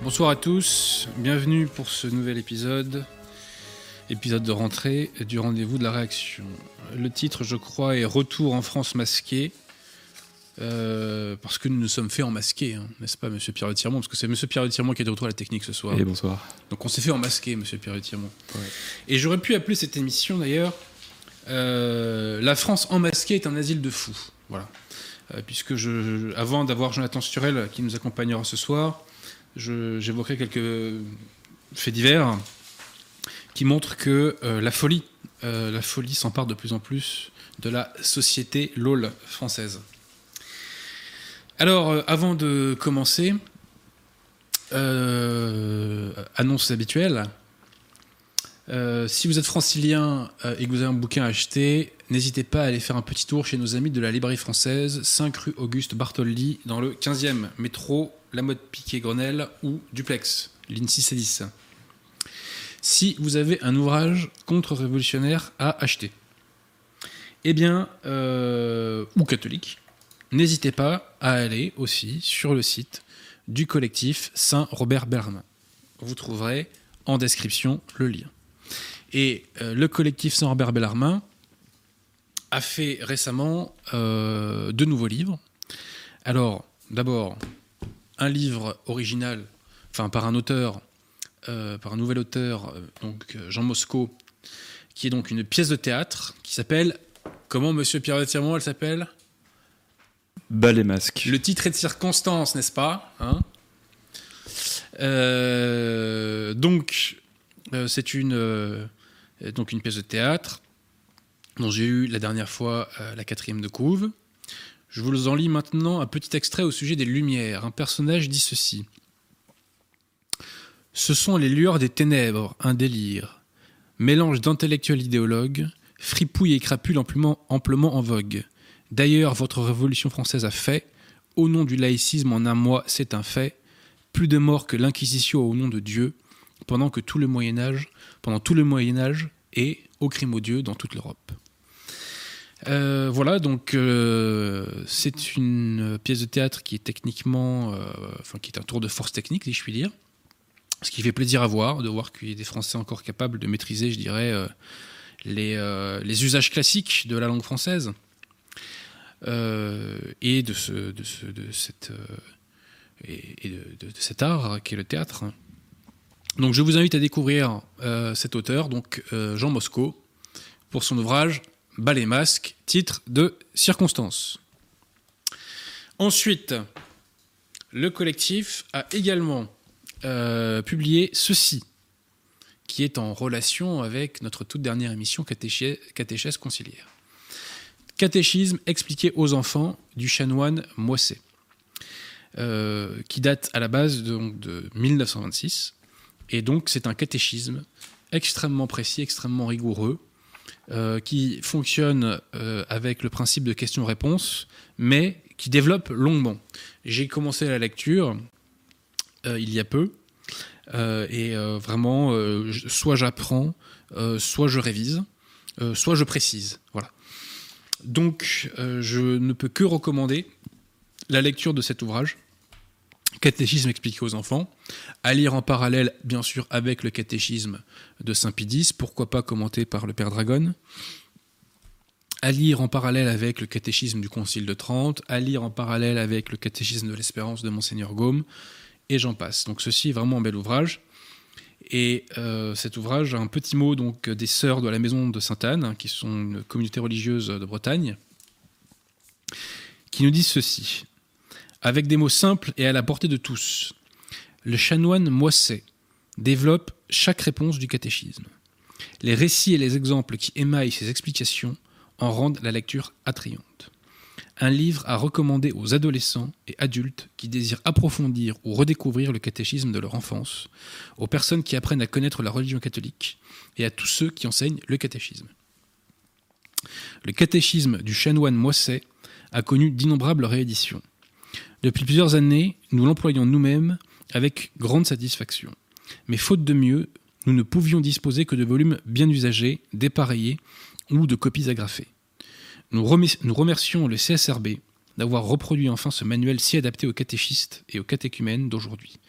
Bonsoir à tous, bienvenue pour ce nouvel épisode de rentrée du rendez-vous de la réaction. Le titre, je crois, est Retour en France masqué, parce que nous nous sommes fait enmasquer, n'est-ce pas, monsieur Pierre Tirmont? Parce que c'est monsieur Pierre Tirmont qui est de retour à la technique ce soir. Et bonsoir. Donc on s'est fait enmasquer, monsieur Pierre Tirmont. Ouais. Et j'aurais pu appeler cette émission d'ailleurs La France enmasquée est un asile de fous. Voilà. Puisque avant d'avoir Jonathan Sturel qui nous accompagnera ce soir, j'évoquerai quelques faits divers qui montrent que la folie s'empare de plus en plus de la société LOL française. Alors, avant de commencer, annonce habituelle. Si vous êtes francilien et que vous avez un bouquin à acheter, n'hésitez pas à aller faire un petit tour chez nos amis de la Librairie Française, 5 rue Auguste Bartholdi, dans le 15e métro, La Motte Piquet-Grenelle ou Duplex, ligne 6 et 10. Si vous avez un ouvrage contre-révolutionnaire à acheter, ou catholique, n'hésitez pas à aller aussi sur le site du collectif Saint-Robert Bellarmin. Vous trouverez en description le lien. Et le collectif Saint-Robert Bellarmin a fait récemment 2 nouveaux livres. Alors, d'abord, un livre original, par un nouvel auteur, donc Jean Moscot, qui est donc une pièce de théâtre qui s'appelle... Comment, monsieur Pierre Tirmont, elle s'appelle ? Bal et masque. Le titre est de circonstance, n'est-ce pas, c'est une pièce de théâtre dont j'ai eu la dernière fois la 4e de couve. Je vous en lis maintenant un petit extrait au sujet des Lumières. Un personnage dit ceci. Ce sont les lueurs des ténèbres, un délire. Mélange d'intellectuels idéologues, fripouille et crapule amplement en vogue. D'ailleurs, votre Révolution française a fait, au nom du laïcisme en un mois, c'est un fait, plus de morts que l'Inquisition au nom de Dieu, pendant tout le Moyen-Âge et au crime odieux dans toute l'Europe. C'est une pièce de théâtre qui est techniquement, qui est un tour de force technique, si je puis dire. Ce qui fait plaisir à voir, de voir qu'il y a des Français encore capables de maîtriser, je dirais, les usages classiques de la langue française. Et de cet art qu'est le théâtre. Donc je vous invite à découvrir cet auteur, donc Jean Moscot, pour son ouvrage Bal et masque, titre de circonstance. Ensuite, le collectif a également publié ceci, qui est en relation avec notre toute dernière émission Catéchèse conciliaire. Catéchisme expliqué aux enfants du chanoine Moisset, qui date à la base de 1926. Et donc c'est un catéchisme extrêmement précis, extrêmement rigoureux, qui fonctionne avec le principe de question-réponse, mais qui développe longuement. J'ai commencé la lecture il y a peu, soit j'apprends, soit je révise, soit je précise. Voilà. Donc, je ne peux que recommander la lecture de cet ouvrage, Catéchisme expliqué aux enfants, à lire en parallèle, bien sûr, avec le catéchisme de Saint-Pie X, pourquoi pas commenté par le Père Dragon, à lire en parallèle avec le catéchisme du Concile de Trente, à lire en parallèle avec le catéchisme de l'Espérance de Monseigneur Gaume, et j'en passe. Donc ceci est vraiment un bel ouvrage. Et cet ouvrage a un petit mot donc, des sœurs de la maison de Sainte-Anne, qui sont une communauté religieuse de Bretagne, qui nous disent ceci. Avec des mots simples et à la portée de tous, le chanoine Moisset développe chaque réponse du catéchisme. Les récits et les exemples qui émaillent ses explications en rendent la lecture attrayante. Un livre à recommander aux adolescents et adultes qui désirent approfondir ou redécouvrir le catéchisme de leur enfance, aux personnes qui apprennent à connaître la religion catholique et à tous ceux qui enseignent le catéchisme. Le catéchisme du chanoine Moisset a connu d'innombrables rééditions. Depuis plusieurs années, nous l'employons nous-mêmes avec grande satisfaction. Mais faute de mieux, nous ne pouvions disposer que de volumes bien usagés, dépareillés ou de copies agrafées. Nous remercions le CSRB d'avoir reproduit enfin ce manuel si adapté aux catéchistes et aux catéchumènes d'aujourd'hui.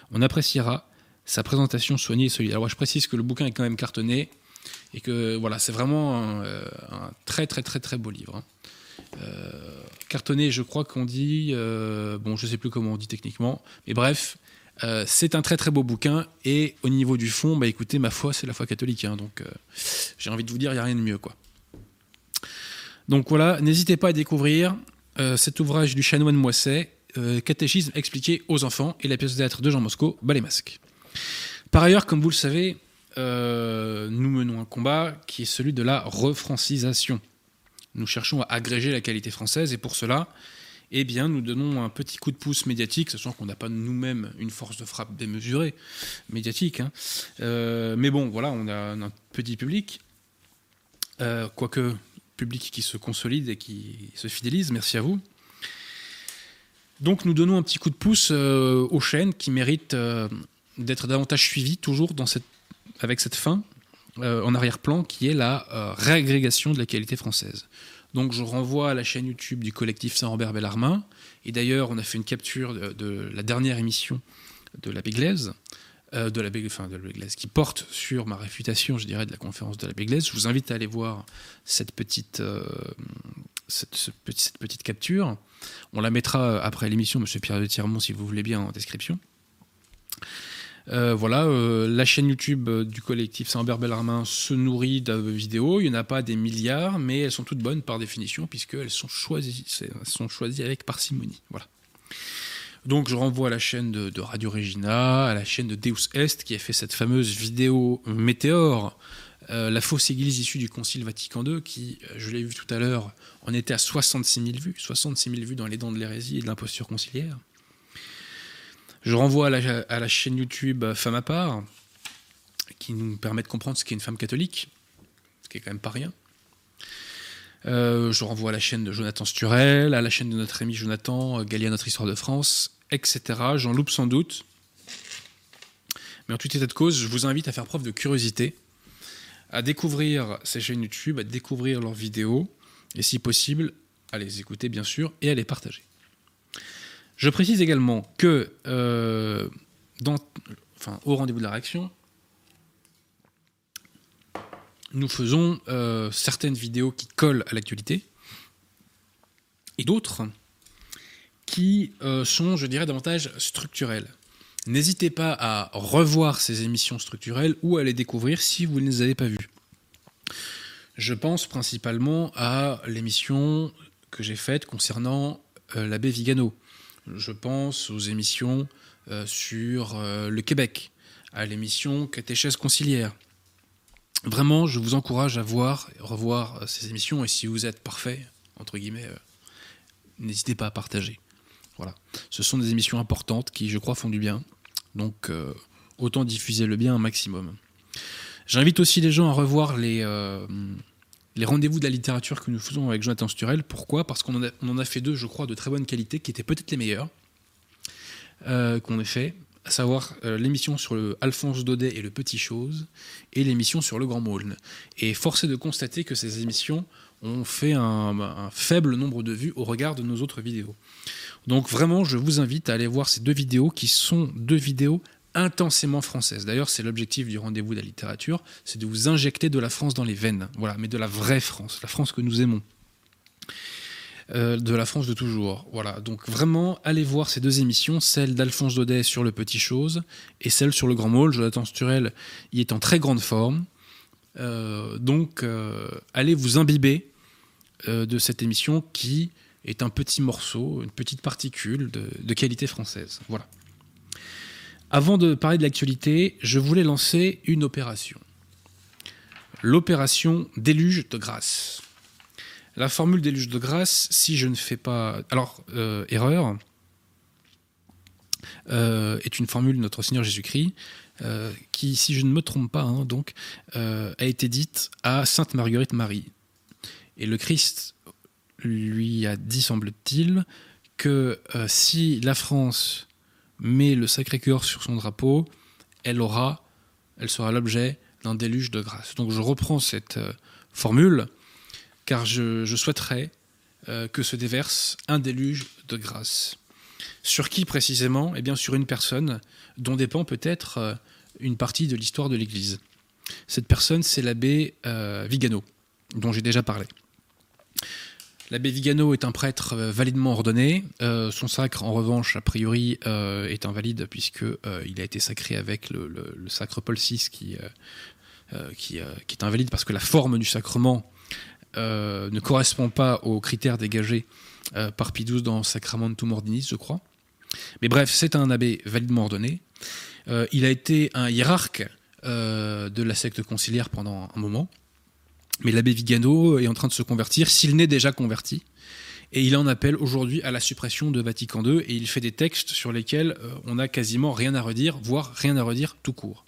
On appréciera sa présentation soignée et solide. Alors je précise que le bouquin est quand même cartonné et que voilà, c'est vraiment un très très très très beau livre. Cartonné, je crois qu'on dit, bon je sais plus comment on dit techniquement, mais bref, c'est un très très beau bouquin et au niveau du fond, bah écoutez, ma foi c'est la foi catholique, hein, donc j'ai envie de vous dire, il n'y a rien de mieux quoi. Donc voilà, n'hésitez pas à découvrir cet ouvrage du chanoine Moisset, Catéchisme expliqué aux enfants, et la pièce de théâtre de Jean Mosco, Bas les masques. Par ailleurs, comme vous le savez, nous menons un combat qui est celui de la refrancisation. Nous cherchons à agréger la qualité française, et pour cela, eh bien, nous donnons un petit coup de pouce médiatique, sachant qu'on n'a pas nous-mêmes une force de frappe démesurée médiatique. Hein. Mais bon, voilà, on a un petit public, quoique public qui se consolide et qui se fidélise, merci à vous. Donc nous donnons un petit coup de pouce aux chaînes qui méritent d'être davantage suivies, toujours avec cette fin en arrière-plan, qui est la réagrégation de la qualité française. Donc je renvoie à la chaîne YouTube du collectif Saint-Robert-Bellarmin, et d'ailleurs on a fait une capture de la dernière émission de l'abbé Glaise, qui porte sur ma réfutation, je dirais, de la conférence de l'abbé Glaise. Je vous invite à aller voir cette petite capture. On la mettra après l'émission, monsieur Pierre de Tirmont, si vous voulez bien, en description. La chaîne YouTube du collectif Saint-Robert-Bellarmin se nourrit de vidéos. Il n'y en a pas des milliards, mais elles sont toutes bonnes par définition, puisqu'elles sont choisies avec parcimonie. Voilà. Donc je renvoie à la chaîne de Radio Regina, à la chaîne de Deus Est, qui a fait cette fameuse vidéo Météore, la fausse église issue du Concile Vatican II, qui, je l'ai vu tout à l'heure, en était à 66 000 vues. 66 000 vues dans les dents de l'hérésie et de l'imposture conciliaire. Je renvoie à la chaîne YouTube Femme à part, qui nous permet de comprendre ce qu'est une femme catholique, ce qui est quand même pas rien. Je renvoie à la chaîne de Jonathan Sturel, à la chaîne de notre ami Jonathan, Galia Notre Histoire de France, etc. J'en loupe sans doute. Mais en tout état de cause, je vous invite à faire preuve de curiosité, à découvrir ces chaînes YouTube, à découvrir leurs vidéos, et si possible, à les écouter bien sûr, et à les partager. Je précise également que, au rendez-vous de la réaction, nous faisons certaines vidéos qui collent à l'actualité et d'autres qui sont, je dirais, davantage structurelles. N'hésitez pas à revoir ces émissions structurelles ou à les découvrir si vous ne les avez pas vues. Je pense principalement à l'émission que j'ai faite concernant l'abbé Vigano. Je pense aux émissions sur le Québec, à l'émission Catéchèse conciliaire. Vraiment, je vous encourage à revoir ces émissions, et si vous êtes parfait, entre guillemets, n'hésitez pas à partager. Voilà. Ce sont des émissions importantes qui, je crois, font du bien. Donc, autant diffuser le bien un maximum. J'invite aussi les gens à revoir les rendez-vous de la littérature que nous faisons avec Jonathan Sturel. Pourquoi ? Parce qu'on en a fait deux, je crois, de très bonne qualité, qui étaient peut-être les meilleurs qu'on ait fait, à savoir l'émission sur le Alphonse Daudet et le Petit Chose, et l'émission sur le Grand Maulne. Et force est de constater que ces émissions ont fait un faible nombre de vues au regard de nos autres vidéos. Donc vraiment, je vous invite à aller voir ces deux vidéos, qui sont deux vidéos intensément françaises. D'ailleurs, c'est l'objectif du rendez-vous de la littérature, c'est de vous injecter de la France dans les veines. Voilà, mais de la vraie France, la France que nous aimons. De la France de toujours. Voilà, donc vraiment, allez voir ces deux émissions, celle d'Alphonse Daudet sur le Petit Chose et celle sur le Grand Maulne. Jonathan Sturel y est en très grande forme. Donc, allez vous imbiber de cette émission qui est un petit morceau, une petite particule de qualité française. Voilà. Avant de parler de l'actualité, je voulais lancer une opération. L'opération Déluge de grâce. La formule déluge de grâce, si je ne fais pas... erreur, est une formule de notre Seigneur Jésus-Christ, qui, si je ne me trompe pas, a été dite à Sainte Marguerite Marie. Et le Christ lui a dit, semble-t-il, que si la France met le Sacré-Cœur sur son drapeau, elle sera l'objet d'un déluge de grâce. Donc je reprends cette formule, car je souhaiterais que se déverse un déluge de grâce. Sur qui précisément ? Eh bien sur une personne dont dépend peut-être une partie de l'histoire de l'Église. Cette personne, c'est l'abbé Vigano, dont j'ai déjà parlé. L'abbé Vigano est un prêtre validement ordonné. Son sacre, en revanche, a priori, est invalide puisqu'il a été sacré avec le sacre Paul VI qui est invalide parce que la forme du sacrement ne correspond pas aux critères dégagés par Pie XII dans Sacramentum Ordinis, je crois. Mais bref, c'est un abbé validement ordonné. Il a été un hiérarque de la secte conciliaire pendant un moment. Mais l'abbé Vigano est en train de se convertir, s'il n'est déjà converti, et il en appelle aujourd'hui à la suppression de Vatican II, et il fait des textes sur lesquels on n'a quasiment rien à redire, voire rien à redire tout court.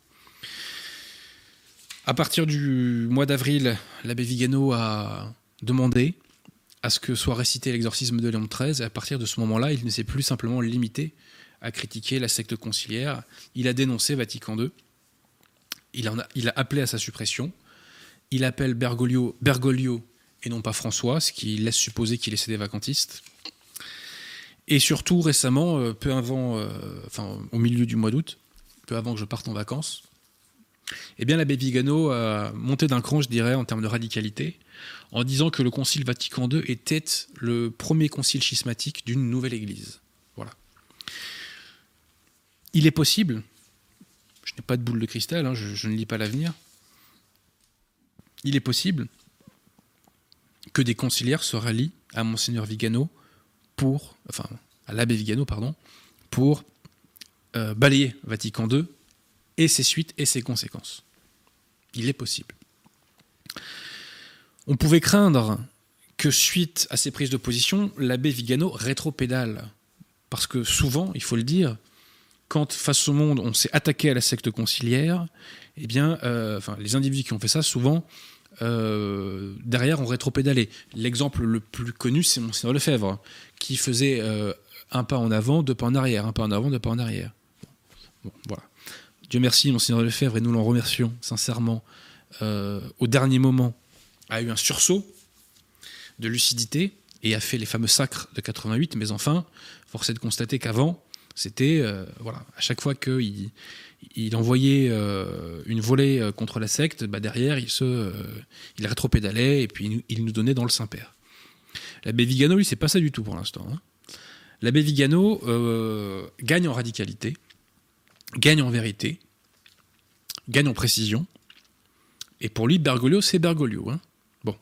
À partir du mois d'avril, l'abbé Vigano a demandé à ce que soit récité l'exorcisme de Léon XIII, et à partir de ce moment-là, il ne s'est plus simplement limité à critiquer la secte conciliaire. Il a dénoncé Vatican II, il a appelé à sa suppression. Il appelle Bergoglio et non pas François, ce qui laisse supposer qu'il est sédévacantiste. Et surtout, récemment, peu avant, au milieu du mois d'août, peu avant que je parte en vacances, eh bien, l'abbé Vigano a monté d'un cran, je dirais, en termes de radicalité, en disant que le concile Vatican II était le premier concile schismatique d'une nouvelle Église. Voilà. Il est possible, je n'ai pas de boule de cristal, je ne lis pas l'avenir, il est possible que des conciliaires se rallient à Monseigneur Vigano à l'abbé Vigano, pour balayer Vatican II et ses suites et ses conséquences. Il est possible. On pouvait craindre que suite à ces prises de position, l'abbé Vigano rétropédale. Parce que souvent, il faut le dire, quand face au monde, on s'est attaqué à la secte conciliaire, eh bien, les individus qui ont fait ça, souvent, derrière, ont rétropédalé. L'exemple le plus connu, c'est Monseigneur Lefebvre, qui faisait un pas en avant, deux pas en arrière, un pas en avant, deux pas en arrière. Bon, voilà. Dieu merci, Monseigneur Lefebvre, et nous l'en remercions sincèrement, au dernier moment, a eu un sursaut de lucidité et a fait les fameux sacres de 88, mais enfin, force est de constater qu'avant, c'était, à chaque fois qu'il envoyait une volée contre la secte, derrière, il rétropédalait et puis il nous donnait dans le Saint-Père. L'abbé Vigano, lui, c'est pas ça du tout pour l'instant. L'abbé Vigano gagne en radicalité, gagne en vérité, gagne en précision, et pour lui, Bergoglio, c'est Bergoglio. Bon.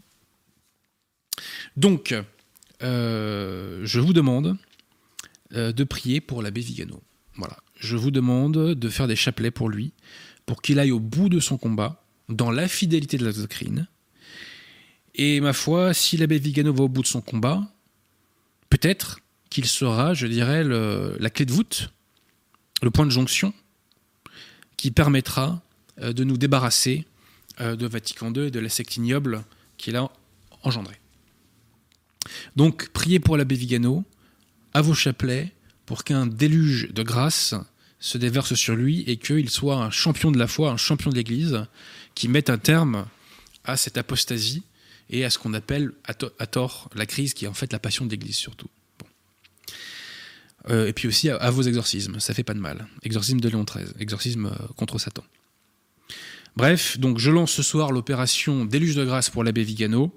Donc, je vous demande de prier pour l'abbé Vigano. Voilà. Je vous demande de faire des chapelets pour lui, pour qu'il aille au bout de son combat, dans la fidélité de la doctrine. Et ma foi, si l'abbé Vigano va au bout de son combat, peut-être qu'il sera, je dirais, la clé de voûte, le point de jonction, qui permettra de nous débarrasser de Vatican II et de la secte ignoble qu'il a engendrée. Donc, priez pour l'abbé Vigano, à vos chapelets, pour qu'un déluge de grâce se déverse sur lui et qu'il soit un champion de la foi, un champion de l'Église, qui mette un terme à cette apostasie et à ce qu'on appelle à tort la crise, qui est en fait la passion de l'Église surtout. Bon. Et puis aussi à vos exorcismes, ça fait pas de mal. Exorcisme de Léon XIII, exorcisme contre Satan. Bref, donc je lance ce soir l'opération Déluge de grâce pour l'abbé Vigano.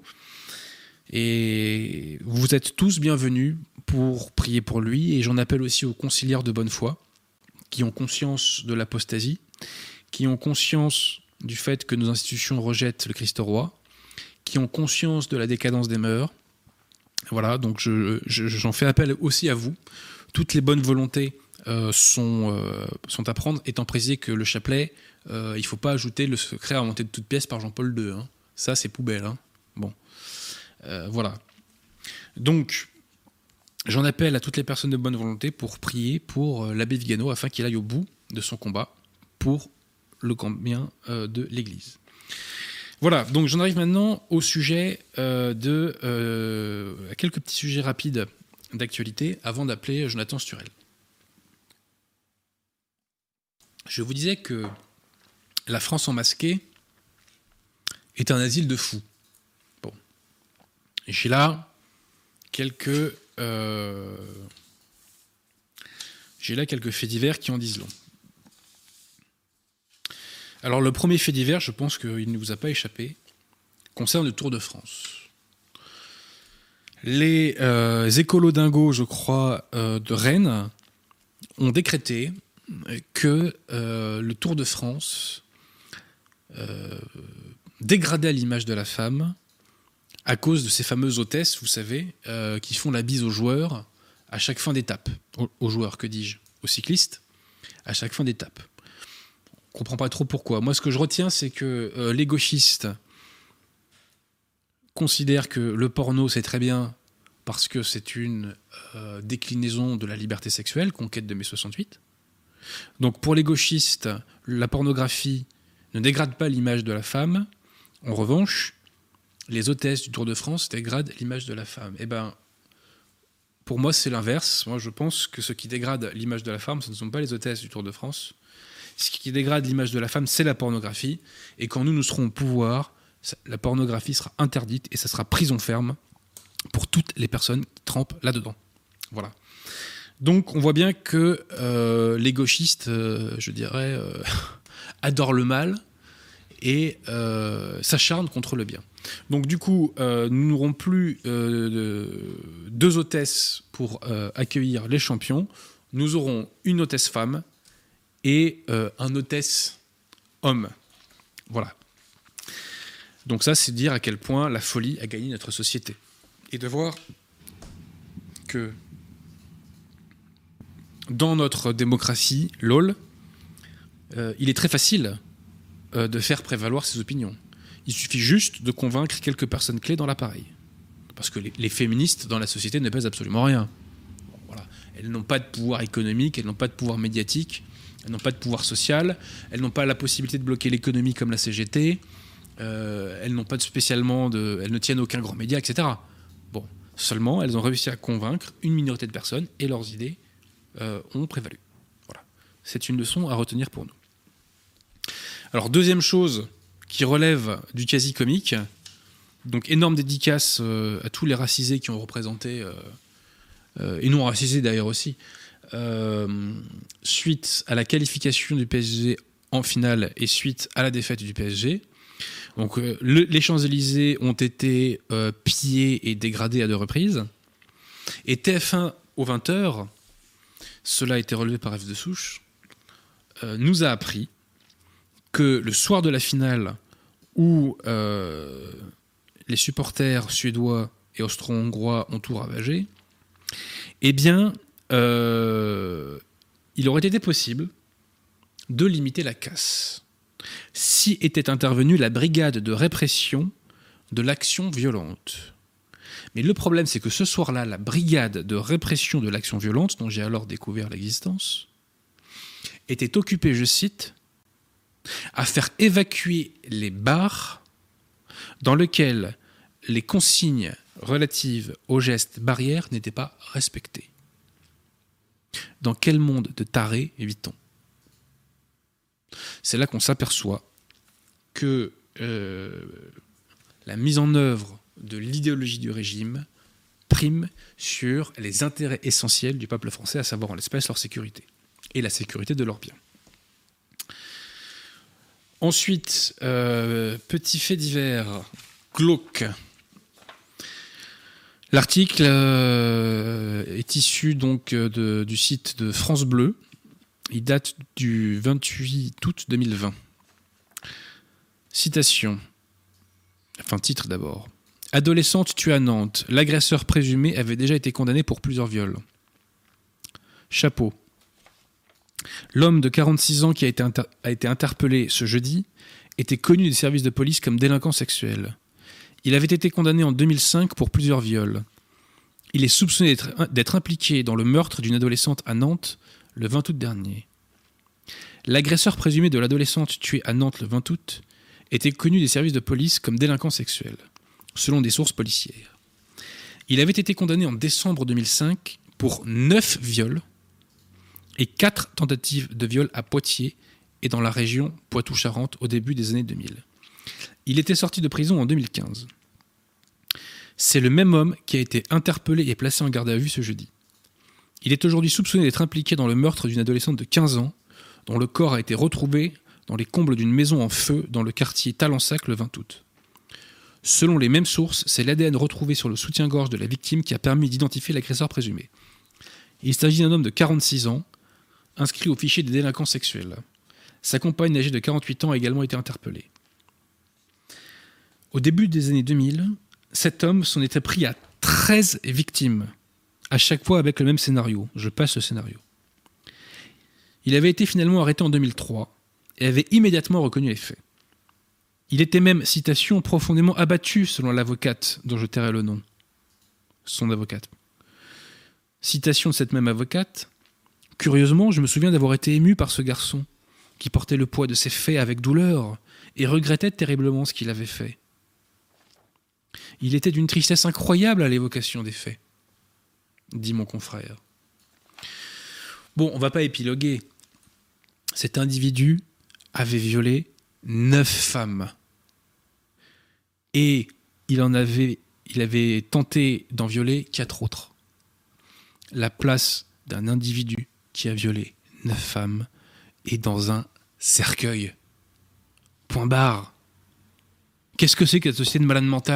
Et vous êtes tous bienvenus pour prier pour lui. Et j'en appelle aussi aux conciliaires de bonne foi, qui ont conscience de l'apostasie, qui ont conscience du fait que nos institutions rejettent le Christ roi, qui ont conscience de la décadence des mœurs. Voilà, donc j'en fais appel aussi à vous. Toutes les bonnes volontés sont à prendre, étant précisé que le chapelet, il ne faut pas ajouter le secret inventé de toutes pièces par Jean-Paul II. Ça, c'est poubelle. Bon. Voilà. Donc, j'en appelle à toutes les personnes de bonne volonté pour prier pour l'abbé Vigano afin qu'il aille au bout de son combat pour le bien de l'Église. Voilà, donc j'en arrive maintenant au sujet à quelques petits sujets rapides d'actualité avant d'appeler Jonathan Sturel. Je vous disais que la France enmasquée est un asile de fous. Bon. J'ai là quelques J'ai là quelques faits divers qui en disent long. Alors le premier fait divers, je pense qu'il ne vous a pas échappé, concerne le Tour de France. Les écolos dingos, je crois, de Rennes ont décrété que le Tour de France dégradait l'image de la femme à cause de ces fameuses hôtesses, vous savez, qui font la bise aux joueurs à chaque fin d'étape. Aux joueurs, que dis-je, aux cyclistes, à chaque fin d'étape. On ne comprend pas trop pourquoi. Moi, ce que je retiens, c'est que les gauchistes considèrent que le porno, c'est très bien parce que c'est une déclinaison de la liberté sexuelle, conquête de mai 68. Donc pour les gauchistes, la pornographie ne dégrade pas l'image de la femme. En revanche, les hôtesses du Tour de France dégradent l'image de la femme. Eh bien, pour moi, c'est l'inverse. Moi, je pense que ce qui dégrade l'image de la femme, ce ne sont pas les hôtesses du Tour de France. Ce qui dégrade l'image de la femme, c'est la pornographie. Et quand nous serons au pouvoir, la pornographie sera interdite et ça sera prison ferme pour toutes les personnes qui trempent là-dedans. Voilà. Donc, on voit bien que les gauchistes, je dirais, adorent le mal et s'acharnent contre le bien. Donc, du coup, nous n'aurons plus deux hôtesses pour accueillir les champions. Nous aurons une hôtesse femme et un hôtesse homme. Voilà. Donc ça, c'est dire à quel point la folie a gagné notre société. Et de voir que dans notre démocratie, LOL, il est très facile de faire prévaloir ses opinions. Il suffit juste de convaincre quelques personnes clés dans l'appareil. Parce que les féministes dans la société ne pèsent absolument rien. Voilà. Elles n'ont pas de pouvoir économique, elles n'ont pas de pouvoir médiatique, elles n'ont pas de pouvoir social, elles n'ont pas la possibilité de bloquer l'économie comme la CGT, elles n'ont pas elles ne tiennent aucun grand média, etc. Bon, seulement elles ont réussi à convaincre une minorité de personnes et leurs idées ont prévalu. Voilà. C'est une leçon à retenir pour nous. Alors, deuxième chose qui relève du quasi-comique, donc énorme dédicace à tous les racisés qui ont représenté, et non racisés d'ailleurs aussi, suite à la qualification du PSG en finale et suite à la défaite du PSG. Donc les Champs-Élysées ont été pillés et dégradés à 2 reprises. Et TF1 aux 20h, cela a été relevé par F de Souche, nous a appris que le soir de la finale où les supporters suédois et austro-hongrois ont tout ravagé, eh bien, il aurait été possible de limiter la casse si était intervenue la brigade de répression de l'action violente. Mais le problème, c'est que ce soir-là, la brigade de répression de l'action violente, dont j'ai alors découvert l'existence, était occupée, je cite, à faire évacuer les bars dans lesquels les consignes relatives aux gestes barrières n'étaient pas respectées. Dans quel monde de tarés vit-on ? C'est là qu'on s'aperçoit que la mise en œuvre de l'idéologie du régime prime sur les intérêts essentiels du peuple français, à savoir en l'espèce leur sécurité et la sécurité de leurs biens. Ensuite, petit fait divers glauque. L'article est issu donc du site de France Bleu. Il date du 28 août 2020. Citation. Enfin, titre d'abord. Adolescente tuée à Nantes. L'agresseur présumé avait déjà été condamné pour plusieurs viols. Chapeau. L'homme de 46 ans qui a été interpellé ce jeudi était connu des services de police comme délinquant sexuel. Il avait été condamné en 2005 pour plusieurs viols. Il est soupçonné d'être impliqué dans le meurtre d'une adolescente à Nantes le 20 août dernier. L'agresseur présumé de l'adolescente tuée à Nantes le 20 août était connu des services de police comme délinquant sexuel, selon des sources policières. Il avait été condamné en décembre 2005 pour 9 viols et 4 tentatives de viol à Poitiers et dans la région Poitou-Charentes au début des années 2000. Il était sorti de prison en 2015. C'est le même homme qui a été interpellé et placé en garde à vue ce jeudi. Il est aujourd'hui soupçonné d'être impliqué dans le meurtre d'une adolescente de 15 ans, dont le corps a été retrouvé dans les combles d'une maison en feu dans le quartier Talensac le 20 août. Selon les mêmes sources, c'est l'ADN retrouvé sur le soutien-gorge de la victime qui a permis d'identifier l'agresseur présumé. Il s'agit d'un homme de 46 ans, inscrit au fichier des délinquants sexuels. Sa compagne âgée de 48 ans a également été interpellée. Au début des années 2000, cet homme s'en était pris à 13 victimes, à chaque fois avec le même scénario. Je passe le scénario. Il avait été finalement arrêté en 2003 et avait immédiatement reconnu les faits. Il était même, citation, profondément abattu, selon l'avocate dont je tairai le nom. Son avocate. Citation de cette même avocate. Curieusement, je me souviens d'avoir été ému par ce garçon, qui portait le poids de ses faits avec douleur et regrettait terriblement ce qu'il avait fait. Il était d'une tristesse incroyable à l'évocation des faits, dit mon confrère. Bon, on ne va pas épiloguer. Cet individu avait violé 9 femmes. Et il avait tenté d'en violer 4 autres. La place d'un individu qui a violé 9 femmes est dans un cercueil. Point barre. Qu'est-ce que c'est que cette société de malade mental ?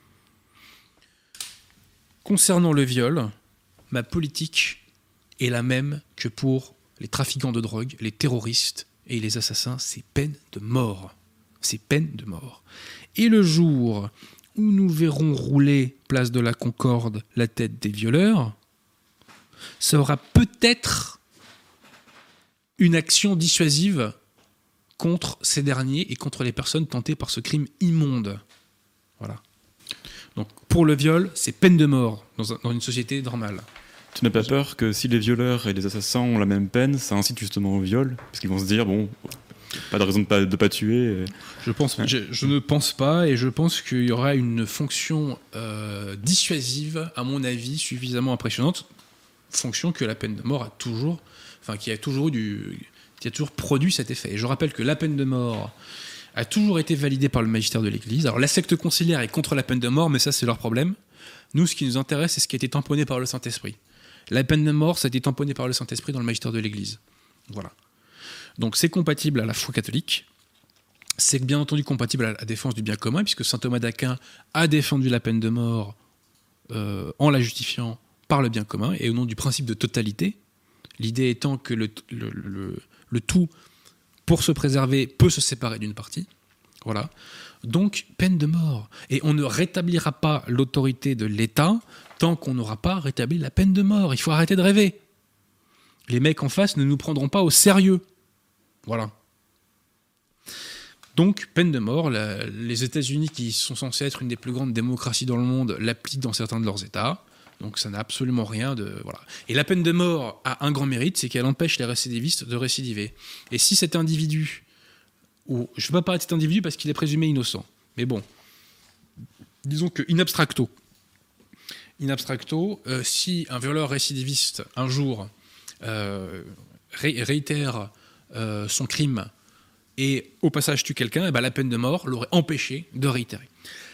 Concernant le viol, ma politique est la même que pour les trafiquants de drogue, les terroristes et les assassins, c'est peine de mort. C'est peine de mort. Et le jour où nous verrons rouler, place de la Concorde, la tête des violeurs, ça aura peut-être une action dissuasive contre ces derniers et contre les personnes tentées par ce crime immonde. Voilà. Donc pour le viol, c'est peine de mort dans une société normale. Tu n'as pas peur que si les violeurs et les assassins ont la même peine, ça incite justement au viol ? Parce qu'ils vont se dire, bon, pas de raison de pas tuer. Je ne pense pas, et je pense qu'il y aura une fonction dissuasive, à mon avis, suffisamment impressionnante, fonction que la peine de mort qui a toujours produit cet effet. Et je rappelle que la peine de mort a toujours été validée par le magistère de l'Église. Alors la secte conciliaire est contre la peine de mort, mais ça c'est leur problème. Nous, ce qui nous intéresse, c'est ce qui a été tamponné par le Saint-Esprit. La peine de mort, ça a été tamponné par le Saint-Esprit dans le magistère de l'Église. Voilà. Donc c'est compatible à la foi catholique. C'est bien entendu compatible à la défense du bien commun, puisque saint Thomas d'Aquin a défendu la peine de mort en la justifiant par le bien commun et au nom du principe de totalité. L'idée étant que le tout, pour se préserver, peut se séparer d'une partie. Voilà. Donc, peine de mort. Et on ne rétablira pas l'autorité de l'État tant qu'on n'aura pas rétabli la peine de mort. Il faut arrêter de rêver. Les mecs en face ne nous prendront pas au sérieux. Voilà. Donc, peine de mort. Les États-Unis, qui sont censés être une des plus grandes démocraties dans le monde, l'appliquent dans certains de leurs États. Donc ça n'a absolument rien de... Voilà. Et la peine de mort a un grand mérite, c'est qu'elle empêche les récidivistes de récidiver. Et si cet individu... je ne vais pas parler de cet individu parce qu'il est présumé innocent. Mais bon, disons que in abstracto, si un violeur récidiviste, un jour, réitère son crime et au passage tue quelqu'un, et ben la peine de mort l'aurait empêché de réitérer.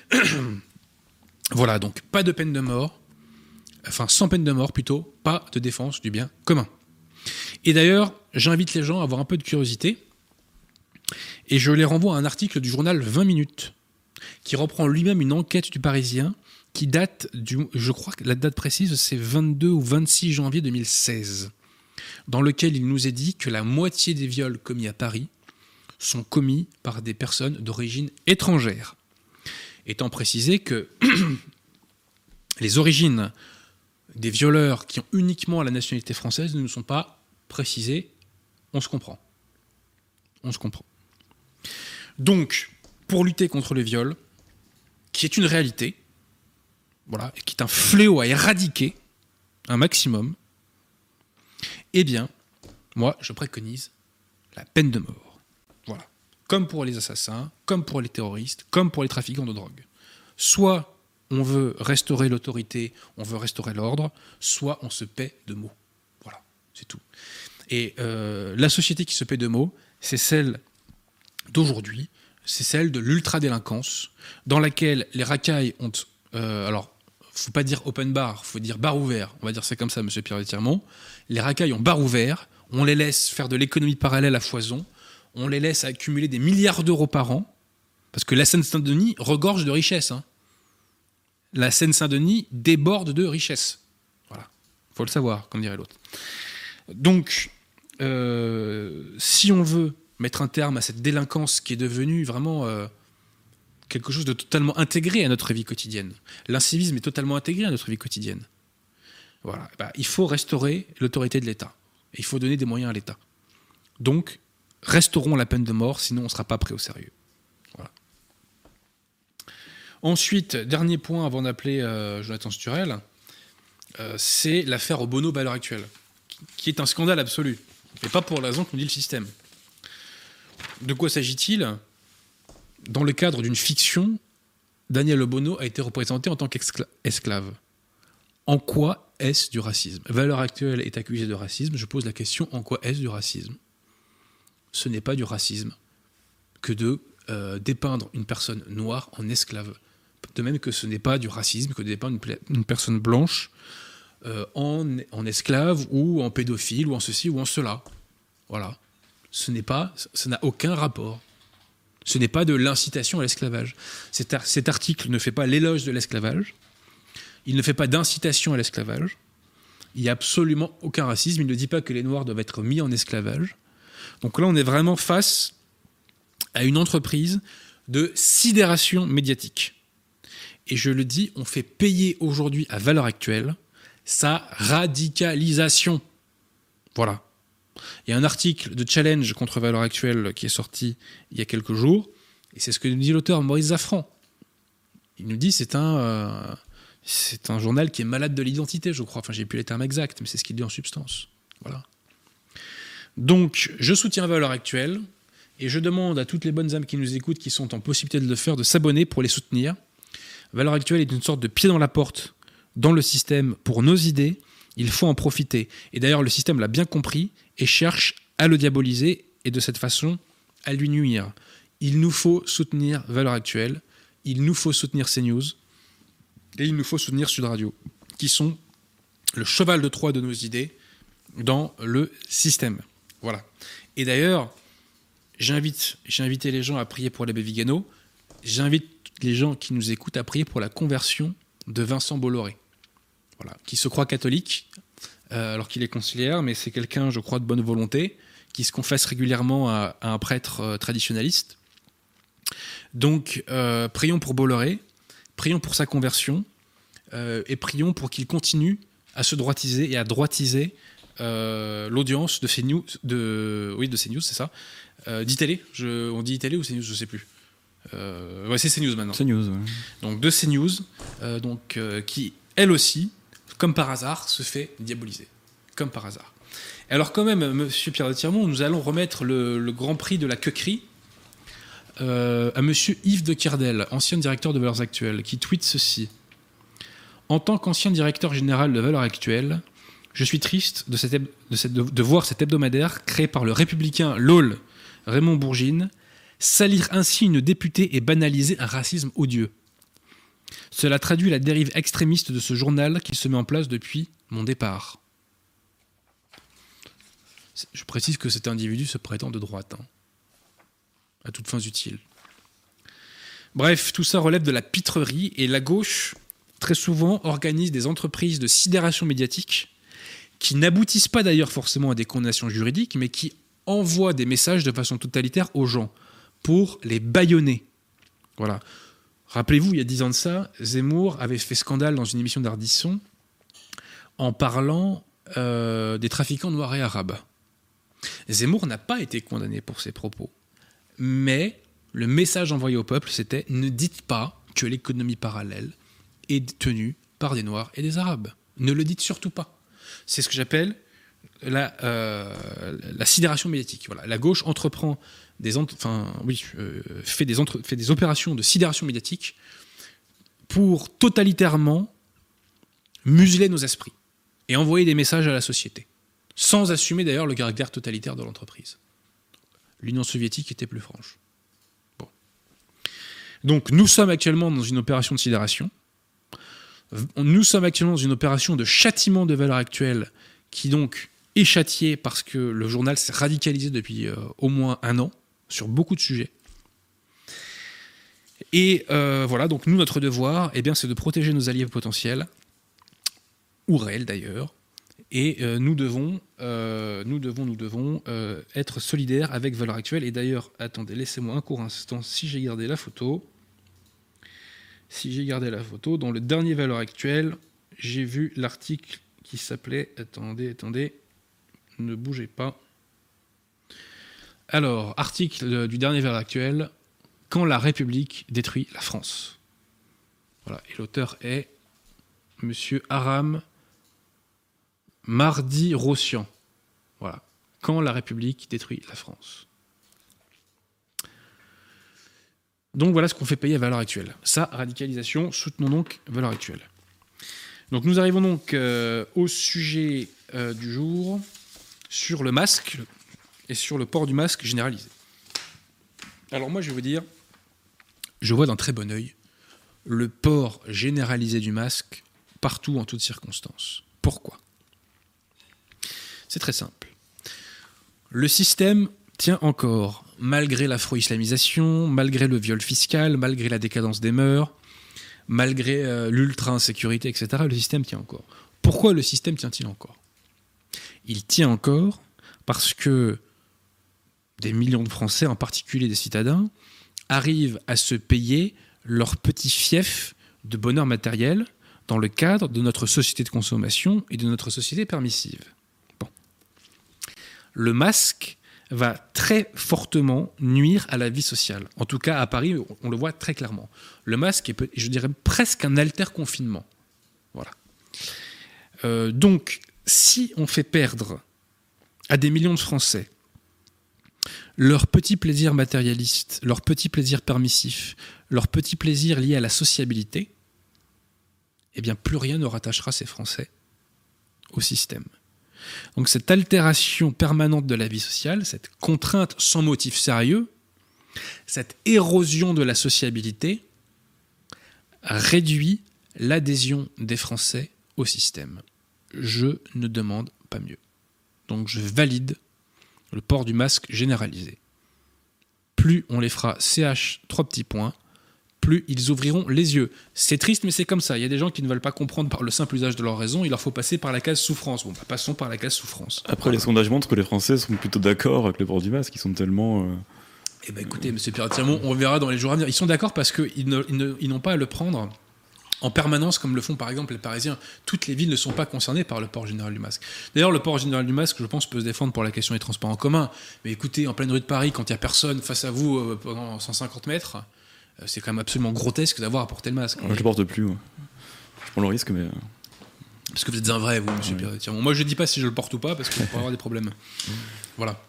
Voilà, donc pas de peine de mort, enfin sans peine de mort plutôt, pas de défense du bien commun. Et d'ailleurs, j'invite les gens à avoir un peu de curiosité, et je les renvoie à un article du journal 20 minutes, qui reprend lui-même une enquête du Parisien, qui date je crois que la date précise, c'est 22 ou 26 janvier 2016, dans lequel il nous est dit que la moitié des viols commis à Paris sont commis par des personnes d'origine étrangère. Étant précisé que les origines des violeurs qui ont uniquement la nationalité française ne nous sont pas précisées, on se comprend. Donc, pour lutter contre le viol, qui est une réalité, voilà, et qui est un fléau à éradiquer, un maximum, eh bien, moi, je préconise la peine de mort. Voilà. Comme pour les assassins, comme pour les terroristes, comme pour les trafiquants de drogue. Soit on veut restaurer l'autorité, on veut restaurer l'ordre, soit on se paie de mots. Voilà, c'est tout. Et la société qui se paie de mots, c'est celle d'aujourd'hui, c'est celle de l'ultra-délinquance, dans laquelle les racailles ont... faut pas dire open bar, faut dire bar ouvert. On va dire ça comme ça, monsieur Pierre Tirmont. Les racailles ont bar ouvert, on les laisse faire de l'économie parallèle à foison, on les laisse accumuler des milliards d'euros par an, parce que la Seine-Saint-Denis regorge de richesses. Hein. La Seine-Saint-Denis déborde de richesses. Voilà, faut le savoir, comme dirait l'autre. Donc, si on veut mettre un terme à cette délinquance qui est devenue vraiment quelque chose de totalement intégré à notre vie quotidienne, l'incivisme est totalement intégré à notre vie quotidienne. Voilà, il faut restaurer l'autorité de l'État. Et il faut donner des moyens à l'État. Donc, restaurons la peine de mort, sinon on ne sera pas pris au sérieux. Voilà. Ensuite, dernier point avant d'appeler Jonathan Sturel, c'est l'affaire Obono à l'heure actuelle, qui est un scandale absolu. Mais pas pour la raison qu'on dit le système. De quoi s'agit-il ? Dans le cadre d'une fiction, Daniel Obono a été représenté en tant qu'esclave. En quoi est-ce du racisme ? Valeurs Actuelles est accusé de racisme. Je pose la question, en quoi est-ce du racisme ? Ce n'est pas du racisme que de dépeindre une personne noire en esclave. De même que ce n'est pas du racisme que de dépeindre une personne blanche en esclave ou en pédophile ou en ceci ou en cela. Voilà. Ça n'a aucun rapport. Ce n'est pas de l'incitation à l'esclavage. Cet article ne fait pas l'éloge de l'esclavage. Il ne fait pas d'incitation à l'esclavage. Il n'y a absolument aucun racisme. Il ne dit pas que les Noirs doivent être mis en esclavage. Donc là, on est vraiment face à une entreprise de sidération médiatique. Et je le dis, on fait payer aujourd'hui, à Valeurs Actuelles, sa radicalisation. Voilà. Il y a un article de challenge contre Valeurs Actuelles qui est sorti il y a quelques jours, et c'est ce que nous dit l'auteur Maurice Zaffran. Il nous dit c'est un journal qui est malade de l'identité, je crois. Enfin, j'ai plus les termes exacts, mais c'est ce qu'il dit en substance. Voilà. Donc, je soutiens Valeurs Actuelles, et je demande à toutes les bonnes âmes qui nous écoutent, qui sont en possibilité de le faire, de s'abonner pour les soutenir. Valeurs Actuelles est une sorte de pied dans la porte dans le système pour nos idées. Il faut en profiter. Et d'ailleurs, le système l'a bien compris et cherche à le diaboliser et de cette façon à lui nuire. Il nous faut soutenir Valeurs Actuelles, il nous faut soutenir CNews et il nous faut soutenir Sud Radio, qui sont le cheval de Troie de nos idées dans le système. Voilà. Et d'ailleurs, j'ai invité les gens à prier pour l'abbé Vigano. J'invite les gens qui nous écoutent à prier pour la conversion de Vincent Bolloré. Voilà, qui se croit catholique, alors qu'il est conciliaire, mais c'est quelqu'un, je crois, de bonne volonté, qui se confesse régulièrement à un prêtre traditionnaliste. Donc, prions pour Bolloré, prions pour sa conversion, et prions pour qu'il continue à se droitiser et à droitiser l'audience de CNews, de CNews, c'est ça, d'ITélé, on dit ITélé ou CNews, je ne sais plus. Ouais, c'est CNews maintenant. CNews, ouais. Donc de CNews, qui, elle aussi, comme par hasard, se fait diaboliser. Comme par hasard. Et alors quand même, monsieur Pierre de Tirmont, nous allons remettre le grand prix de la queuerie à monsieur Yves de Kerdel, ancien directeur de Valeurs Actuelles, qui tweet ceci. En tant qu'ancien directeur général de Valeurs Actuelles, je suis triste de voir cet hebdomadaire créé par le républicain LOL Raymond Bourgine salir ainsi une députée et banaliser un racisme odieux. Cela traduit la dérive extrémiste de ce journal qui se met en place depuis mon départ. Je précise que cet individu se prétend de droite, à toutes fins utiles. Bref, tout ça relève de la pitrerie et la gauche, très souvent, organise des entreprises de sidération médiatique qui n'aboutissent pas d'ailleurs forcément à des condamnations juridiques, mais qui envoient des messages de façon totalitaire aux gens pour les bâillonner. Voilà. Rappelez-vous, il y a 10 ans de ça, Zemmour avait fait scandale dans une émission d'Ardisson en parlant des trafiquants noirs et arabes. Zemmour n'a pas été condamné pour ses propos. Mais le message envoyé au peuple, c'était « Ne dites pas que l'économie parallèle est tenue par des Noirs et des Arabes. Ne le dites surtout pas. » C'est ce que j'appelle la sidération médiatique. Voilà. La gauche entreprend fait des opérations de sidération médiatique pour totalitairement museler nos esprits et envoyer des messages à la société, sans assumer d'ailleurs le caractère totalitaire de l'entreprise. L'Union soviétique était plus franche. Bon. Donc nous sommes actuellement dans une opération de sidération. Nous sommes actuellement dans une opération de châtiment de valeur actuelle qui donc est châtiée parce que le journal s'est radicalisé depuis au moins 1 an sur beaucoup de sujets. Et voilà, donc nous, notre devoir, eh bien, c'est de protéger nos alliés potentiels, ou réels d'ailleurs, et nous devons être solidaires avec Valeurs Actuelles. Et d'ailleurs, attendez, laissez-moi un court instant, si j'ai gardé la photo, dans le dernier Valeurs Actuelles, j'ai vu l'article qui s'appelait, attendez, ne bougez pas. Alors, article du dernier Valeurs Actuelles, quand la République détruit la France. Voilà, et l'auteur est Monsieur Aram Mardi-Rossian. Voilà, quand la République détruit la France. Donc voilà ce qu'on fait payer à Valeurs Actuelles. Ça, radicalisation, soutenons donc Valeurs Actuelles. Donc nous arrivons donc au sujet du jour, sur le masque et sur le port du masque généralisé. Alors moi je vais vous dire, je vois d'un très bon œil le port généralisé du masque partout en toutes circonstances. Pourquoi ? C'est très simple. Le système tient encore, malgré l'afro-islamisation, malgré le viol fiscal, malgré la décadence des mœurs, malgré l'ultra-insécurité, etc., le système tient encore. Pourquoi le système tient-il encore ? Il tient encore parce que des millions de Français, en particulier des citadins, arrivent à se payer leur petit fief de bonheur matériel dans le cadre de notre société de consommation et de notre société permissive. Bon. Le masque va très fortement nuire à la vie sociale. En tout cas, à Paris, on le voit très clairement. Le masque est, je dirais, presque un alter-confinement. Voilà. Donc, si on fait perdre à des millions de Français leurs petits plaisirs matérialistes, leurs petits plaisirs permissifs, leurs petits plaisirs liés à la sociabilité, eh bien, plus rien ne rattachera ces Français au système. Donc cette altération permanente de la vie sociale, cette contrainte sans motif sérieux, cette érosion de la sociabilité réduit l'adhésion des Français au système. Je ne demande pas mieux. Donc je valide le port du masque généralisé. Plus on les fera CH 3 petits points, plus ils ouvriront les yeux. C'est triste, mais c'est comme ça. Il y a des gens qui ne veulent pas comprendre par le simple usage de leur raison. Il leur faut passer par la case souffrance. Bon, passons par la case souffrance. Après, les sondages montrent que les Français sont plutôt d'accord avec le port du masque. Ils sont tellement... Eh bien, écoutez, M. Pierre-Tirmont, on verra dans les jours à venir. Ils sont d'accord parce qu'ils n'ont pas à le prendre en permanence, comme le font par exemple les Parisiens. Toutes les villes ne sont pas concernées par le port général du masque. D'ailleurs, le port général du masque, je pense, peut se défendre pour la question des transports en commun. Mais écoutez, en pleine rue de Paris, quand il n'y a personne face à vous pendant 150 mètres, c'est quand même absolument grotesque d'avoir à porter le masque. Moi, je le porte plus. Ouais. Je prends le risque, mais... Parce que vous êtes un vrai, vous, monsieur Pierre-Tirmont. Moi, je ne dis pas si je le porte ou pas, parce qu'on pourrait avoir des problèmes. Voilà.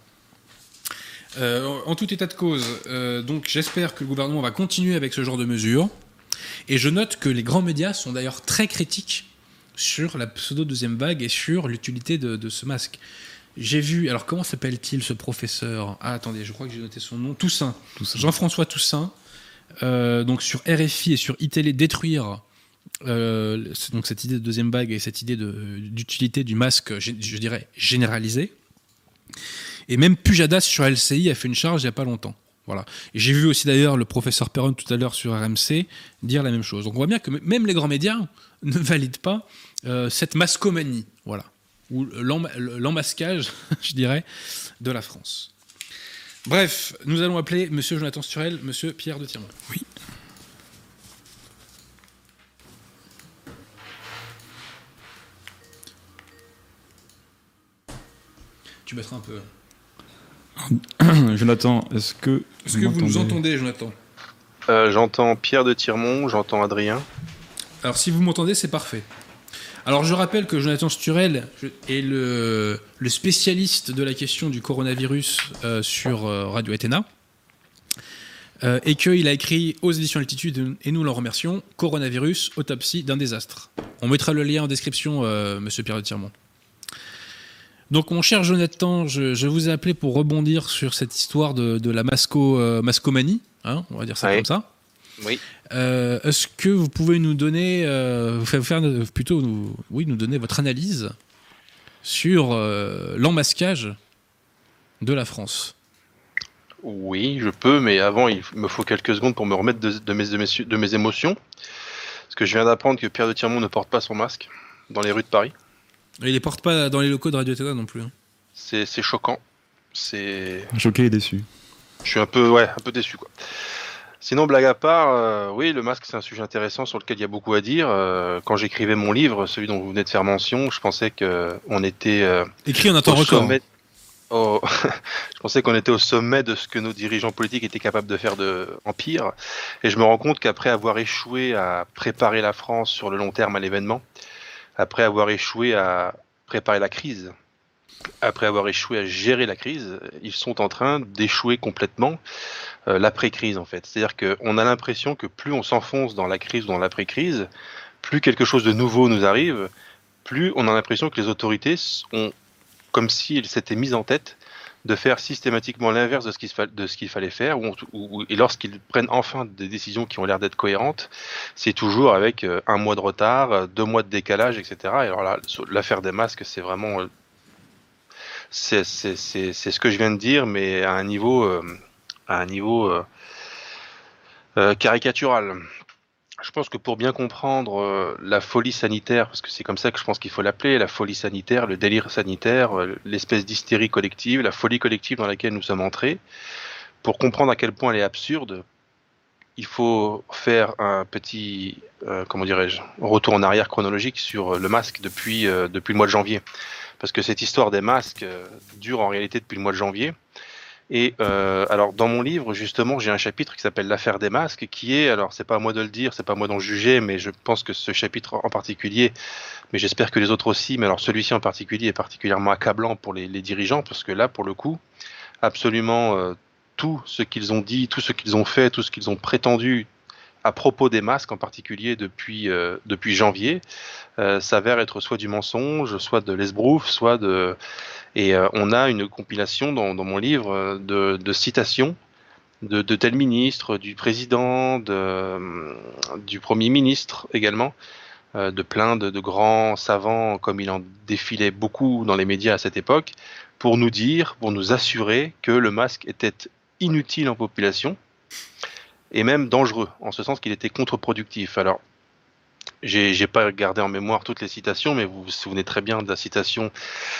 En tout état de cause, donc j'espère que le gouvernement va continuer avec ce genre de mesures. Et je note que les grands médias sont d'ailleurs très critiques sur la pseudo-deuxième vague et sur l'utilité de ce masque. J'ai vu, alors comment s'appelle-t-il ce professeur ? Ah, attendez, je crois que j'ai noté son nom. Toussaint. Jean-François Toussaint, donc sur RFI et sur iTélé, détruire donc cette idée de deuxième vague et cette idée d'utilité du masque, je dirais, généralisé. Et même Pujadas sur LCI a fait une charge il n'y a pas longtemps. Voilà. Et j'ai vu aussi d'ailleurs le professeur Perron tout à l'heure sur RMC dire la même chose. Donc on voit bien que même les grands médias ne valident pas cette mascomanie, voilà, ou l'emmasquage, je dirais, de la France. Bref, nous allons appeler M. Jonathan Sturel, M. Pierre de Tirmont. Oui. Tu mettras un peu... Jonathan, est-ce que vous nous entendez, Jonathan ? J'entends Pierre de Tirmont, j'entends Adrien. Alors si vous m'entendez, c'est parfait. Alors je rappelle que Jonathan Sturel est le spécialiste de la question du coronavirus sur Radio Athéna, et qu'il a écrit aux éditions Altitude, et nous l'en remercions, Coronavirus, autopsie d'un désastre. On mettra le lien en description, monsieur Pierre de Tirmont. Donc mon cher Jonathan, je vous ai appelé pour rebondir sur cette histoire de la mascomanie, hein, on va dire ça comme ça. Oui. Est-ce que vous pouvez nous donner, nous donner votre analyse sur l'emmasquage de la France? Oui, je peux, mais avant, il me faut quelques secondes pour me remettre de mes émotions. Parce que je viens d'apprendre que Pierre de Tirmont ne porte pas son masque dans les rues de Paris. Il les porte pas dans les locaux de Radio Télévision non plus. Hein. C'est choquant. C'est... Choqué et déçu. Je suis un peu déçu, quoi. Sinon, blague à part, oui, le masque, c'est un sujet intéressant sur lequel il y a beaucoup à dire. Quand j'écrivais mon livre, celui dont vous venez de faire mention, je pensais qu'on était... Écrit en un temps record. Je pensais qu'on était au sommet de ce que nos dirigeants politiques étaient capables de faire en pire. Et je me rends compte qu'après avoir échoué à préparer la France sur le long terme à l'événement, après avoir échoué à préparer la crise, après avoir échoué à gérer la crise, ils sont en train d'échouer complètement l'après-crise en fait. C'est-à-dire qu'on a l'impression que plus on s'enfonce dans la crise ou dans l'après-crise, plus quelque chose de nouveau nous arrive, plus on a l'impression que les autorités ont comme s'ils s'étaient mis en tête de faire systématiquement l'inverse de ce qu'il fallait faire, et lorsqu'ils prennent enfin des décisions qui ont l'air d'être cohérentes, c'est toujours avec 1 mois de retard, 2 mois de décalage, etc. Et alors là, l'affaire des masques, c'est vraiment... c'est ce que je viens de dire, mais à un niveau caricatural. Je pense que pour bien comprendre la folie sanitaire, parce que c'est comme ça que je pense qu'il faut l'appeler, la folie sanitaire, le délire sanitaire, l'espèce d'hystérie collective, la folie collective dans laquelle nous sommes entrés, pour comprendre à quel point elle est absurde, il faut faire un petit, retour en arrière chronologique sur le masque depuis le mois de janvier. Parce que cette histoire des masques dure en réalité depuis le mois de janvier. Et alors dans mon livre justement j'ai un chapitre qui s'appelle l'affaire des masques qui est, alors c'est pas à moi de le dire, c'est pas à moi d'en juger, mais je pense que ce chapitre en particulier, mais j'espère que les autres aussi, mais alors celui-ci en particulier est particulièrement accablant pour les dirigeants parce que là pour le coup absolument tout ce qu'ils ont dit, tout ce qu'ils ont fait, tout ce qu'ils ont prétendu à propos des masques en particulier depuis janvier s'avère être soit du mensonge, soit de l'esbrouf, soit de... Et on a une compilation dans mon livre de citations de tel ministre, du président, du Premier ministre également, de plein de grands savants, comme il en défilait beaucoup dans les médias à cette époque, pour nous dire, pour nous assurer que le masque était inutile en population, et même dangereux, en ce sens qu'il était contre-productif. Alors, j'ai pas gardé en mémoire toutes les citations, mais vous vous souvenez très bien de la citation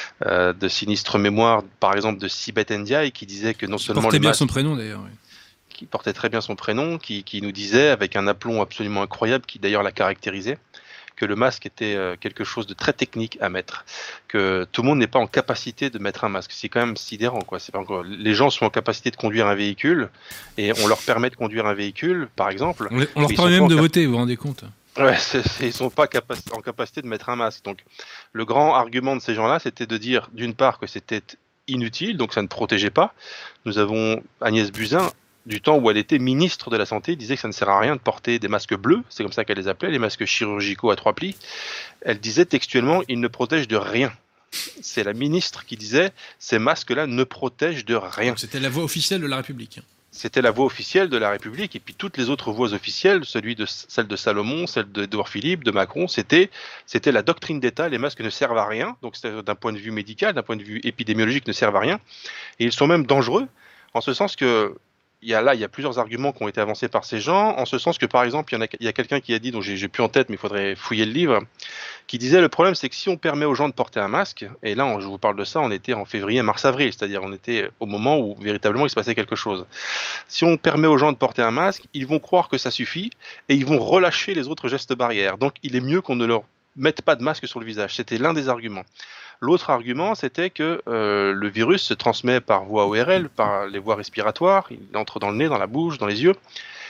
de sinistre mémoire, par exemple de Sibeth Ndiaye, qui disait que non seulement portait le bien masque, son prénom d'ailleurs. Oui. qui portait très bien son prénom, qui nous disait avec un aplomb absolument incroyable, qui d'ailleurs la caractérisait, que le masque était quelque chose de très technique à mettre, que tout le monde n'est pas en capacité de mettre un masque. C'est quand même sidérant, quoi. C'est pas encore... Les gens sont en capacité de conduire un véhicule et on leur permet de conduire un véhicule, par exemple. On leur permet même de voter, vous vous rendez compte? Ouais, ils sont pas en capacité de mettre un masque. Donc, le grand argument de ces gens-là, c'était de dire, d'une part, que c'était inutile, donc ça ne protégeait pas. Nous avons Agnès Buzyn, du temps où elle était ministre de la Santé, disait que ça ne sert à rien de porter des masques bleus, c'est comme ça qu'elle les appelait, les masques chirurgicaux à 3 plis. Elle disait textuellement, ils ne protègent de rien. C'est la ministre qui disait, ces masques-là ne protègent de rien. Donc c'était la voix officielle de la République. C'était la voix officielle de la République, et puis toutes les autres voix officielles, celle de Salomon, celle d'Édouard Philippe, de Macron, c'était la doctrine d'État, les masques ne servent à rien, donc d'un point de vue médical, d'un point de vue épidémiologique, ne servent à rien, et ils sont même dangereux, en ce sens que il y a plusieurs arguments qui ont été avancés par ces gens, en ce sens que par exemple, il y a quelqu'un qui a dit, dont j'ai plus en tête, mais il faudrait fouiller le livre, qui disait le problème c'est que si on permet aux gens de porter un masque, et là je vous parle de ça, on était en février, mars-avril, c'est-à-dire on était au moment où véritablement il se passait quelque chose. Si on permet aux gens de porter un masque, ils vont croire que ça suffit, et ils vont relâcher les autres gestes barrières. Donc il est mieux qu'on ne leur mette pas de masque sur le visage. C'était l'un des arguments. L'autre argument, c'était que le virus se transmet par voie ORL, par les voies respiratoires, il entre dans le nez, dans la bouche, dans les yeux,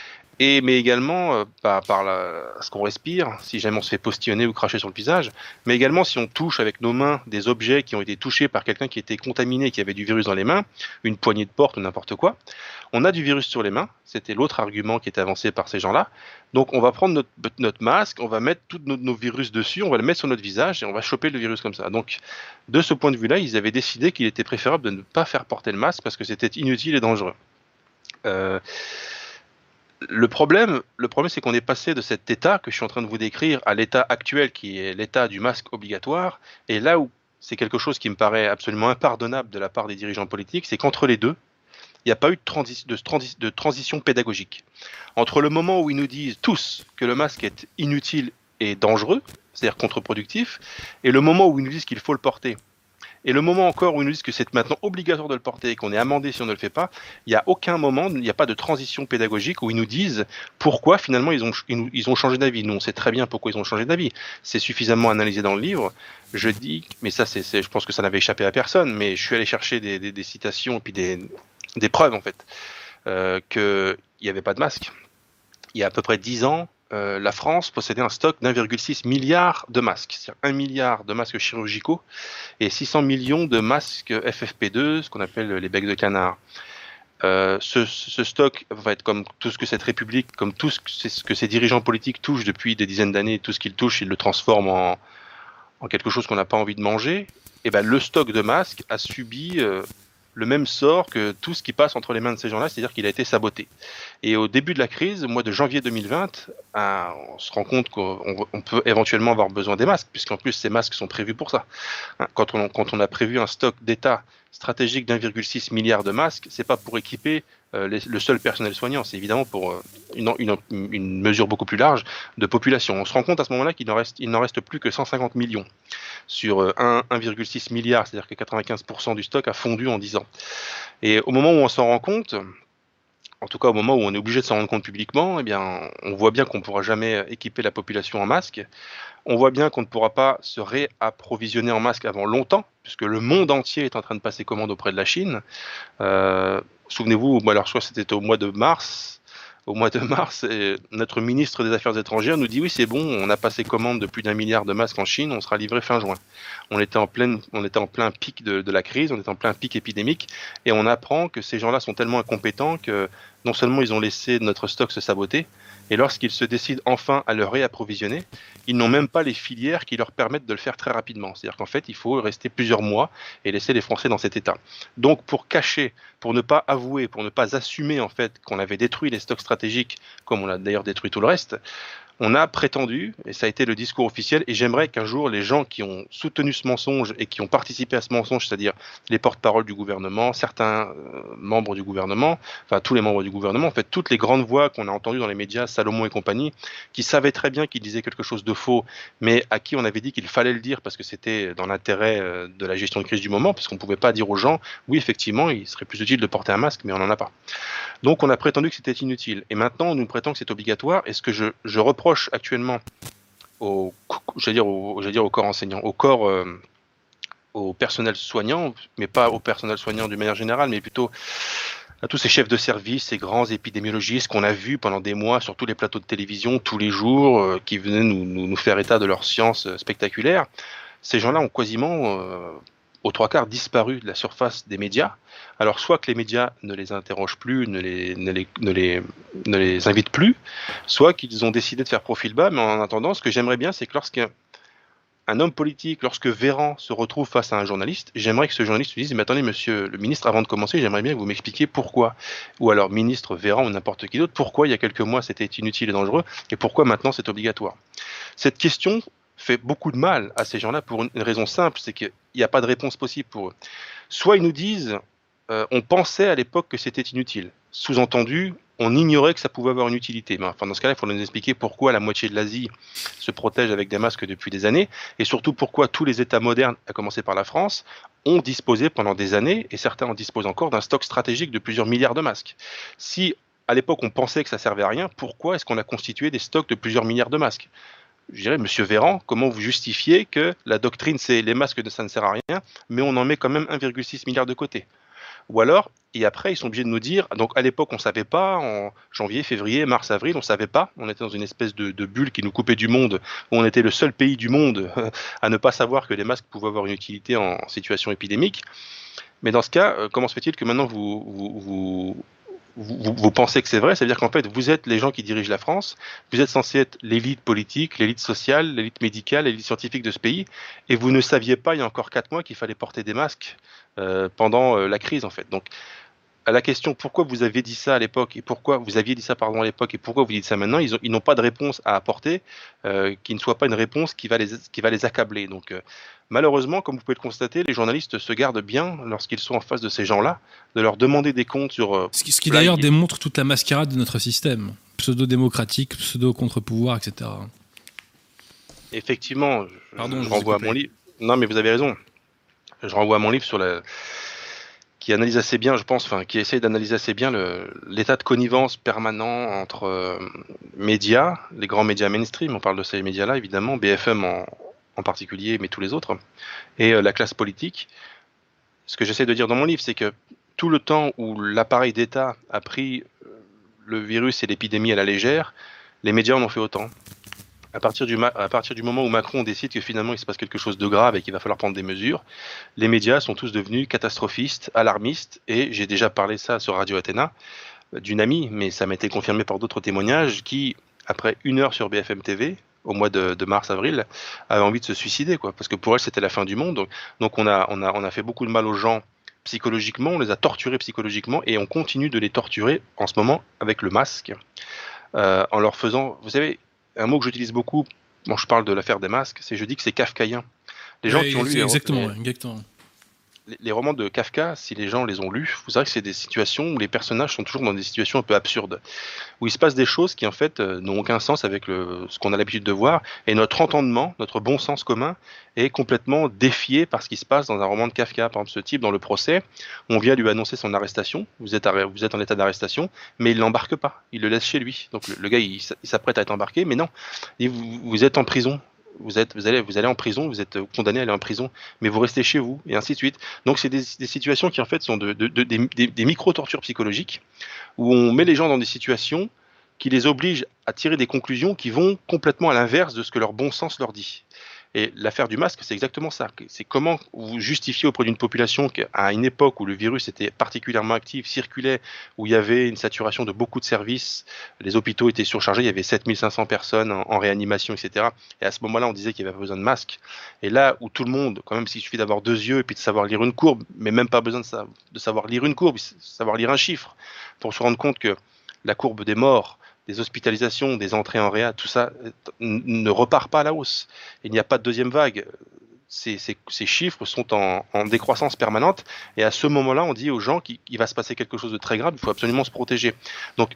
mais également par ce qu'on respire, si jamais on se fait postillonner ou cracher sur le visage, mais également si on touche avec nos mains des objets qui ont été touchés par quelqu'un qui était contaminé, qui avait du virus dans les mains, une poignée de porte ou n'importe quoi, on a du virus sur les mains, c'était l'autre argument qui était avancé par ces gens-là. Donc on va prendre notre masque, on va mettre tous nos virus dessus, on va le mettre sur notre visage et on va choper le virus comme ça. Donc de ce point de vue-là, ils avaient décidé qu'il était préférable de ne pas faire porter le masque parce que c'était inutile et dangereux. Le problème, c'est qu'on est passé de cet état que je suis en train de vous décrire à l'état actuel qui est l'état du masque obligatoire. Et là où c'est quelque chose qui me paraît absolument impardonnable de la part des dirigeants politiques, c'est qu'entre les deux, il n'y a pas eu de transition pédagogique. Entre le moment où ils nous disent tous que le masque est inutile et dangereux, c'est-à-dire contre-productif, et le moment où ils nous disent qu'il faut le porter, et le moment encore où ils nous disent que c'est maintenant obligatoire de le porter et qu'on est amendé si on ne le fait pas, il n'y a aucun moment, il n'y a pas de transition pédagogique où ils nous disent pourquoi finalement ils ont changé d'avis. Nous, on sait très bien pourquoi ils ont changé d'avis. C'est suffisamment analysé dans le livre. Je dis, mais ça, je pense que ça n'avait échappé à personne, mais je suis allé chercher des citations et puis des preuves en fait qu'il n'y avait pas de masque. Il y a à peu près 10 ans, la France possédait un stock d'1,6 milliard de masques, c'est-à-dire 1 milliard de masques chirurgicaux et 600 millions de masques FFP2, ce qu'on appelle les becs de canard. Ce stock va être comme tout ce que cette République, comme tout ce que ces dirigeants politiques touchent depuis des dizaines d'années, tout ce qu'ils touchent, ils le transforment en quelque chose qu'on n'a pas envie de manger. Et ben, le stock de masques a subi le même sort que tout ce qui passe entre les mains de ces gens-là, c'est-à-dire qu'il a été saboté. Et au début de la crise, au mois de janvier 2020, on se rend compte qu'on peut éventuellement avoir besoin des masques, puisqu'en plus ces masques sont prévus pour ça. Quand on a prévu un stock d'État stratégique d'1,6 milliard de masques, c'est pas pour équiper le seul personnel soignant, c'est évidemment pour une mesure beaucoup plus large de population. On se rend compte à ce moment-là qu'il n'en reste plus que 150 millions sur 1,6 milliard, c'est-à-dire que 95% du stock a fondu en 10 ans. Et au moment où on s'en rend compte, en tout cas au moment où on est obligé de s'en rendre compte publiquement, eh bien, on voit bien qu'on ne pourra jamais équiper la population en masques. On voit bien qu'on ne pourra pas se réapprovisionner en masques avant longtemps, puisque le monde entier est en train de passer commande auprès de la Chine. Souvenez-vous, alors soit c'était au mois de mars, et notre ministre des Affaires étrangères nous dit oui, c'est bon, on a passé commande de plus d'1 milliard de masques en Chine, on sera livré fin juin. On était en plein pic de la crise, on était en plein pic épidémique, et on apprend que ces gens-là sont tellement incompétents que non seulement ils ont laissé notre stock se saboter, et lorsqu'ils se décident enfin à le réapprovisionner, ils n'ont même pas les filières qui leur permettent de le faire très rapidement. C'est-à-dire qu'en fait, il faut rester plusieurs mois et laisser les Français dans cet état. Donc, pour cacher, pour ne pas avouer, pour ne pas assumer en fait qu'on avait détruit les stocks stratégiques, comme on a d'ailleurs détruit tout le reste, on a prétendu, et ça a été le discours officiel, et j'aimerais qu'un jour les gens qui ont soutenu ce mensonge et qui ont participé à ce mensonge, c'est-à-dire les porte-paroles du gouvernement, certains membres du gouvernement, enfin tous les membres du gouvernement, en fait toutes les grandes voix qu'on a entendues dans les médias, Salomon et compagnie, qui savaient très bien qu'ils disaient quelque chose de faux, mais à qui on avait dit qu'il fallait le dire parce que c'était dans l'intérêt de la gestion de crise du moment, parce qu'on ne pouvait pas dire aux gens, oui effectivement, il serait plus utile de porter un masque, mais on n'en a pas. Donc on a prétendu que c'était inutile. Et maintenant, on nous prétend que c'est obligatoire. Et ce que je reproche actuellement au corps enseignant, au personnel soignant, mais pas au personnel soignant d'une manière générale, mais plutôt à tous ces chefs de service, ces grands épidémiologistes qu'on a vus pendant des mois sur tous les plateaux de télévision, tous les jours, qui venaient nous faire état de leur science spectaculaire. Ces gens-là ont quasiment aux trois quarts disparu de la surface des médias. Alors soit que les médias ne les interrogent plus, ne les invitent plus, soit qu'ils ont décidé de faire profil bas, mais en attendant, ce que j'aimerais bien, c'est que lorsqu'un homme politique, lorsque Véran se retrouve face à un journaliste, j'aimerais que ce journaliste lui dise, mais attendez monsieur le ministre, avant de commencer, j'aimerais bien que vous m'expliquiez pourquoi, ou alors ministre Véran ou n'importe qui d'autre, pourquoi il y a quelques mois c'était inutile et dangereux, et pourquoi maintenant c'est obligatoire. Cette question fait beaucoup de mal à ces gens-là pour une raison simple, c'est qu'il n'y a pas de réponse possible pour eux. Soit ils nous disent, on pensait à l'époque que c'était inutile. Sous-entendu, on ignorait que ça pouvait avoir une utilité. Mais enfin, dans ce cas-là, il faut nous expliquer pourquoi la moitié de l'Asie se protège avec des masques depuis des années, et surtout pourquoi tous les États modernes, à commencer par la France, ont disposé pendant des années, et certains en disposent encore, d'un stock stratégique de plusieurs milliards de masques. Si à l'époque on pensait que ça servait à rien, pourquoi est-ce qu'on a constitué des stocks de plusieurs milliards de masques ? Je dirais, monsieur Véran, comment vous justifiez que la doctrine, c'est les masques, ça ne sert à rien, mais on en met quand même 1,6 milliard de côté ? Ou alors, et après, ils sont obligés de nous dire, donc à l'époque, on ne savait pas, en janvier, février, mars, avril, on ne savait pas, on était dans une espèce de bulle qui nous coupait du monde, où on était le seul pays du monde à ne pas savoir que les masques pouvaient avoir une utilité en situation épidémique. Mais dans ce cas, comment se fait-il que maintenant vous pensez que c'est vrai, c'est-à-dire qu'en fait, vous êtes les gens qui dirigent la France, vous êtes censés être l'élite politique, l'élite sociale, l'élite médicale, l'élite scientifique de ce pays, et vous ne saviez pas il y a encore 4 mois qu'il fallait porter des masques pendant la crise, en fait. Donc, à la question pourquoi vous avez dit ça à l'époque et pourquoi vous aviez dit ça à l'époque et pourquoi vous dites ça maintenant, ils n'ont pas de réponse à apporter qui ne soit pas une réponse qui va les accabler. Donc malheureusement, comme vous pouvez le constater, les journalistes se gardent bien lorsqu'ils sont en face de ces gens-là, de leur demander des comptes sur... ce qui d'ailleurs démontre toute la mascarade de notre système, pseudo-démocratique, pseudo-contre-pouvoir, etc. Effectivement, Pardon, je renvoie à mon livre. Non, mais vous avez raison. Je renvoie à mon livre sur qui analyse assez bien, je pense, enfin, qui essaye d'analyser assez bien l'état de connivence permanent entre médias, les grands médias mainstream, on parle de ces médias-là, évidemment, BFM en particulier, mais tous les autres, et la classe politique. Ce que j'essaie de dire dans mon livre, c'est que tout le temps où l'appareil d'État a pris le virus et l'épidémie à la légère, les médias en ont fait autant. À partir du moment où Macron décide que finalement il se passe quelque chose de grave et qu'il va falloir prendre des mesures, les médias sont tous devenus catastrophistes, alarmistes, et j'ai déjà parlé ça sur Radio Athéna d'une amie, mais ça m'a été confirmé par d'autres témoignages, qui, après 1 heure sur BFM TV, au mois de mars-avril, avait envie de se suicider, quoi, parce que pour elle c'était la fin du monde. Donc on a fait beaucoup de mal aux gens psychologiquement, on les a torturés psychologiquement, et on continue de les torturer en ce moment avec le masque, en leur faisant, vous savez, un mot que j'utilise beaucoup, quand je parle de l'affaire des masques, je dis que c'est kafkaïen. Les gens qui ont lu exactement. Les romans de Kafka, si les gens les ont lus, vous savez que c'est des situations où les personnages sont toujours dans des situations un peu absurdes, où il se passe des choses qui en fait n'ont aucun sens avec ce qu'on a l'habitude de voir, et notre entendement, notre bon sens commun est complètement défié par ce qui se passe dans un roman de Kafka. Par exemple, ce type dans le procès, on vient lui annoncer son arrestation, vous êtes en état d'arrestation, mais il l'embarque pas, il le laisse chez lui. Donc le gars il s'apprête à être embarqué, mais non, vous êtes en prison. Vous allez en prison, vous êtes condamné à aller en prison, mais vous restez chez vous, et ainsi de suite. Donc c'est des situations qui en fait sont des micro-tortures psychologiques, où on met les gens dans des situations qui les obligent à tirer des conclusions qui vont complètement à l'inverse de ce que leur bon sens leur dit. Et l'affaire du masque, c'est exactement ça. C'est comment vous justifiez auprès d'une population qu'à une époque où le virus était particulièrement actif, circulait, où il y avait une saturation de beaucoup de services, les hôpitaux étaient surchargés, il y avait 7500 personnes en réanimation, etc. Et à ce moment-là, on disait qu'il n'y avait pas besoin de masque. Et là où tout le monde, quand même, s'il suffit d'avoir 2 yeux et puis de savoir lire une courbe, mais même pas besoin de savoir lire une courbe, de savoir lire un chiffre, pour se rendre compte que la courbe des morts, des hospitalisations, des entrées en réa, tout ça ne repart pas à la hausse. Il n'y a pas de deuxième vague. Ces chiffres sont en décroissance permanente, et à ce moment-là, on dit aux gens qu'il va se passer quelque chose de très grave, il faut absolument se protéger. Donc,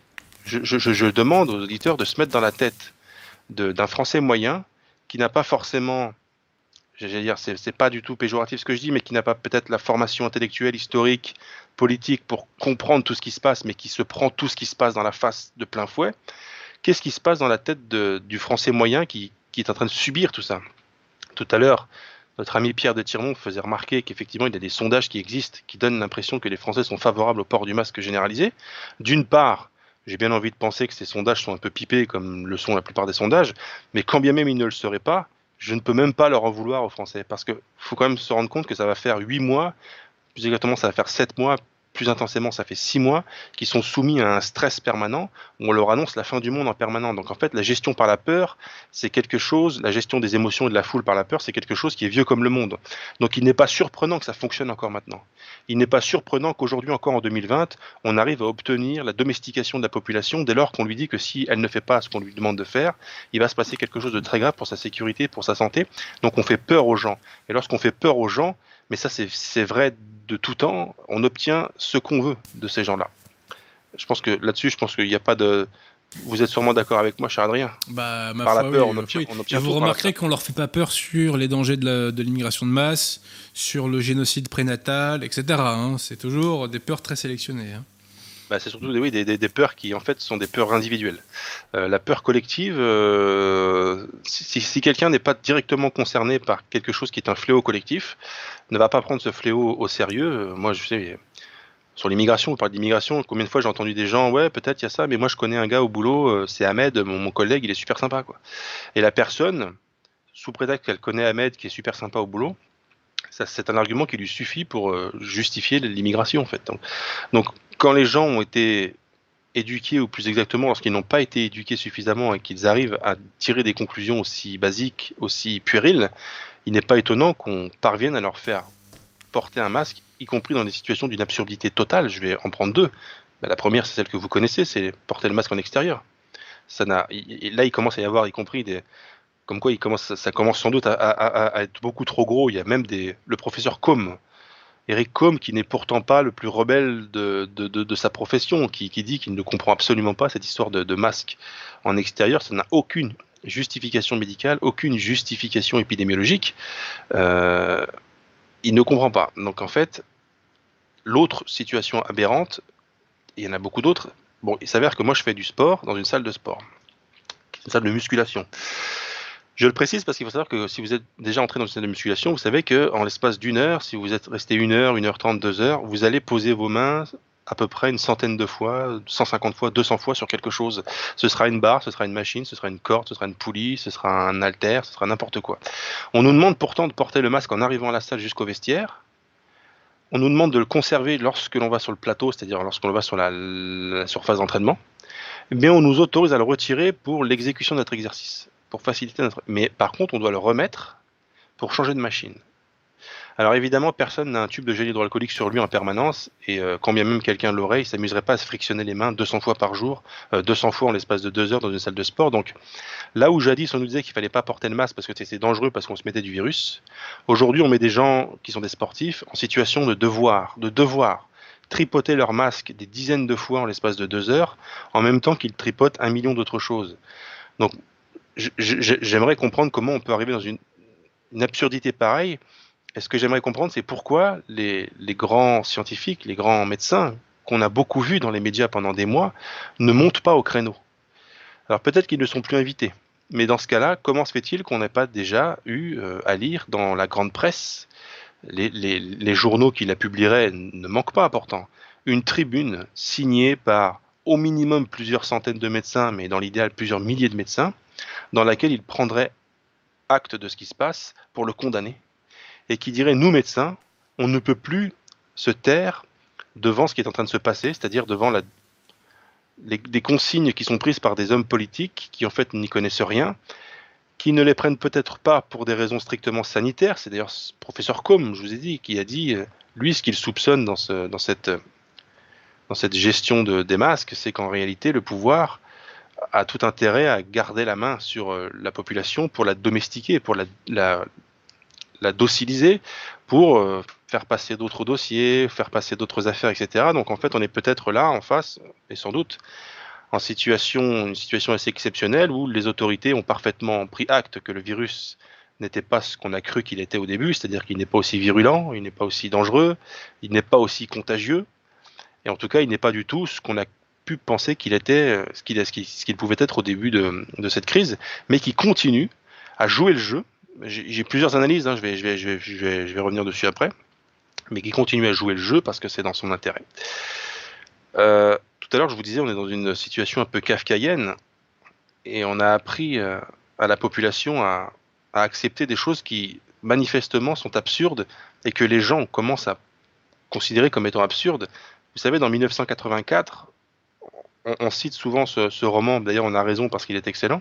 je demande aux auditeurs de se mettre dans la tête d'un Français moyen qui n'a pas forcément, j'allais dire, c'est pas du tout péjoratif ce que je dis, mais qui n'a pas peut-être la formation intellectuelle, historique, politique pour comprendre tout ce qui se passe, mais qui se prend tout ce qui se passe dans la face de plein fouet. Qu'est-ce qui se passe dans la tête du Français moyen qui est en train de subir tout ça? Tout à l'heure, notre ami Pierre de Tirmont faisait remarquer qu'effectivement, il y a des sondages qui existent, qui donnent l'impression que les Français sont favorables au port du masque généralisé. D'une part, j'ai bien envie de penser que ces sondages sont un peu pipés, comme le sont la plupart des sondages, mais quand bien même ils ne le seraient pas, je ne peux même pas leur en vouloir aux Français, parce qu'il faut quand même se rendre compte que ça va faire 8 mois, plus exactement ça va faire 7 mois, plus intensément ça fait 6 mois, qui sont soumis à un stress permanent, où on leur annonce la fin du monde en permanence. Donc en fait, la gestion par la peur, c'est quelque chose, la gestion des émotions et de la foule par la peur, c'est quelque chose qui est vieux comme le monde. Donc il n'est pas surprenant que ça fonctionne encore maintenant. Il n'est pas surprenant qu'aujourd'hui, encore en 2020, on arrive à obtenir la domestication de la population dès lors qu'on lui dit que si elle ne fait pas ce qu'on lui demande de faire, il va se passer quelque chose de très grave pour sa sécurité, pour sa santé. Donc on fait peur aux gens. Et lorsqu'on fait peur aux gens, mais ça c'est vrai de tout temps, on obtient ce qu'on veut de ces gens-là. Je pense que là-dessus, qu'il n'y a pas de... Vous êtes sûrement d'accord avec moi, cher Adrien. Par la peur, oui, on obtient et vous remarquerez qu'on leur fait pas peur sur les dangers de l'immigration de masse, sur le génocide prénatal, etc. Hein. C'est toujours des peurs très sélectionnées. Hein. C'est surtout des peurs qui en fait sont des peurs individuelles. La peur collective, si quelqu'un n'est pas directement concerné par quelque chose qui est un fléau collectif, ne va pas prendre ce fléau au sérieux. Moi, je sais, sur l'immigration, on parle d'immigration, combien de fois j'ai entendu des gens, ouais, peut-être il y a ça, mais moi je connais un gars au boulot, c'est Ahmed, mon collègue, il est super sympa, quoi. Et la personne, sous prétexte qu'elle connaît Ahmed, qui est super sympa au boulot, ça, c'est un argument qui lui suffit pour justifier l'immigration, en fait. Donc, quand les gens ont été éduqués, ou plus exactement, lorsqu'ils n'ont pas été éduqués suffisamment et qu'ils arrivent à tirer des conclusions aussi basiques, aussi puériles, il n'est pas étonnant qu'on parvienne à leur faire porter un masque y compris dans des situations d'une absurdité totale. Je vais en prendre deux. La première, c'est celle que vous connaissez, c'est porter le masque en extérieur. Là, il commence à y avoir, y compris comme quoi ça commence sans doute à être beaucoup trop gros. Il y a même le professeur Combe, Eric Combe, qui n'est pourtant pas le plus rebelle de sa profession, qui dit qu'il ne comprend absolument pas cette histoire de masque en extérieur. Ça n'a aucune justification médicale, aucune justification épidémiologique. Il ne comprend pas. Donc en fait, l'autre situation aberrante, il y en a beaucoup d'autres. Bon, il s'avère que moi je fais du sport dans une salle de sport, une salle de musculation. Je le précise parce qu'il faut savoir que si vous êtes déjà entré dans une salle de musculation, vous savez qu'en l'espace d'une heure, si vous êtes resté 1h30, 2 heures, vous allez poser vos mains à peu près une centaine de fois, 150 fois, 200 fois sur quelque chose. Ce sera une barre, ce sera une machine, ce sera une corde, ce sera une poulie, ce sera un haltère, ce sera n'importe quoi. On nous demande pourtant de porter le masque en arrivant à la salle jusqu'au vestiaire. On nous demande de le conserver lorsque l'on va sur le plateau, c'est-à-dire lorsqu'on va sur la surface d'entraînement. Mais on nous autorise à le retirer pour l'exécution de notre exercice, pour faciliter notre... Mais par contre, on doit le remettre pour changer de machine. Alors évidemment, personne n'a un tube de gel hydroalcoolique sur lui en permanence, et quand bien même quelqu'un l'aurait, il ne s'amuserait pas à se frictionner les mains 200 fois par jour, 200 fois en l'espace de 2 heures dans une salle de sport. Donc là où jadis on nous disait qu'il ne fallait pas porter le masque parce que c'était dangereux, parce qu'on se mettait du virus, aujourd'hui on met des gens qui sont des sportifs en situation de devoir tripoter leur masque des dizaines de fois en l'espace de 2 heures, en même temps qu'ils tripotent 1 million d'autres choses. Donc j'aimerais comprendre comment on peut arriver dans une absurdité pareille. Et ce que j'aimerais comprendre, c'est pourquoi les grands scientifiques, les grands médecins, qu'on a beaucoup vus dans les médias pendant des mois, ne montent pas au créneau. Alors peut-être qu'ils ne sont plus invités. Mais dans ce cas-là, comment se fait-il qu'on n'ait pas déjà eu à lire dans la grande presse, les journaux qui la publieraient ne manquent pas pourtant, une tribune signée par au minimum plusieurs centaines de médecins, mais dans l'idéal plusieurs milliers de médecins, dans laquelle ils prendraient acte de ce qui se passe pour le condamner, et qui dirait, nous médecins, on ne peut plus se taire devant ce qui est en train de se passer, c'est-à-dire devant des consignes qui sont prises par des hommes politiques qui en fait n'y connaissent rien, qui ne les prennent peut-être pas pour des raisons strictement sanitaires. C'est d'ailleurs ce professeur Combe, je vous ai dit, qui a dit, lui, ce qu'il soupçonne dans cette gestion des masques, c'est qu'en réalité, le pouvoir a tout intérêt à garder la main sur la population pour la domestiquer, pour la dociliser, pour faire passer d'autres dossiers, faire passer d'autres affaires, etc. Donc en fait, on est peut-être là en face, et sans doute, une situation assez exceptionnelle où les autorités ont parfaitement pris acte que le virus n'était pas ce qu'on a cru qu'il était au début, c'est-à-dire qu'il n'est pas aussi virulent, il n'est pas aussi dangereux, il n'est pas aussi contagieux, et en tout cas, il n'est pas du tout ce qu'on a pu penser qu'il était, ce qu'il pouvait être au début de cette crise, mais qui continue à jouer le jeu. J'ai plusieurs analyses, hein, je vais revenir dessus après, mais qui continue à jouer le jeu parce que c'est dans son intérêt. Tout à l'heure, je vous disais, on est dans une situation un peu kafkaïenne, et on a appris à la population à accepter des choses qui, manifestement, sont absurdes, et que les gens commencent à considérer comme étant absurdes. Vous savez, dans 1984, on cite souvent ce roman, d'ailleurs on a raison parce qu'il est excellent.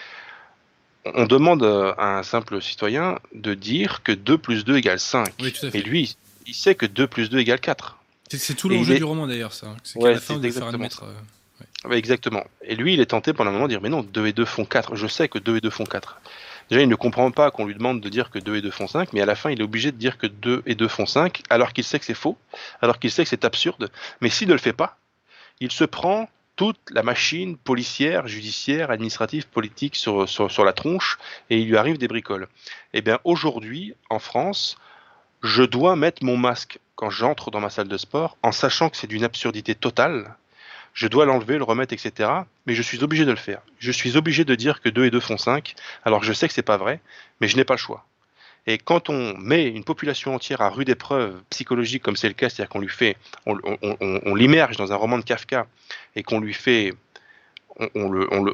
On demande à un simple citoyen de dire que 2 plus 2 égale 5. Oui, tout à fait. Et lui, il sait que 2 plus 2 égale 4. C'est tout l'enjeu du roman d'ailleurs, ça. C'est qu'à la fin, on doit faire admettre. Ouais, exactement. Et lui, il est tenté pendant un moment de dire, mais non, 2 et 2 font 4. Je sais que 2 et 2 font 4. Déjà, il ne comprend pas qu'on lui demande de dire que 2 et 2 font 5, mais à la fin, il est obligé de dire que 2 et 2 font 5, alors qu'il sait que c'est faux, alors qu'il sait que c'est absurde. Mais s'il ne le fait pas, il se prend toute la machine policière, judiciaire, administrative, politique sur la tronche, et il lui arrive des bricoles. Eh bien, aujourd'hui, en France, je dois mettre mon masque quand j'entre dans ma salle de sport, en sachant que c'est d'une absurdité totale. Je dois l'enlever, le remettre, etc. Mais je suis obligé de le faire. Je suis obligé de dire que 2 et 2 font 5, alors je sais que c'est pas vrai, mais je n'ai pas le choix. Et quand on met une population entière à rude épreuve psychologique, comme c'est le cas, c'est-à-dire qu'on lui fait, on l'immerge dans un roman de Kafka, et qu'on lui fait, on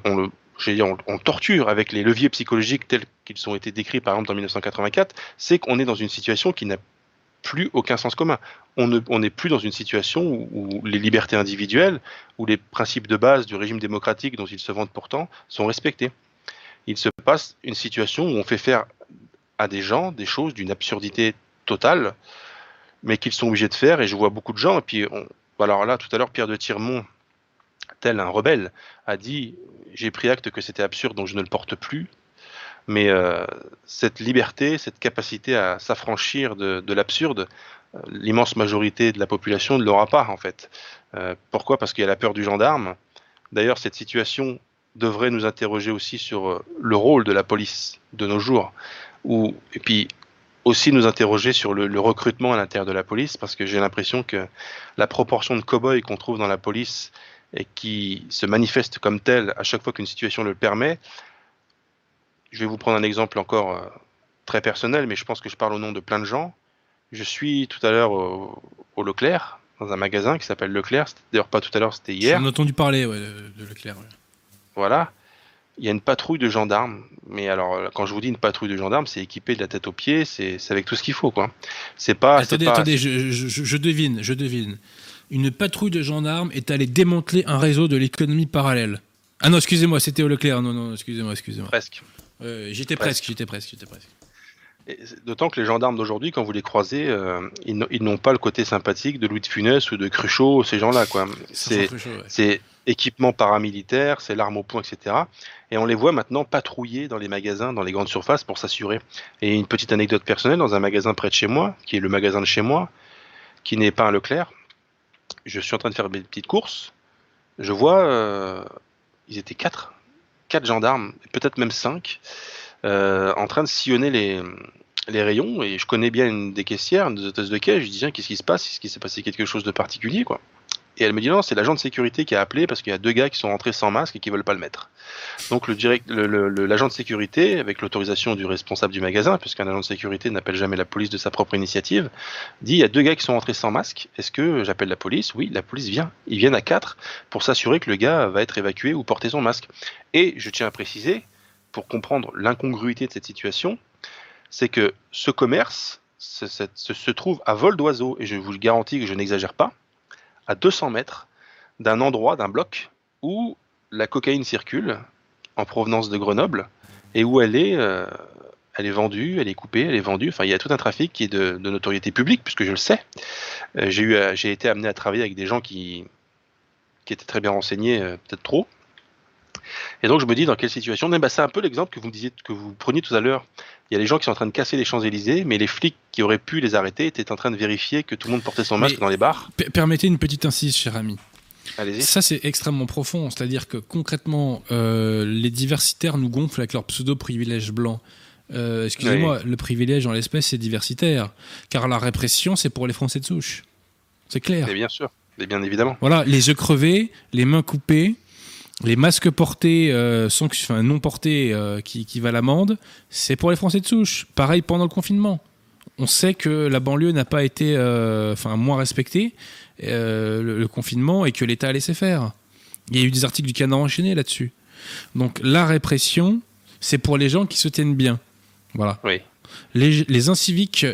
le torture avec les leviers psychologiques tels qu'ils ont été décrits par exemple dans 1984, c'est qu'on est dans une situation qui n'a plus aucun sens commun. On n'est plus dans une situation où les libertés individuelles, où les principes de base du régime démocratique dont ils se vantent pourtant, sont respectés. Il se passe une situation où on fait faire à des gens des choses d'une absurdité totale. mais qu'ils sont obligés de faire. Et je vois beaucoup de gens. Et puis, alors là, tout à l'heure, Pierre de Tirmont, tel un rebelle, a dit j'ai pris acte que c'était absurde, donc je ne le porte plus. Mais cette liberté, cette capacité à s'affranchir de l'absurde, l'immense majorité de la population ne l'aura pas en fait. Pourquoi ? Parce qu'il y a la peur du gendarme. D'ailleurs, cette situation devrait nous interroger aussi sur le rôle de la police de nos jours, et puis aussi nous interroger sur le recrutement à l'intérieur de la police, parce que j'ai l'impression que la proportion de cow-boys qu'on trouve dans la police et qui se manifestent comme tels à chaque fois qu'une situation le permet. Je vais vous prendre un exemple encore très personnel, mais je pense que je parle au nom de plein de gens. Je suis tout à l'heure au Leclerc, dans un magasin qui s'appelle Leclerc. C'était d'ailleurs pas tout à l'heure, c'était hier. J'en ai entendu parler de Leclerc. Ouais. Voilà. Il y a une patrouille de gendarmes. Mais alors, quand je vous dis une patrouille de gendarmes, c'est équipé de la tête aux pieds, c'est avec tout ce qu'il faut, quoi. C'est pas. Attendez, je devine. Une patrouille de gendarmes est allée démanteler un réseau de l'économie parallèle. Ah non, excusez-moi, c'était au Leclerc. Non, excusez-moi. Presque. J'étais presque. Et d'autant que les gendarmes d'aujourd'hui, quand vous les croisez, ils n'ont pas le côté sympathique de Louis de Funès ou de Cruchot, ces gens-là, quoi. C'est équipement paramilitaire, c'est l'arme au poing, etc. Et on les voit maintenant patrouiller dans les magasins, dans les grandes surfaces pour s'assurer. Et une petite anecdote personnelle, dans un magasin près de chez moi, qui est le magasin de chez moi, qui n'est pas un Leclerc, je suis en train de faire mes petites courses, je vois, ils étaient 4 gendarmes, peut-être même 5, en train de sillonner les rayons, et je connais bien une des caissières, une des hôtesses de caisse. Je dis tiens, qu'est-ce qui se passe ? Est-ce qu'il s'est passé quelque chose de particulier, quoi ? Et elle me dit non, c'est l'agent de sécurité qui a appelé parce qu'il y a 2 gars qui sont rentrés sans masque et qui veulent pas le mettre. Donc l'agent de sécurité, avec l'autorisation du responsable du magasin, puisqu'un agent de sécurité n'appelle jamais la police de sa propre initiative, dit il y a 2 gars qui sont rentrés sans masque, est-ce que j'appelle la police ? Oui, la police vient. Ils viennent à 4 pour s'assurer que le gars va être évacué ou porter son masque. Et je tiens à préciser, pour comprendre l'incongruité de cette situation, c'est que ce commerce se trouve à vol d'oiseau, et je vous le garantis que je n'exagère pas, à 200 mètres d'un endroit, d'un bloc, où la cocaïne circule en provenance de Grenoble, et où elle est vendue, elle est coupée, elle est vendue. Enfin, il y a tout un trafic qui est de notoriété publique, puisque je le sais. J'ai été amené à travailler avec des gens qui étaient très bien renseignés, peut-être trop. Et donc je me dis dans quelle situation. C'est un peu l'exemple que vous me disiez, que vous preniez tout à l'heure. Il y a les gens qui sont en train de casser les Champs-Élysées, mais les flics qui auraient pu les arrêter étaient en train de vérifier que tout le monde portait son masque dans les bars. Permettez une petite incise, cher ami. Allez-y. Ça, c'est extrêmement profond. C'est-à-dire que concrètement, les diversitaires nous gonflent avec leur pseudo-privilège blanc. Excusez-moi, oui. Le privilège en l'espèce, c'est diversitaire. Car la répression, c'est pour les Français de souche. C'est clair. Et bien sûr, et bien évidemment. Voilà, les yeux crevés, les mains coupées, les masques portés, non portés, qui valent l'amende, c'est pour les Français de souche. Pareil pendant le confinement. On sait que la banlieue n'a pas été moins respectée, le confinement, et que l'État a laissé faire. Il y a eu des articles du Canard enchaîné là-dessus. Donc la répression, c'est pour les gens qui se tiennent bien. Voilà. Oui. Les inciviques,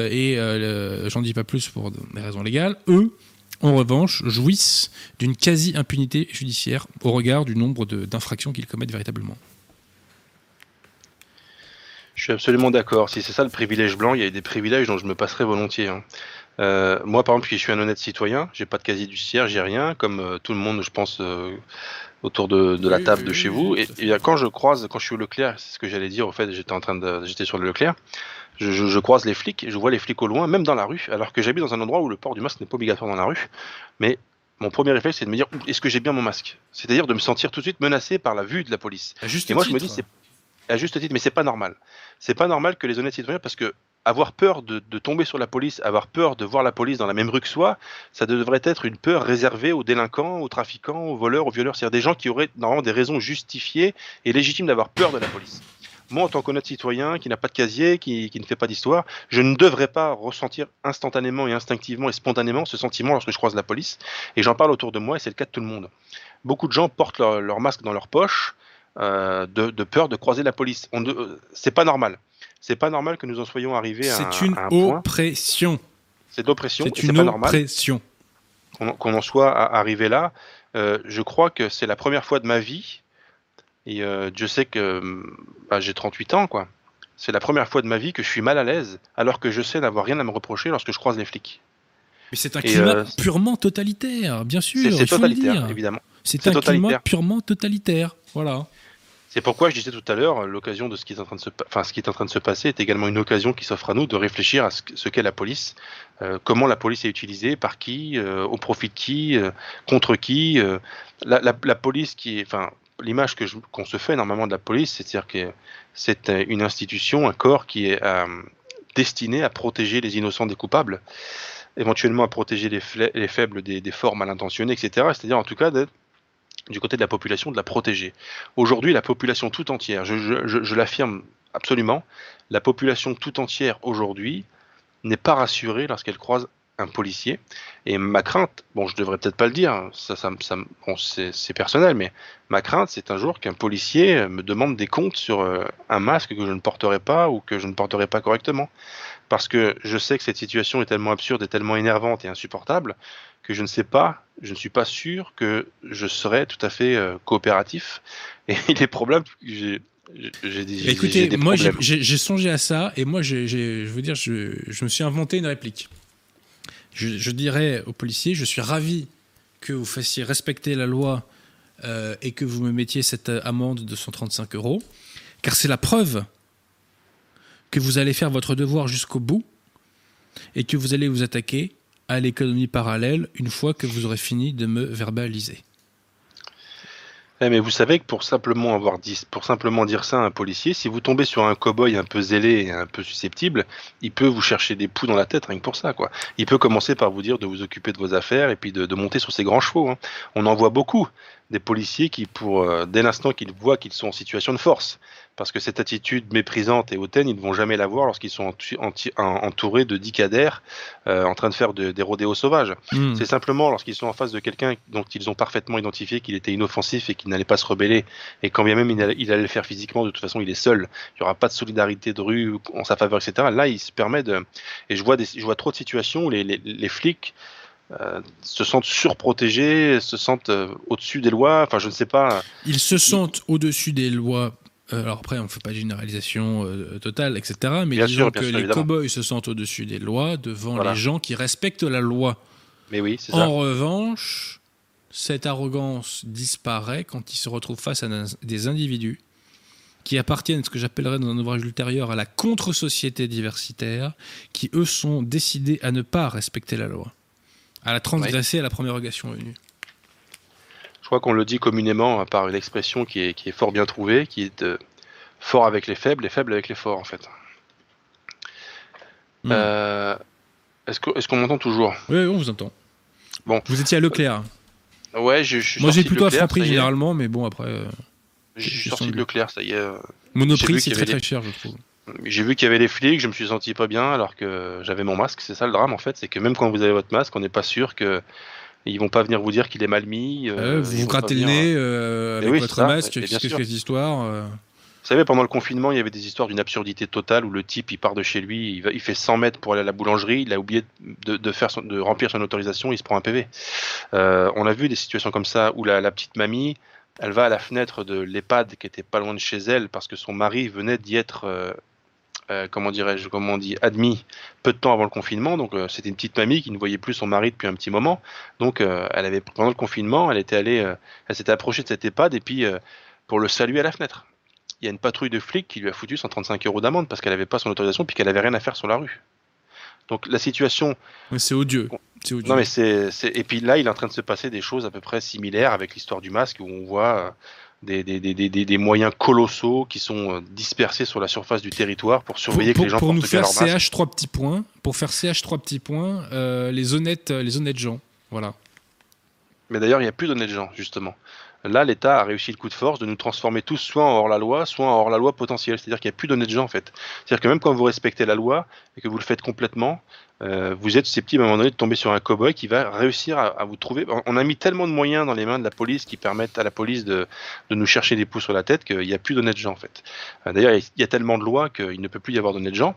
j'en dis pas plus pour des raisons légales, eux, en revanche, jouissent d'une quasi-impunité judiciaire au regard du nombre d'infractions qu'ils commettent véritablement. Je suis absolument d'accord. Si c'est ça le privilège blanc, il y a des privilèges dont je me passerais volontiers. Moi, par exemple, qui je suis un honnête citoyen, j'ai pas de casier judiciaire, j'ai rien, comme tout le monde, je pense, autour de la table de chez vous. Et quand je suis au Leclerc, c'est ce que j'allais dire, au fait, j'étais sur le Leclerc, je croise les flics, je vois les flics au loin, même dans la rue, alors que j'habite dans un endroit où le port du masque n'est pas obligatoire dans la rue. Mais mon premier réflexe, c'est de me dire, est-ce que j'ai bien mon masque ? C'est-à-dire de me sentir tout de suite menacé par la vue de la police. Et moi, je me dis, c'est à juste titre, mais c'est pas normal. C'est pas normal que les honnêtes citoyens, parce que avoir peur de tomber sur la police, avoir peur de voir la police dans la même rue que soi, ça devrait être une peur réservée aux délinquants, aux trafiquants, aux voleurs, aux violeurs, c'est-à-dire des gens qui auraient normalement des raisons justifiées et légitimes d'avoir peur de la police. Moi, en tant qu'honnête citoyen, qui n'a pas de casier, qui ne fait pas d'histoire, je ne devrais pas ressentir instantanément et instinctivement et spontanément ce sentiment lorsque je croise la police. Et j'en parle autour de moi, et c'est le cas de tout le monde. Beaucoup de gens portent leur masque dans leur poche, de peur de croiser la police. C'est pas normal. C'est pas normal que nous en soyons arrivés à un point. C'est une oppression. C'est de l'oppression. C'est une oppression. Qu'on en soit arrivé là. Je crois que c'est la première fois de ma vie, et Dieu sait que j'ai 38 ans, quoi. c'est la première fois de ma vie que je suis mal à l'aise, alors que je sais n'avoir rien à me reprocher lorsque je croise les flics. Mais c'est un climat purement totalitaire, bien sûr, C'est il faut le totalitaire, dire. évidemment. C'est un climat purement totalitaire, voilà. C'est pourquoi je disais tout à l'heure, l'occasion de ce qui est en train de se passer est également une occasion qui s'offre à nous de réfléchir à ce qu'est la police, comment la police est utilisée, par qui, au profit de qui, contre qui. La police l'image qu'on se fait normalement de la police, c'est-à-dire que c'est une institution, un corps qui est destiné à protéger les innocents des coupables, éventuellement à protéger les faibles des forts mal intentionnés, etc. C'est-à-dire en tout cas du côté de la population, de la protéger. Aujourd'hui, la population tout entière, je l'affirme absolument, la population tout entière aujourd'hui n'est pas rassurée lorsqu'elle croise un policier. Et ma crainte, bon, je devrais peut-être pas le dire, bon, c'est personnel, mais ma crainte, c'est un jour qu'un policier me demande des comptes sur un masque que je ne porterai pas ou que je ne porterai pas correctement. Parce que je sais que cette situation est tellement absurde et tellement énervante et insupportable que je ne suis pas sûr que je serai tout à fait coopératif. Et les problèmes, j'ai des moi problèmes. j'ai songé à ça et moi je veux dire, je me suis inventé une réplique. Je dirais aux policiers, je suis ravi que vous fassiez respecter la loi et que vous me mettiez cette amende de 135 €, car c'est la preuve que vous allez faire votre devoir jusqu'au bout et que vous allez vous attaquer à l'économie parallèle une fois que vous aurez fini de me verbaliser. Mais vous savez que pour simplement dire ça à un policier, si vous tombez sur un cow-boy un peu zélé et un peu susceptible, il peut vous chercher des poux dans la tête rien que pour ça, quoi. Il peut commencer par vous dire de vous occuper de vos affaires et puis de monter sur ses grands chevaux, hein. On en voit beaucoup, des policiers qui, dès l'instant qu'ils voient qu'ils sont en situation de force, parce que cette attitude méprisante et hautaine, ils ne vont jamais l'avoir lorsqu'ils sont entourés de 10 cadères en train de faire des rodéos sauvages. C'est simplement lorsqu'ils sont en face de quelqu'un dont ils ont parfaitement identifié qu'il était inoffensif et qu'il n'allait pas se rebeller, et quand bien même il allait le faire physiquement, de toute façon il est seul, il n'y aura pas de solidarité de rue en sa faveur, etc. Là, il se permet de... Et je vois trop de situations où les flics se sentent surprotégés, se sentent au-dessus des lois, enfin je ne sais pas... Ils se sentent au-dessus des lois. Alors après, on ne fait pas de généralisation totale, etc. Mais bien disons sûr, que évidemment. les cow-boys se sentent au-dessus des lois devant Voilà. les gens qui respectent la loi. Mais oui, c'est ça. En revanche, cette arrogance disparaît quand ils se retrouvent face à des individus qui appartiennent à ce que j'appellerais dans un ouvrage ultérieur à la contre-société diversitaire, qui eux sont décidés à ne pas respecter la loi, à la transgresser à la première occasion venue. Je crois qu'on le dit communément par une expression qui est fort bien trouvée, qui est fort avec les faibles avec les forts, en fait. Est-ce qu'on m'entend toujours? Oui, on vous entend. Bon. Vous étiez à Leclerc. Ouais, je suis Moi, j'ai sorti plutôt de à Leclerc, Franprix ça y est. généralement, mais bon, après... Je suis sorti de Leclerc, ça y est. Monoprix, J'ai vu c'est qu'il y très avait très cher, je trouve. J'ai vu qu'il y avait les flics, je me suis senti pas bien alors que j'avais mon masque. C'est ça le drame, en fait, c'est que même quand vous avez votre masque, on n'est pas sûr que ils vont pas venir vous dire qu'il est mal mis. Vous vous grattez le nez avec oui, votre c'est ça, masque. et Qu'est-ce bien que sûr. c'est cette histoire Vous savez, pendant le confinement, il y avait des histoires d'une absurdité totale où le type, il part de chez lui, il fait 100 mètres pour aller à la boulangerie, il a oublié de remplir son autorisation, il se prend un PV. On a vu des situations comme ça où la petite mamie, elle va à la fenêtre de l'EHPAD qui était pas loin de chez elle parce que son mari venait d'y être, admis peu de temps avant le confinement. Donc c'était une petite mamie qui ne voyait plus son mari depuis un petit moment. Donc pendant le confinement, elle s'était approchée de cette EHPAD et puis pour le saluer à la fenêtre. Il y a une patrouille de flics qui lui a foutu 135 € d'amende parce qu'elle n'avait pas son autorisation puis qu'elle avait rien à faire sur la rue. Donc la situation... C'est odieux. C'est odieux. Non mais et puis là il est en train de se passer des choses à peu près similaires avec l'histoire du masque où on voit des moyens colossaux qui sont dispersés sur la surface du territoire pour surveiller que les gens portent bien leur masque. Pour faire CH 3 petits points, les honnêtes gens, voilà. Mais d'ailleurs il n'y a plus d'honnêtes gens justement. Là, l'État a réussi le coup de force de nous transformer tous soit en hors-la-loi, soit en hors-la-loi potentiel. C'est-à-dire qu'il n'y a plus d'honnêtes gens, en fait. C'est-à-dire que même quand vous respectez la loi et que vous le faites complètement, vous êtes susceptible à un moment donné de tomber sur un cow-boy qui va réussir à vous trouver. On a mis tellement de moyens dans les mains de la police qui permettent à la police de nous chercher des poux sur la tête qu'il n'y a plus d'honnêtes gens, en fait. D'ailleurs, il y a tellement de lois qu'il ne peut plus y avoir d'honnêtes gens.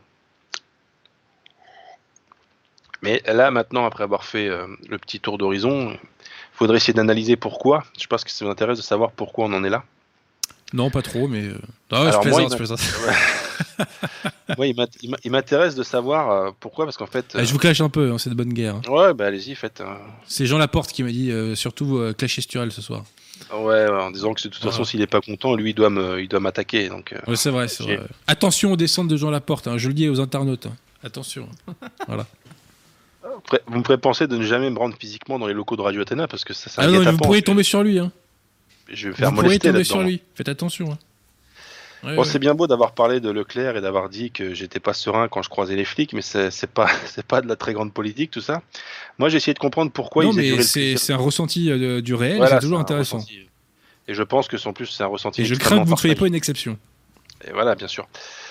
Mais là, maintenant, après avoir fait le petit tour d'horizon, il faudrait essayer d'analyser pourquoi. Je pense que ça vous intéresse de savoir pourquoi on en est là. Non, pas trop, mais... Alors je plaisante. Moi, il m'intéresse de savoir pourquoi, parce qu'en fait. Je vous clash un peu, hein, c'est de bonne guerre. Ouais, bah allez-y, faites. C'est Jean Laporte qui m'a dit surtout clasher Sturel ce soir. Ouais, en disant que de toute façon, s'il est pas content, lui, il doit m'attaquer. Donc. Ouais, c'est vrai, c'est vrai. Attention aux descentes de Jean Laporte, hein, je le dis aux internautes. Hein. Attention. Voilà. Vous me ferez penser de ne jamais me rendre physiquement dans les locaux de Radio Athéna, parce que ça, c'est un non, guet-apens. vous pourriez tomber sur lui. Hein. Je vais me faire vous pourriez molester tomber là-dedans. sur lui. Faites attention. Hein. Bon, c'est bien beau d'avoir parlé de Leclerc et d'avoir dit que j'étais pas serein quand je croisais les flics, mais c'est pas de la très grande politique tout ça. Moi, j'ai essayé de comprendre pourquoi ils mais c'est un ressenti du réel, voilà, c'est toujours intéressant. Ressenti. Et je pense que en plus c'est un ressenti. Et je crains que vous ne soyez pas une exception. Et voilà, bien sûr.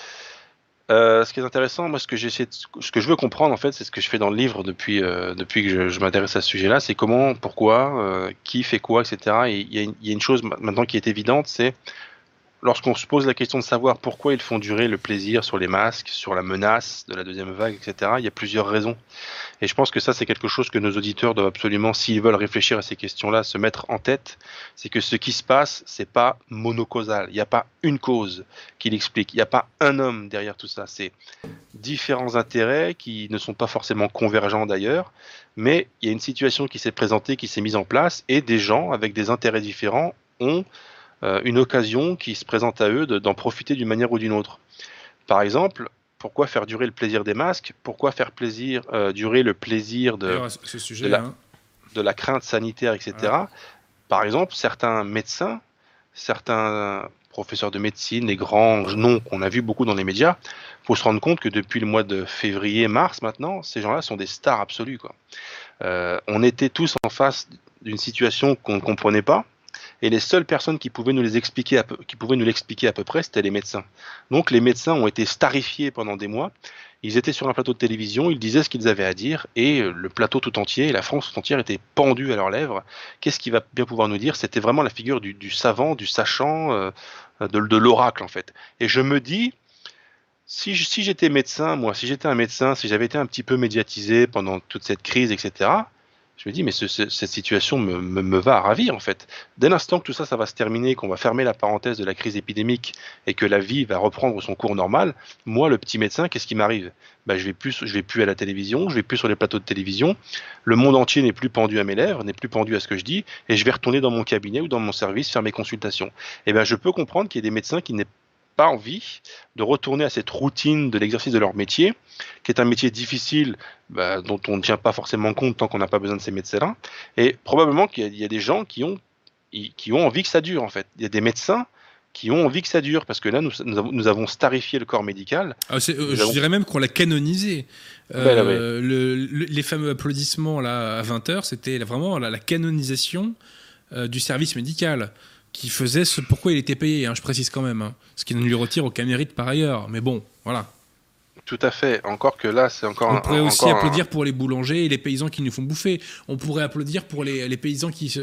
Ce qui est intéressant, moi, ce que je veux comprendre en fait, c'est ce que je fais dans le livre depuis que je m'intéresse à ce sujet-là, c'est comment, pourquoi, qui fait quoi, etc. Et il y a une chose maintenant qui est évidente, c'est lorsqu'on se pose la question de savoir pourquoi ils font durer le plaisir sur les masques, sur la menace de la deuxième vague, etc., il y a plusieurs raisons. Et je pense que ça, c'est quelque chose que nos auditeurs doivent absolument, s'ils veulent réfléchir à ces questions-là, se mettre en tête. C'est que ce qui se passe, c'est pas monocausal. Il n'y a pas une cause qui l'explique. Il n'y a pas un homme derrière tout ça. C'est différents intérêts qui ne sont pas forcément convergents d'ailleurs, mais il y a une situation qui s'est présentée, qui s'est mise en place, et des gens avec des intérêts différents ont une occasion qui se présente à eux d'en profiter d'une manière ou d'une autre. Par exemple, pourquoi faire durer le plaisir des masques? Pourquoi faire durer le plaisir de la crainte sanitaire, etc. Ah. Par exemple, certains médecins, certains professeurs de médecine, les grands noms qu'on a vus beaucoup dans les médias, il faut se rendre compte que depuis le mois de février-mars maintenant, ces gens-là sont des stars absolues, quoi. On était tous en face d'une situation qu'on ne comprenait pas. Et les seules personnes qui pouvaient nous l'expliquer à peu près, c'était les médecins. Donc les médecins ont été starifiés pendant des mois. Ils étaient sur un plateau de télévision, ils disaient ce qu'ils avaient à dire, et le plateau tout entier, la France tout entière était pendue à leurs lèvres. Qu'est-ce qu'il va bien pouvoir nous dire? C'était vraiment la figure du savant, du sachant, de l'oracle en fait. Et je me dis, si j'étais médecin, moi, si j'étais un médecin, si j'avais été un petit peu médiatisé pendant toute cette crise, etc., je me dis, mais cette situation me va à ravir, en fait. Dès l'instant que tout ça, ça va se terminer, qu'on va fermer la parenthèse de la crise épidémique et que la vie va reprendre son cours normal, moi, le petit médecin, qu'est-ce qui m'arrive? Je vais plus à la télévision, je vais plus sur les plateaux de télévision, le monde entier n'est plus pendu à mes lèvres, n'est plus pendu à ce que je dis, et je vais retourner dans mon cabinet ou dans mon service faire mes consultations. Et je peux comprendre qu'il y ait des médecins qui n'aient pas envie de retourner à cette routine de l'exercice de leur métier, qui est un métier difficile, dont on ne tient pas forcément compte tant qu'on n'a pas besoin de ces médecins-là. Et probablement qu'il y a des gens qui ont envie que ça dure, en fait. Il y a des médecins qui ont envie que ça dure, parce que là, nous avons starifié le corps médical. Je dirais même qu'on l'a canonisé. Les fameux applaudissements là, à 20h, c'était vraiment la canonisation du service médical, qui faisait ce pourquoi il était payé, je précise quand même, ce qui ne lui retire aucun mérite par ailleurs, mais bon, voilà. Tout à fait, encore que là, c'est encore... On pourrait aussi applaudir pour les boulangers et les paysans qui nous font bouffer. On pourrait applaudir pour les paysans qui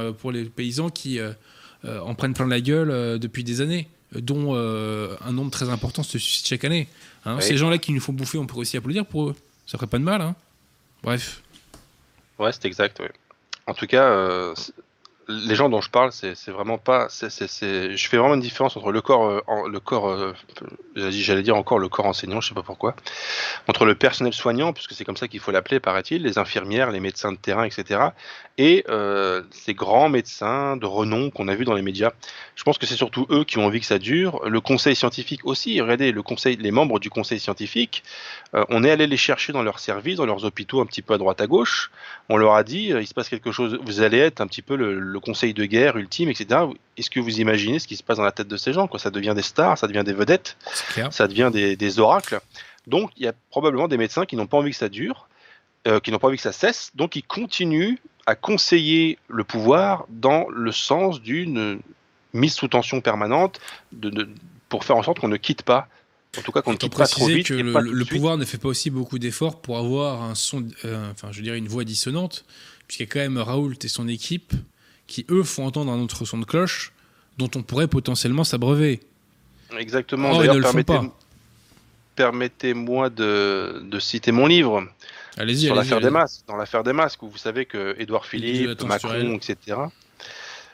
en prennent plein la gueule depuis des années, dont un nombre très important se suscite chaque année. Oui. Ces gens-là qui nous font bouffer, on pourrait aussi applaudir pour eux. Ça ferait pas de mal, Bref. Ouais, c'est exact, oui. En tout cas... les gens dont je parle, c'est vraiment pas. Je fais vraiment une différence entre le corps, j'allais dire encore le corps enseignant, je sais pas pourquoi, entre le personnel soignant, puisque c'est comme ça qu'il faut l'appeler, paraît-il, les infirmières, les médecins de terrain, etc., et ces grands médecins de renom qu'on a vus dans les médias. Je pense que c'est surtout eux qui ont envie que ça dure. Le conseil scientifique aussi. Regardez, les membres du conseil scientifique, on est allé les chercher dans leurs services, dans leurs hôpitaux, un petit peu à droite à gauche. On leur a dit, il se passe quelque chose. Vous allez être un petit peu le conseil de guerre ultime, etc. Est-ce que vous imaginez ce qui se passe dans la tête de ces gens, quoi? Ça devient des stars, ça devient des vedettes, ça devient des oracles. Donc, il y a probablement des médecins qui n'ont pas envie que ça dure, qui n'ont pas envie que ça cesse, donc ils continuent à conseiller le pouvoir dans le sens d'une mise sous tension permanente pour faire en sorte qu'on ne quitte pas. En tout cas, qu'on ne quitte pas trop vite. Que le pouvoir ne fait pas aussi beaucoup d'efforts pour avoir un son, une voix dissonante, puisqu'il y a quand même Raoult et son équipe qui, eux, font entendre un autre son de cloche dont on pourrait potentiellement s'abreuver. Exactement. Or, ils ne le font pas. Permettez-moi de citer mon livre. Allez-y, sur l'affaire des masques. Dans l'affaire des masques, où vous savez que Édouard Philippe, Macron, etc.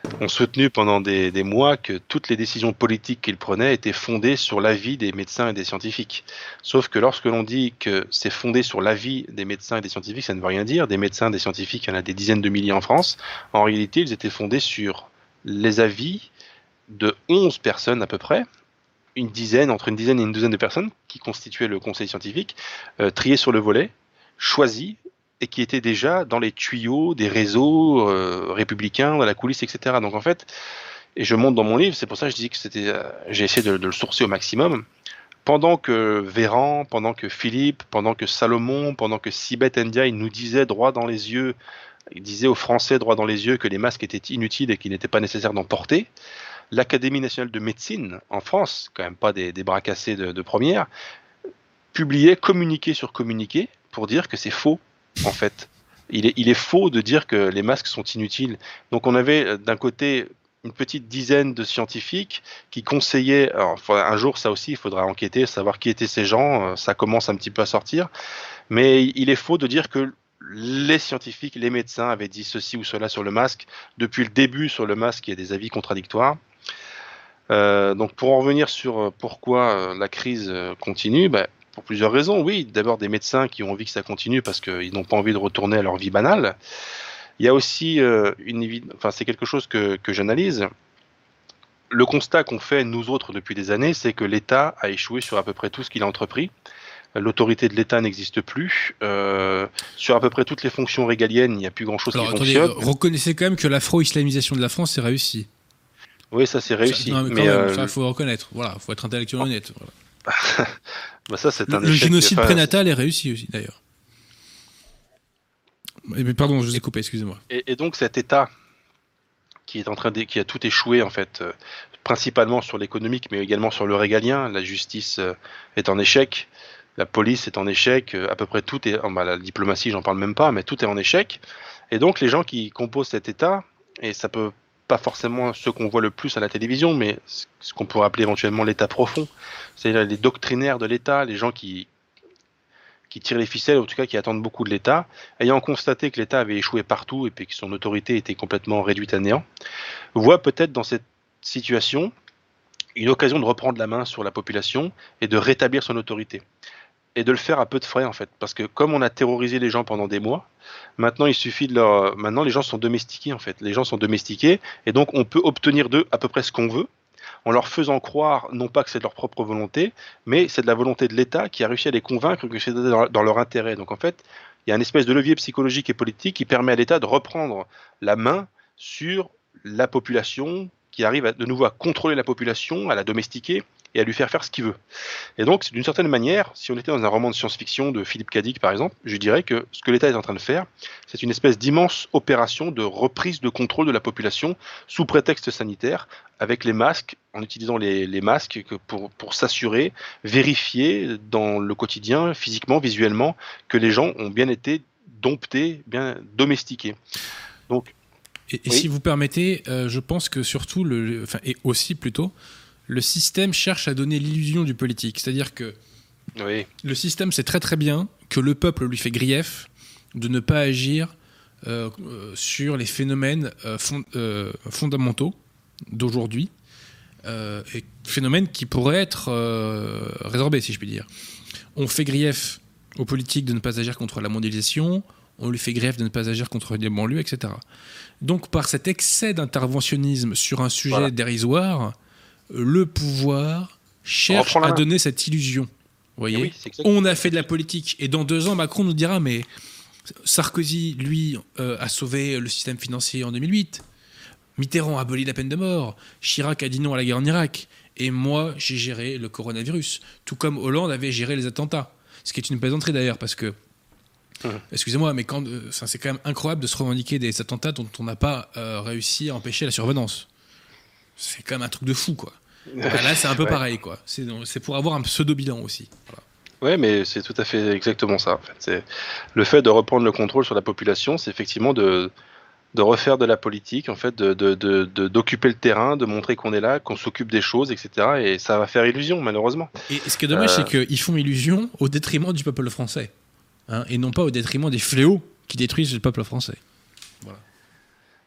ont soutenu pendant des mois que toutes les décisions politiques qu'ils prenaient étaient fondées sur l'avis des médecins et des scientifiques. Sauf que lorsque l'on dit que c'est fondé sur l'avis des médecins et des scientifiques, ça ne veut rien dire. Des médecins, des scientifiques, il y en a des dizaines de milliers en France. En réalité, ils étaient fondés sur les avis de 11 personnes à peu près, entre une dizaine et une douzaine de personnes qui constituaient le conseil scientifique, triés sur le volet, choisis, et qui étaient déjà dans les tuyaux des réseaux républicains, dans la coulisse, etc. Donc en fait, et je montre dans mon livre, c'est pour ça que je dis que j'ai essayé de le sourcer au maximum. Pendant que Véran, pendant que Philippe, pendant que Salomon, pendant que Sibeth Ndiaye nous disait droit dans les yeux, il disait aux Français droit dans les yeux que les masques étaient inutiles et qu'il n'était pas nécessaire d'en porter, l'Académie nationale de médecine en France, quand même pas des bras cassés de première, publiait communiqué sur communiqué pour dire que c'est faux. En fait, il est faux de dire que les masques sont inutiles. Donc on avait d'un côté une petite dizaine de scientifiques qui conseillaient, alors un jour ça aussi il faudra enquêter, savoir qui étaient ces gens, ça commence un petit peu à sortir, mais il est faux de dire que les scientifiques, les médecins avaient dit ceci ou cela sur le masque. Depuis le début sur le masque, il y a des avis contradictoires. Donc pour en revenir sur pourquoi la crise continue, pour plusieurs raisons, oui. D'abord des médecins qui ont envie que ça continue parce qu'ils n'ont pas envie de retourner à leur vie banale. Il y a aussi c'est quelque chose que j'analyse. Le constat qu'on fait nous autres depuis des années, c'est que l'État a échoué sur à peu près tout ce qu'il a entrepris. L'autorité de l'État n'existe plus. Sur à peu près toutes les fonctions régaliennes, il n'y a plus grand-chose qui fonctionne. Reconnaissez quand même que l'afro-islamisation de la France est réussie. Oui, ça c'est réussi. Ça, faut reconnaître. Voilà, faut être intellectuellement honnête. Voilà. Ça, c'est un le échec. Génocide prénatal est réussi aussi, d'ailleurs. Mais pardon, je vous ai coupé, excusez-moi. Et donc cet État qui a tout échoué en fait, principalement sur l'économique, mais également sur le régalien. La justice est en échec, la police est en échec, à peu près tout est. La diplomatie, j'en parle même pas, mais tout est en échec. Et donc les gens qui composent cet État, et ça peut pas forcément ceux qu'on voit le plus à la télévision, mais ce qu'on pourrait appeler éventuellement l'État profond, c'est-à-dire les doctrinaires de l'État, les gens qui tirent les ficelles, en tout cas qui attendent beaucoup de l'État, ayant constaté que l'État avait échoué partout et puis que son autorité était complètement réduite à néant, voient peut-être dans cette situation une occasion de reprendre la main sur la population et de rétablir son autorité. Et de le faire à peu de frais en fait, parce que comme on a terrorisé les gens pendant des mois, maintenant il suffit maintenant les gens sont domestiqués en fait, les gens sont domestiqués et donc on peut obtenir d'eux à peu près ce qu'on veut, en leur faisant croire non pas que c'est de leur propre volonté, mais c'est de la volonté de l'État qui a réussi à les convaincre que c'est dans leur intérêt. Donc en fait, il y a une espèce de levier psychologique et politique qui permet à l'État de reprendre la main sur la population, qui arrive de nouveau à contrôler la population, à la domestiquer et à lui faire ce qu'il veut. Et donc, d'une certaine manière, si on était dans un roman de science-fiction de Philippe K. Dick, par exemple, je dirais que ce que l'État est en train de faire, c'est une espèce d'immense opération de reprise de contrôle de la population sous prétexte sanitaire, avec les masques, en utilisant les masques pour s'assurer, vérifier dans le quotidien, physiquement, visuellement, que les gens ont bien été domptés, bien domestiqués. Donc, et oui. Si vous permettez, je pense que surtout, et aussi plutôt, le système cherche à donner l'illusion du politique. C'est-à-dire que oui. Le système sait très très bien que le peuple lui fait grief de ne pas agir sur les phénomènes fondamentaux d'aujourd'hui, et phénomènes qui pourraient être résorbés, si je puis dire. On fait grief aux politiques de ne pas agir contre la mondialisation, on lui fait grief de ne pas agir contre les banlieues, etc. Donc par cet excès d'interventionnisme sur un sujet dérisoire, le pouvoir cherche à donner cette illusion. Vous voyez, oui, on a fait de la politique et dans 2 ans, Macron nous dira mais Sarkozy, lui, a sauvé le système financier en 2008. Mitterrand a aboli la peine de mort. Chirac a dit non à la guerre en Irak. Et moi, j'ai géré le coronavirus. Tout comme Hollande avait géré les attentats. Ce qui est une plaisanterie d'ailleurs parce que excusez-moi, mais c'est quand même incroyable de se revendiquer des attentats dont on n'a pas réussi à empêcher la survenance. C'est quand même un truc de fou, quoi. Là, c'est un peu pareil, quoi. C'est pour avoir un pseudo-bilan aussi. Voilà. Ouais, mais c'est tout à fait exactement ça. En fait. C'est le fait de reprendre le contrôle sur la population, c'est effectivement de refaire de la politique, en fait, d'occuper le terrain, de montrer qu'on est là, qu'on s'occupe des choses, etc. Et ça va faire illusion, malheureusement. Et ce qui est dommage, c'est qu'ils font illusion au détriment du peuple français. Et non pas au détriment des fléaux qui détruisent le peuple français. Voilà.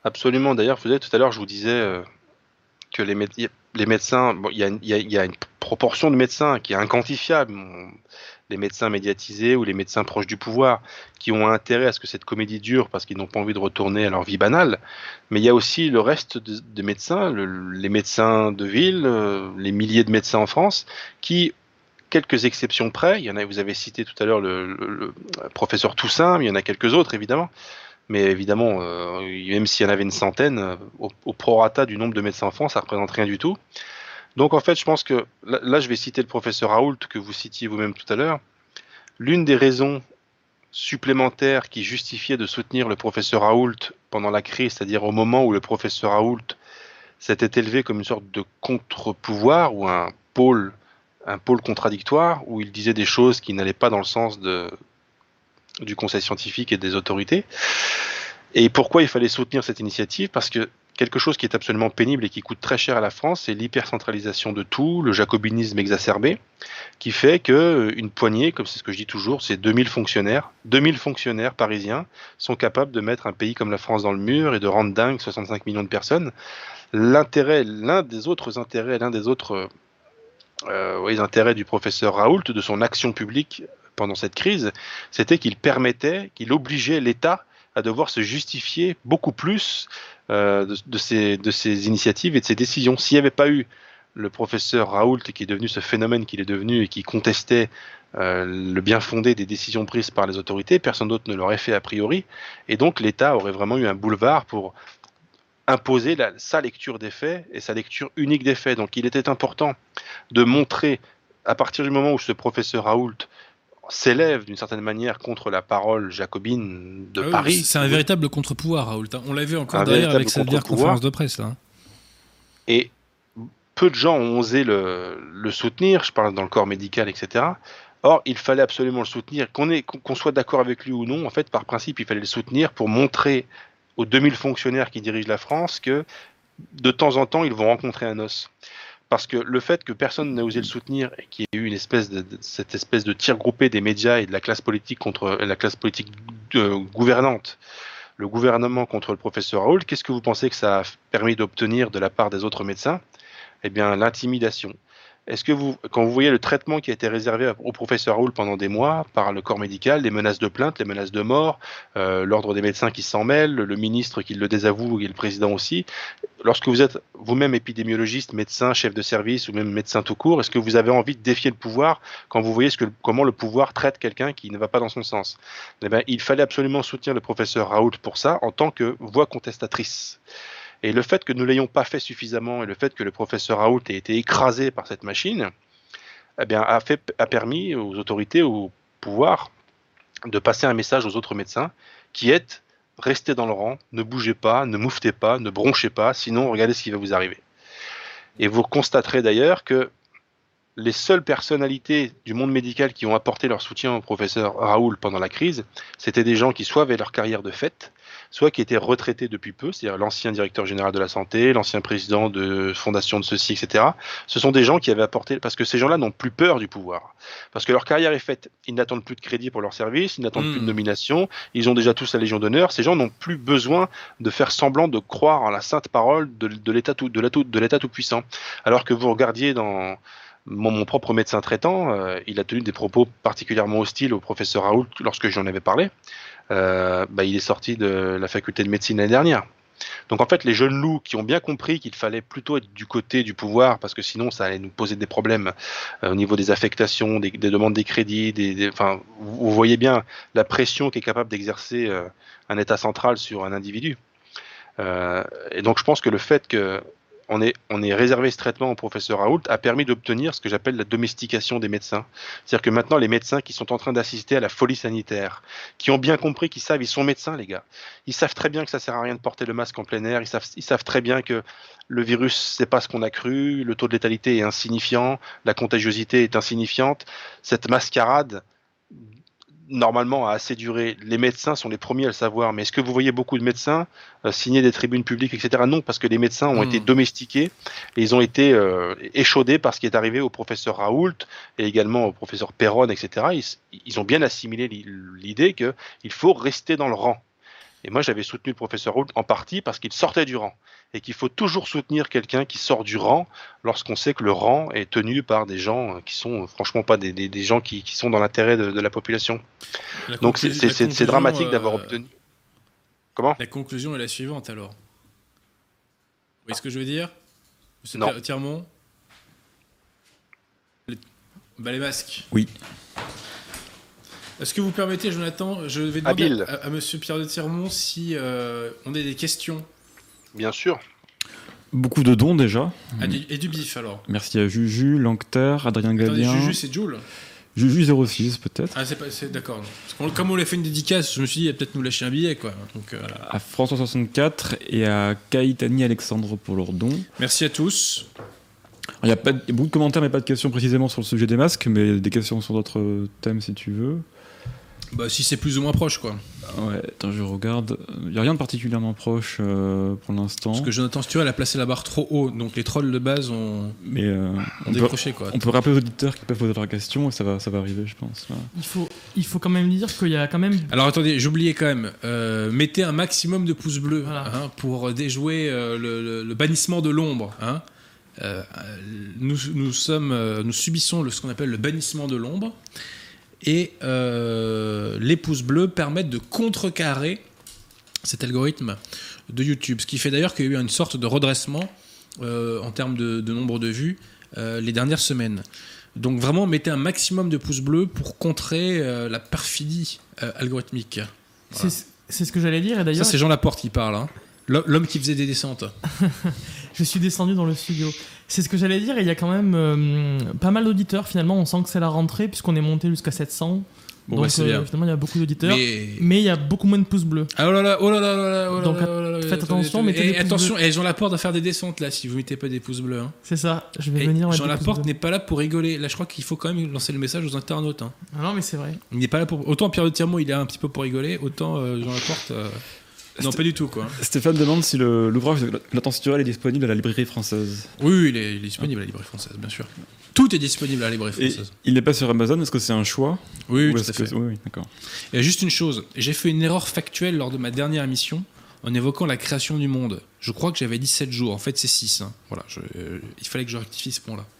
Absolument. D'ailleurs, vous savez, tout à l'heure, je vous disais que les médecins, bon, il y a une proportion de médecins qui est inquantifiable. Les médecins médiatisés ou les médecins proches du pouvoir qui ont intérêt à ce que cette comédie dure parce qu'ils n'ont pas envie de retourner à leur vie banale. Mais il y a aussi le reste des médecins, les médecins de ville, les milliers de médecins en France qui, quelques exceptions près, il y en a, vous avez cité tout à l'heure le professeur Toussaint, mais il y en a quelques autres évidemment. Mais évidemment, même s'il y en avait une centaine, au prorata du nombre de médecins en France, ça représente rien du tout. Donc en fait, je pense que là, je vais citer le professeur Raoult que vous citiez vous-même tout à l'heure. L'une des raisons supplémentaires qui justifiait de soutenir le professeur Raoult pendant la crise, c'est-à-dire au moment où le professeur Raoult s'était élevé comme une sorte de contre-pouvoir ou un pôle contradictoire, où il disait des choses qui n'allaient pas dans le sens du conseil scientifique et des autorités. Et pourquoi il fallait soutenir cette initiative? Parce que quelque chose qui est absolument pénible et qui coûte très cher à la France, c'est l'hypercentralisation de tout, le jacobinisme exacerbé, qui fait que une poignée, comme c'est ce que je dis toujours, c'est 2000 fonctionnaires parisiens sont capables de mettre un pays comme la France dans le mur et de rendre dingue 65 millions de personnes. L'un des autres intérêts du professeur Raoult, de son action publique pendant cette crise, c'était qu'il obligeait l'État à devoir se justifier beaucoup plus de ses initiatives et de ses décisions. S'il n'y avait pas eu le professeur Raoult, qui est devenu ce phénomène qu'il est devenu et qui contestait le bien fondé des décisions prises par les autorités, personne d'autre ne l'aurait fait a priori, et donc l'État aurait vraiment eu un boulevard pour imposer sa lecture des faits et sa lecture unique des faits. Donc il était important de montrer, à partir du moment où ce professeur Raoult s'élève d'une certaine manière contre la parole jacobine de Paris. C'est un véritable contre-pouvoir, Raoult. On l'a vu encore derrière avec cette dernière conférence de presse. Là. Et peu de gens ont osé le soutenir, je parle dans le corps médical, etc. Or, il fallait absolument le soutenir. Qu'on soit d'accord avec lui ou non, en fait, par principe, il fallait le soutenir pour montrer aux 2000 fonctionnaires qui dirigent la France que de temps en temps, ils vont rencontrer un os. Parce que le fait que personne n'ait osé le soutenir et qu'il y ait eu cette espèce de tir groupé des médias et de la classe politique contre la classe politique gouvernante, le gouvernement contre le professeur Raoult, qu'est-ce que vous pensez que ça a permis d'obtenir de la part des autres médecins? Eh bien, l'intimidation. Est-ce que quand vous voyez le traitement qui a été réservé au professeur Raoult pendant des mois par le corps médical, les menaces de plainte, les menaces de mort, l'ordre des médecins qui s'en mêle, le ministre qui le désavoue et le président aussi, lorsque vous êtes vous-même épidémiologiste, médecin, chef de service ou même médecin tout court, est-ce que vous avez envie de défier le pouvoir quand vous voyez comment le pouvoir traite quelqu'un qui ne va pas dans son sens? Eh bien, il fallait absolument soutenir le professeur Raoult pour ça en tant que voix contestatrice. Et le fait que nous ne l'ayons pas fait suffisamment et le fait que le professeur Raoult ait été écrasé par cette machine, eh bien, a permis aux autorités, au pouvoir, de passer un message aux autres médecins qui est restez dans le rang, ne bougez pas, ne mouffetez pas, ne bronchez pas, sinon regardez ce qui va vous arriver. Et vous constaterez d'ailleurs que les seules personnalités du monde médical qui ont apporté leur soutien au professeur Raoult pendant la crise, c'était des gens qui soit avaient leur carrière de fait, soit qui étaient retraités depuis peu, c'est-à-dire l'ancien directeur général de la santé, l'ancien président de fondation de ceci, etc. Ce sont des gens qui avaient apporté, parce que ces gens-là n'ont plus peur du pouvoir, parce que leur carrière est faite, ils n'attendent plus de crédit pour leur service, ils n'attendent plus de nomination, ils ont déjà tous la Légion d'honneur, ces gens n'ont plus besoin de faire semblant de croire en la sainte parole de l'État tout-puissant. Alors que vous regardiez dans mon propre médecin traitant, il a tenu des propos particulièrement hostiles au professeur Raoult lorsque j'en avais parlé. Il est sorti de la faculté de médecine l'année dernière. Donc en fait, les jeunes loups qui ont bien compris qu'il fallait plutôt être du côté du pouvoir, parce que sinon ça allait nous poser des problèmes au niveau des affectations, des demandes des crédits, vous voyez bien la pression qu'est capable d'exercer un État central sur un individu. Et donc je pense que le fait que on est réservé ce traitement au professeur Raoult a permis d'obtenir ce que j'appelle la domestication des médecins. C'est-à-dire que maintenant, les médecins qui sont en train d'assister à la folie sanitaire, qui ont bien compris, ils sont médecins, les gars. Ils savent très bien que ça sert à rien de porter le masque en plein air. Ils savent très bien que le virus, c'est pas ce qu'on a cru. Le taux de létalité est insignifiant. La contagiosité est insignifiante. Cette mascarade, normalement, a assez duré. Les médecins sont les premiers à le savoir, mais est-ce que vous voyez beaucoup de médecins signer des tribunes publiques, etc. Non, parce que les médecins ont été domestiqués et ils ont été échaudés par ce qui est arrivé au professeur Raoult et également au professeur Perron, etc. Ils ont bien assimilé l'idée qu'il faut rester dans le rang. Et moi, j'avais soutenu le professeur Raoult en partie parce qu'il sortait du rang. Et qu'il faut toujours soutenir quelqu'un qui sort du rang lorsqu'on sait que le rang est tenu par des gens qui sont franchement pas des gens qui sont dans l'intérêt de la population. Donc c'est dramatique d'avoir obtenu. Comment ? La conclusion est la suivante alors. Vous voyez ce que je veux dire ? Monsieur Non. Tirmont ? Les masques. Oui. Est-ce que vous permettez, Jonathan, je vais demander à Monsieur Pierre de Tirmont si on a des questions. Bien sûr. Beaucoup de dons déjà. Et du bif alors. Merci à Juju, Lancter, Adrien Gallien. Juju, c'est Joule. Juju 06 peut-être. Ah, c'est d'accord. Parce que comme on l'a fait une dédicace, je me suis dit, il va peut-être nous lâcher un billet, quoi. Donc, à François64 et à Kaitani Alexandre pour leurs dons. Merci à tous. Il y a beaucoup de commentaires, mais pas de questions précisément sur le sujet des masques, mais des questions sur d'autres thèmes si tu veux. Bah, si c'est plus ou moins proche, quoi. Ouais, attends, je regarde. Il n'y a rien de particulièrement proche pour l'instant. Parce que Jonathan Sturel a placé la barre trop haut, donc les trolls de base ont décroché, quoi. On peut rappeler aux auditeurs qui peuvent poser leurs questions et ça va arriver, je pense. Là. Il faut quand même dire qu'il y a quand même... Alors attendez, j'oubliais quand même. Mettez un maximum de pouces bleus pour déjouer le bannissement de l'ombre. Hein. Nous subissons ce qu'on appelle le bannissement de l'ombre. Et les pouces bleus permettent de contrecarrer cet algorithme de YouTube. Ce qui fait d'ailleurs qu'il y a eu une sorte de redressement en termes de nombre de vues les dernières semaines. Donc vraiment, mettez un maximum de pouces bleus pour contrer la perfidie algorithmique. Voilà. C'est ce que j'allais dire. Et d'ailleurs, ça, c'est Jean Laporte qui parle. Hein. L'homme qui faisait des descentes. Je suis descendu dans le studio. C'est ce que j'allais dire, et il y a quand même pas mal d'auditeurs, finalement, on sent que c'est la rentrée, puisqu'on est monté jusqu'à 700. Bon, donc c'est bien. Finalement, il y a beaucoup d'auditeurs, mais il y a beaucoup moins de pouces bleus. Ah oh là là, oh là là, oh là là. Donc faites attention, mettez des pouces attention, bleus. Et Jean Laporte va faire des descentes, là, si vous mettez pas des pouces bleus. Hein. C'est ça, je vais venir mettre Jean Laporte n'est pas là pour rigoler. Là, je crois qu'il faut quand même lancer le message aux internautes. Hein. Ah non, mais c'est vrai. Il n'est pas là pour... Autant Pierre de Tirmont, il est un petit peu pour rigoler, autant Jean Laporte... Non, pas du tout, quoi. Stéphane demande si l'ouvrage de Nathan Sturel est disponible à la librairie française. Oui, il est disponible à la librairie française, bien sûr. Tout est disponible à la librairie française. Et il n'est pas sur Amazon, est-ce que c'est un choix ? Oui, tout à fait. Oui, d'accord. Et juste une chose, j'ai fait une erreur factuelle lors de ma dernière émission en évoquant la création du monde. Je crois que j'avais dit 7 jours, en fait c'est 6. Hein. Voilà, il fallait que je rectifie ce point-là.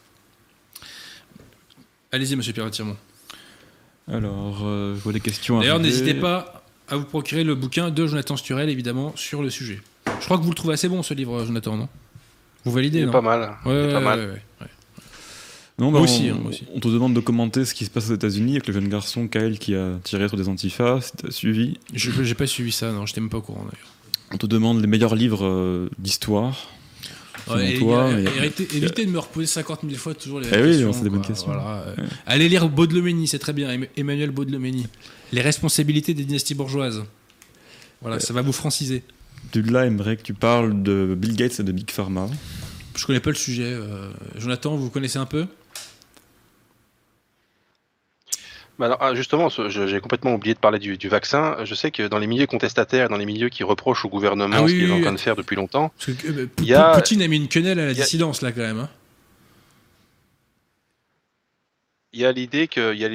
Allez-y, monsieur Pierre Tirmont. Alors, je vois des questions. D'ailleurs, n'hésitez pas à vous procurer le bouquin de Jonathan Sturel, évidemment, sur le sujet. Je crois que vous le trouvez assez bon, ce livre, Jonathan, non ? Vous validez, non ? Pas mal. Ouais, pas mal. Ouais. Non, moi aussi. On te demande de commenter ce qui se passe aux États-Unis avec le jeune garçon Kyle qui a tiré sur des antifas. Si t'as suivi ? J'ai pas suivi ça, non, j'étais même pas au courant d'ailleurs. On te demande les meilleurs livres d'histoire. Évitez de me reposer 50 000 fois toujours les questions. Oui, c'est des bonnes questions. Voilà. Allez lire Baudelomény, c'est très bien. Emmanuel Baudelomény. Les responsabilités des dynasties bourgeoises. Voilà, ça va vous franciser. Dudla aimerait que tu parles de Bill Gates et de Big Pharma. Je connais pas le sujet. Jonathan, vous connaissez un peu ? Alors, justement, j'ai complètement oublié de parler du vaccin. Je sais que dans les milieux contestataires, dans les milieux qui reprochent au gouvernement ce qu'il est en train de faire depuis longtemps, Poutine a mis une quenelle à la dissidence là quand même. Hein. Il y a l'idée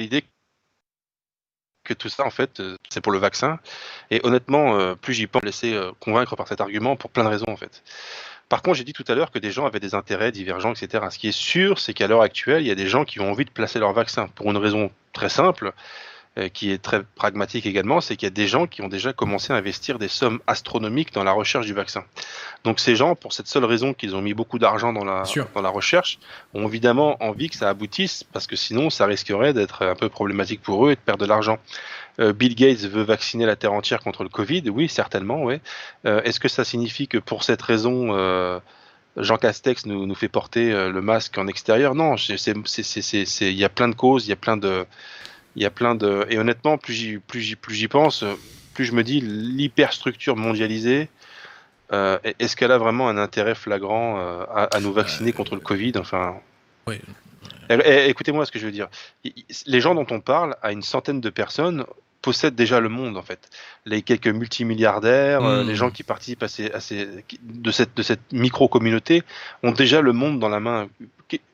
que tout ça en fait c'est pour le vaccin. Et honnêtement, plus j'y pense, je me laisser convaincre par cet argument pour plein de raisons en fait. Par contre, j'ai dit tout à l'heure que des gens avaient des intérêts divergents, etc. Ce qui est sûr, c'est qu'à l'heure actuelle, il y a des gens qui ont envie de placer leur vaccin pour une raison très simple, qui est très pragmatique également, c'est qu'il y a des gens qui ont déjà commencé à investir des sommes astronomiques dans la recherche du vaccin. Donc ces gens, pour cette seule raison qu'ils ont mis beaucoup d'argent dans la recherche, ont évidemment envie que ça aboutisse, parce que sinon, ça risquerait d'être un peu problématique pour eux et de perdre de l'argent. Bill Gates veut vacciner la Terre entière contre le Covid, oui, certainement, oui. Est-ce que ça signifie que pour cette raison, Jean Castex nous fait porter le masque en extérieur ? Non, il y a plein de causes, il y a plein de... Et honnêtement, plus j'y pense, plus je me dis, l'hyperstructure mondialisée, est-ce qu'elle a vraiment un intérêt flagrant à nous vacciner contre le Covid ? Enfin... Oui. Écoutez-moi ce que je veux dire. Les gens dont on parle, à une centaine de personnes, possèdent déjà le monde en fait. Les quelques multimilliardaires, les gens qui participent de cette micro-communauté ont déjà le monde dans la main.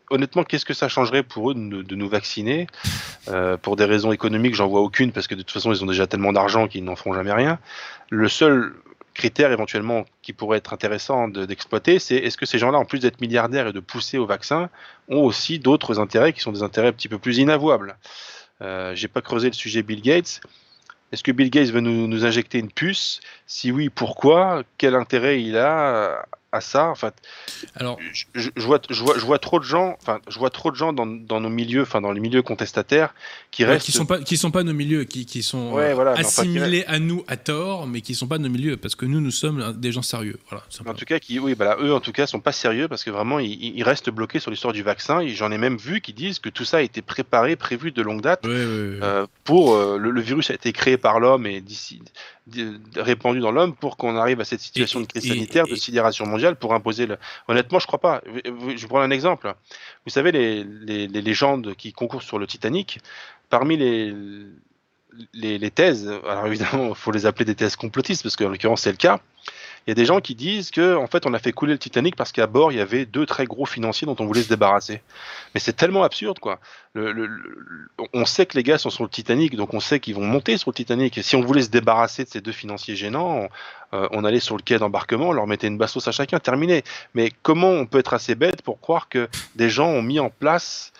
honnêtement, qu'est-ce que ça changerait pour eux de nous vacciner pour des raisons économiques, j'en vois aucune, parce que de toute façon, ils ont déjà tellement d'argent qu'ils n'en feront jamais rien. Le seul critère éventuellement qui pourrait être intéressant d'exploiter, c'est est-ce que ces gens-là, en plus d'être milliardaires et de pousser au vaccin, ont aussi d'autres intérêts qui sont des intérêts un petit peu plus inavouables. J'ai pas creusé le sujet Bill Gates. Est-ce que Bill Gates veut nous injecter une puce? Si oui, pourquoi? Quel intérêt il a à ça? Enfin, alors, je vois trop de gens, dans nos milieux, enfin dans les milieux contestataires, qui restent, qui sont pas nos milieux, qui sont assimilés à nous à tort, mais qui sont pas nos milieux, parce que nous sommes des gens sérieux. Voilà. En tout cas, eux en tout cas sont pas sérieux, parce que vraiment ils restent bloqués sur l'histoire du vaccin. Et j'en ai même vu qui disent que tout ça a été prévu de longue date. Pour le virus a été créé par l'homme et répandu dans l'homme pour qu'on arrive à cette situation de crise sanitaire, de sidération mondiale, pour imposer le... Honnêtement, je crois pas. Je prends un exemple. Vous savez, les légendes qui concourent sur le Titanic, parmi les thèses, alors évidemment, il faut les appeler des thèses complotistes, parce qu'en l'occurrence, c'est le cas. Il y a des gens qui disent que, en fait, on a fait couler le Titanic parce qu'à bord, il y avait 2 très gros financiers dont on voulait se débarrasser. Mais c'est tellement absurde, quoi. On sait que les gars sont sur le Titanic, donc on sait qu'ils vont monter sur le Titanic. Et si on voulait se débarrasser de ces 2 financiers gênants, on allait sur le quai d'embarquement, on leur mettait une bastos à chacun, terminé. Mais comment on peut être assez bête pour croire que des gens ont mis en place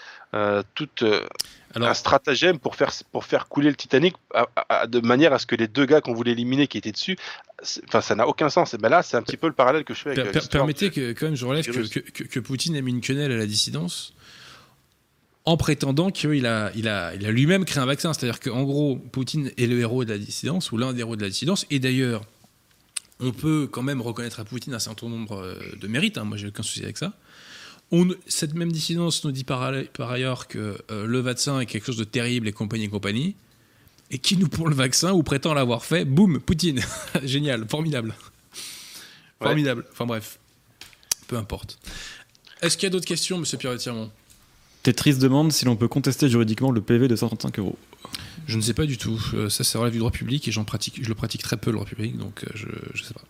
un stratagème pour faire couler le Titanic de manière à ce que les 2 gars qu'on voulait éliminer qui étaient dessus, ça n'a aucun sens. Et ben là, c'est un petit peu le parallèle que je fais avec permettez que quand même je relève que Poutine a mis une quenelle à la dissidence en prétendant qu'il a lui-même créé un vaccin. C'est-à-dire qu'en gros, Poutine est le héros de la dissidence, ou l'un des héros de la dissidence, et d'ailleurs, on peut quand même reconnaître à Poutine un certain nombre de mérites, moi j'ai aucun souci avec ça. Cette même dissidence nous dit par ailleurs que le vaccin est quelque chose de terrible et compagnie, et qui nous pour le vaccin ou prétend l'avoir fait, boum, Poutine. Génial, formidable. Ouais. Formidable. Enfin bref, peu importe. Est-ce qu'il y a d'autres questions, monsieur Pierre-Tirmont? Tetris demande si l'on peut contester juridiquement le PV de 135 €. Je ne sais pas du tout. Ça, c'est relève du droit public et je le pratique très peu, le droit public, donc je ne sais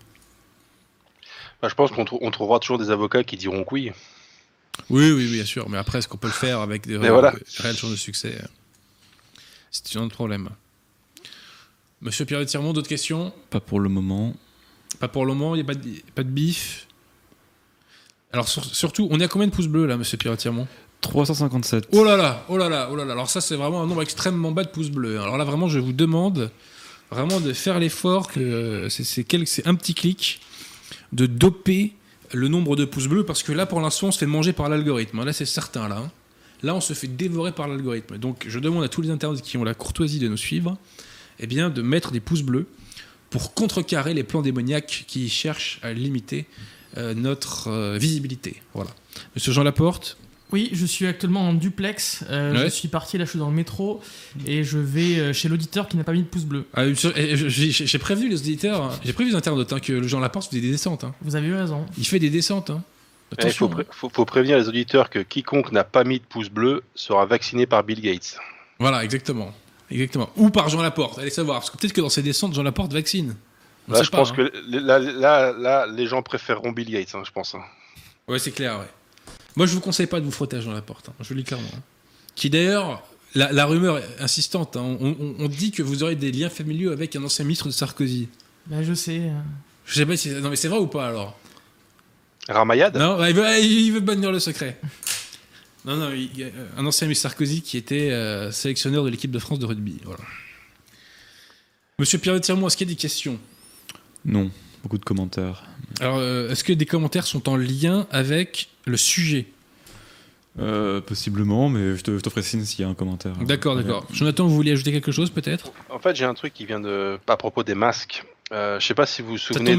pas. Je pense qu'on trouvera toujours des avocats qui diront que oui. Oui, bien sûr. Mais après, est-ce qu'on peut le faire avec des réelles chances de succès? C'est un autre problème. Monsieur Pierre-Tirmont, d'autres questions? Pas pour le moment. Pas pour le moment, il n'y a pas de bif. Alors, surtout, on est à combien de pouces bleus, là, monsieur Pierre-Tirmont? 357. Oh là là. Alors ça, c'est vraiment un nombre extrêmement bas de pouces bleus. Alors là, vraiment, je vous demande vraiment de faire l'effort, que c'est un petit clic, de doper le nombre de pouces bleus, parce que là, pour l'instant, on se fait manger par l'algorithme. Là, c'est certain, là. Là, on se fait dévorer par l'algorithme. Donc, je demande à tous les internautes qui ont la courtoisie de nous suivre, de mettre des pouces bleus pour contrecarrer les plans démoniaques qui cherchent à limiter notre visibilité. Voilà. Monsieur Jean Laporte? Oui, je suis actuellement en duplex. Je suis parti, là je suis dans le métro et je vais chez l'auditeur qui n'a pas mis de pouce bleu. J'ai prévenu les auditeurs, j'ai prévenu les internautes que le Jean Laporte faisait des descentes. Vous avez eu raison. Il fait des descentes. Il faut prévenir les auditeurs que quiconque n'a pas mis de pouce bleu sera vacciné par Bill Gates. Voilà, exactement. Ou par Jean Laporte. Allez savoir, parce que peut-être que dans ces descentes, Jean Laporte vaccine. Là, je pense que là, les gens préféreront Bill Gates, je pense. Ouais, c'est clair, ouais. Moi, je vous conseille pas de vous frotter à Jean Laporte. Je le dis clairement. Qui d'ailleurs, la rumeur est insistante. On dit que vous aurez des liens familiaux avec un ancien ministre de Sarkozy. Je sais. Je sais pas si... Non, mais c'est vrai ou pas, alors? Ramayad? Non, il veut bannir le secret. Non, il y a un ancien ministre Sarkozy qui était sélectionneur de l'équipe de France de rugby. Voilà. Monsieur Pierre-Tirmont, est-ce qu'il y a des questions? Non, beaucoup de commentaires. Alors, est-ce que des commentaires sont en lien avec le sujet? Possiblement, mais je te ferai signe s'il y a un commentaire. D'accord. Jonathan, vous vouliez ajouter quelque chose, peut-être? En fait, j'ai un truc qui vient à propos des masques. Je sais pas si vous vous souvenez